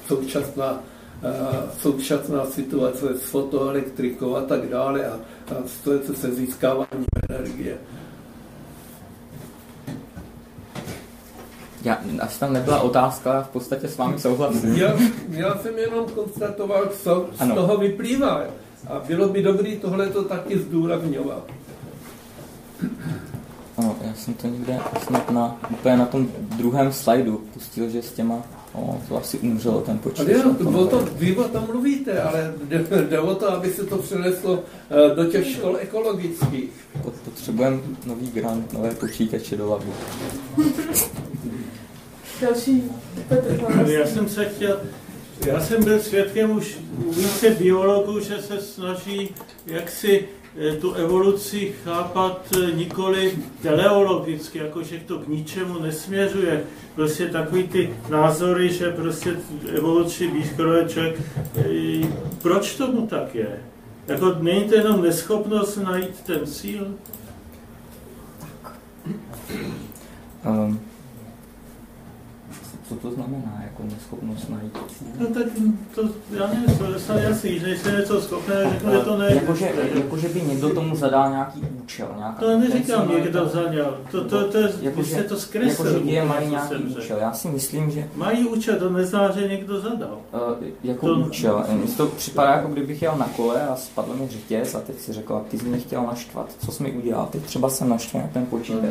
současná situace s fotoelektrikou a tak dále a se získáváním energie. Asi tam nebyla otázka, v podstatě s vámi souhlasím. Já jsem jenom konstatoval, co z toho vyplývá. A bylo by dobré tohleto taky zdůrazňovat. Ano, já jsem to někde snad úplně na tom druhém slajdu pustil, že s těma, to asi umřelo ten počítač. Vy o tom mluvíte, ale jde o to, aby se to přeneslo do těch škol ekologických. Potřebujeme nový grant, nové počítače do labu. Další. Já jsem byl svědkem už více biologů, že se snaží jaksi tu evoluci chápat nikoli teleologicky, jakože to k ničemu nesměřuje. Prostě takový ty názory, že prostě evoluci výchroje člověk. Proč tomu tak je? Jako není to jenom neschopnost najít ten cíl? Co to znamená, jako neschopnost najít cíl? No tak to, já nevím, to je snad jasný, že jsi něco schopné, řekne, to ne. Jakože by někdo tomu zadal nějaký účel. To neříkám, někdo zadal. Vy jste to zkreslil. Jakože je mají nějaký účel. Já si myslím, že... Mají účel, to neznamená, že někdo zadal. Účel. Mně to připadá, jako kdybych jel na kole a spadl mi řetěz a teď si řekl, a ty jsi mě chtěl naštvat. Co jsi mi udělal? Teď třeba jsem naštval na ten počítač.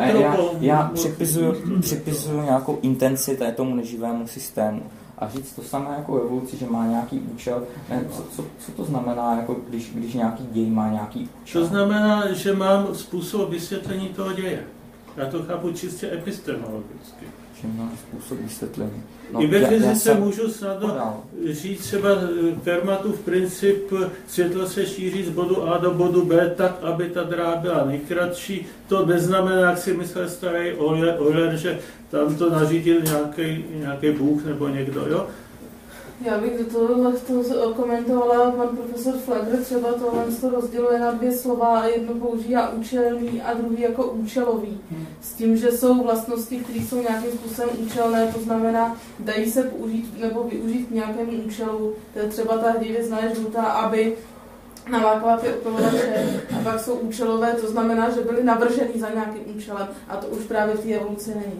Já připisuju nějakou intenci tomu neživému systému. A říct to samé jako evoluci, že má nějaký účel. Co to znamená, jako když nějaký děj má nějaký účel? To znamená, že mám způsob vysvětlení toho děje. Já to chápu čistě epistemologicky. Že mám způsob vysvětlení. I ve fyzice můžu snadno říct třeba Fermatův princip, světlo se šíří z bodu A do bodu B tak, aby ta dráha byla nejkratší. To neznamená, jak si myslel starý Euler, že tam to nařídil nějaký Bůh nebo někdo, jo? Já bych do toho komentovala, pan profesor Flegr třeba tohle to rozděluje na dvě slova, jedno používá účelný a druhý jako účelový. S tím, že jsou vlastnosti, které jsou nějakým způsobem účelné, to znamená, dají se použít nebo využít k nějakému účelu. To je třeba ta hdivě znaje žlutá, aby nalákala ty opylovače, a pak jsou účelové, to znamená, že byly navržený za nějakým účelem a to už právě v té evoluci není.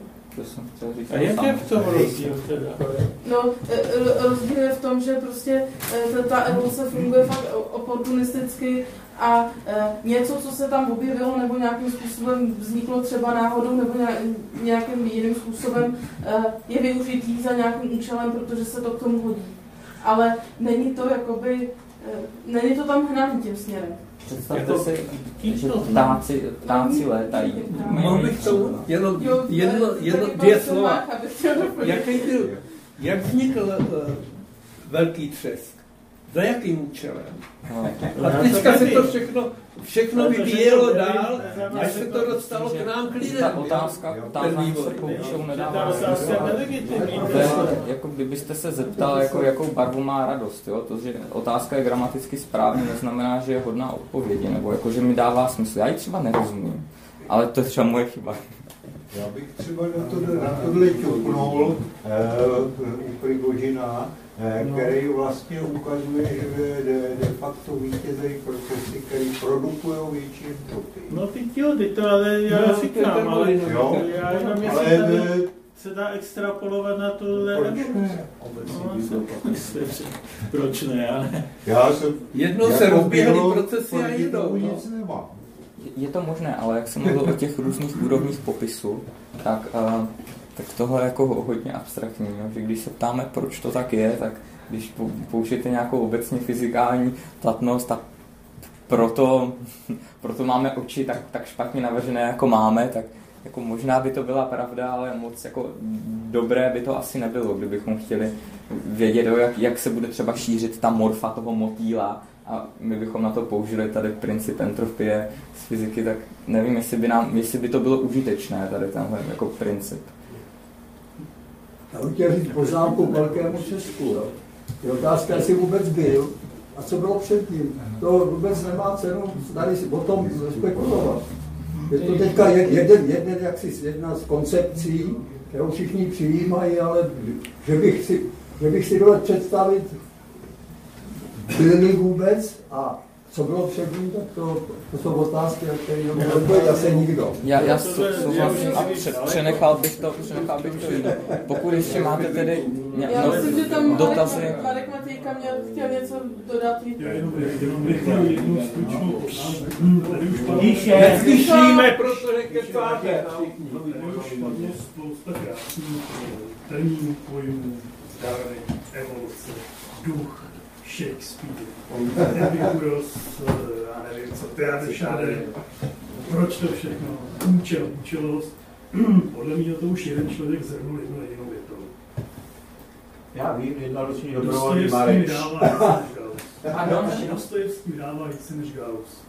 A jak je v tom rozdíl teda? No, rozdíl je v tom, že prostě ta evoluce funguje fakt oportunisticky a něco, co se tam objevilo nebo nějakým způsobem vzniklo třeba náhodou nebo nějakým jiným způsobem, je využitý za nějakým účelem, protože se to k tomu hodí. Ale není to jakoby, není to tam hnaný tím směrem. Představte si, že ptáci létají. Mohl bych tomu jenom dvě slova. Jak vznikl velký třesk? Za jakým účelem? A teďka se to všechno vyvíjelo dál, až se to dostalo k nám k lidem. Ta otázka se poučou nedává. Jako kdybyste se zeptal, jakou barvu má radost. Jo? To, že otázka je gramaticky správně, neznamená, že je hodná odpovědi, nebo jako, že mi dává smysl. Já ji třeba nerozumím, ale to je třeba moje chyba. Já bych třeba na tohle ťuknul u Prigožina, který vlastně ukazuje, že de facto vítězejí procesy, které produkují větší entropii. No teď to ale já říkám, ale já jenom jestli se dá extrapolovat na tohle. Proč ne, ale... Jednou se rozběhly procesy a jedou. Je to možné, ale jak jsem mluvil o těch různých úrovních popisu, tak tohle je jako hodně abstraktní, jo? Že když se ptáme, proč to tak je, tak když použijete nějakou obecně fyzikální platnost, tak proto máme oči tak špatně navržené, jako máme, tak jako možná by to byla pravda, ale moc jako dobré by to asi nebylo, kdybychom chtěli vědět, jak se bude třeba šířit ta morfa toho motýla, a my bychom na to použili tady princip entropie z fyziky, tak nevím, jestli by to bylo užitečné, tady tenhle jako princip. Já bych chtěl říct poznámku k Velkému Česku. Je otázka, jestli vůbec byl a co bylo předtím. To vůbec nemá cenu tady o tom spekulovat. Je to teďka jedna z koncepcí, kterou všichni přijímají, ale že bych si dovedl představit, byli vůbec a co bylo před ním, tak to jsou otázky, které nebude zase nikdo. Já souhlasím a přenechal bych to jinak. Pokud ještě máte tedy já myslím, že tam dotazy. Marek Matějka chtěl něco dodat. Já jenom jednu stručnou poznámku. Neslyšíme, protože kecáte. Už padlo spousta krásných termínů, pojmů, dávy, evoluce, duch, Shakespeare, Epikuros, já nevím, co teatr šáde, proč to všechno, účelovost. Podle mě to už jeden člověk zhrnul jednou větou. Já vím, jednoroční dobrovolný Marek. Dostojevský dává více než Gauss.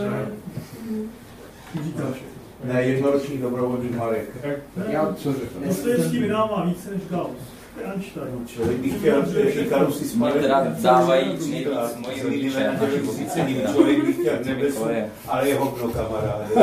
Říká všechno. Ne, jednoroční dobrovolný Marek. Dostojevský vydává více než Gauss. Einstein. Člověk bych chtěl Ikarus si spadl. Mě teda dávají nejvíc moji rodiče na životní. Člověk bych chtěl nebesu, ale je hovno kamaráde.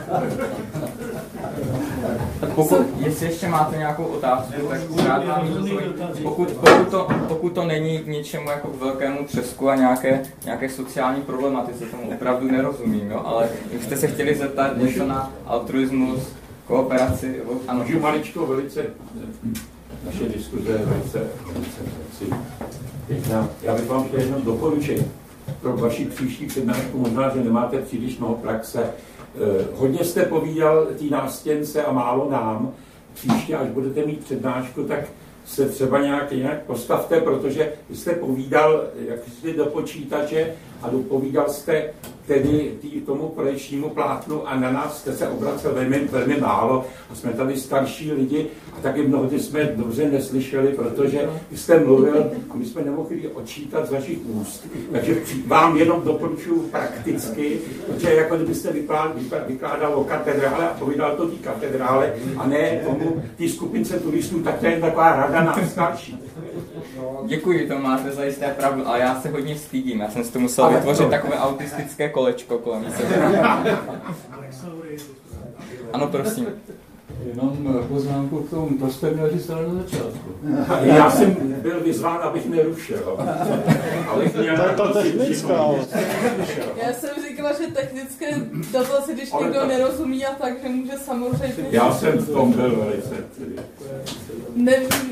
Jestli ještě máte nějakou otázku, tak rád vám pokud to není k něčemu jako k Velkému Třesku a nějaké sociální problematice, tomu opravdu nerozumím, jo? Ale jste se chtěli zeptat něco na altruismus, kooperaci, ano. Můžu maličko velice, naše diskuze je velice pěkná. Já bych vám chtěl jenom doporučit pro vaši příští přednášku, možná, že nemáte příliš mnoho praxe. Hodně jste povídal té nástěnce a málo nám. Příště, až budete mít přednášku, tak se třeba nějak postavte, protože jste povídal, jak jste do počítače a dopovídal jste tedy tomu projekčnímu plátnu a na nás jste se obracel velmi málo a jsme tady starší lidi a taky mnohdy jsme dobře neslyšeli, protože jste mluvil a my jsme nemohli odčítat z vašich úst. Takže vám jenom doporučuji prakticky, protože jako kdybyste vykládal o katedrále a povídal to té katedrále a ne tomu té skupince turistů, tak to je taková rada na starší. Děkuji, to máte zajisté pravdu, ale já se hodně stydím. Já jsem si to musel vytvořit takové autistické kolečko kolem sebe. Ano, prosím. Jenom poznámku k tomu, to jste měl říct ale na začátku. Já jsem byl vyzván, abych nerušil. Ale já jsem říkala, že technické dotazy, když někdo nerozumí a tak, že může samozřejmě... Já jsem v tom byl velice. Nevím,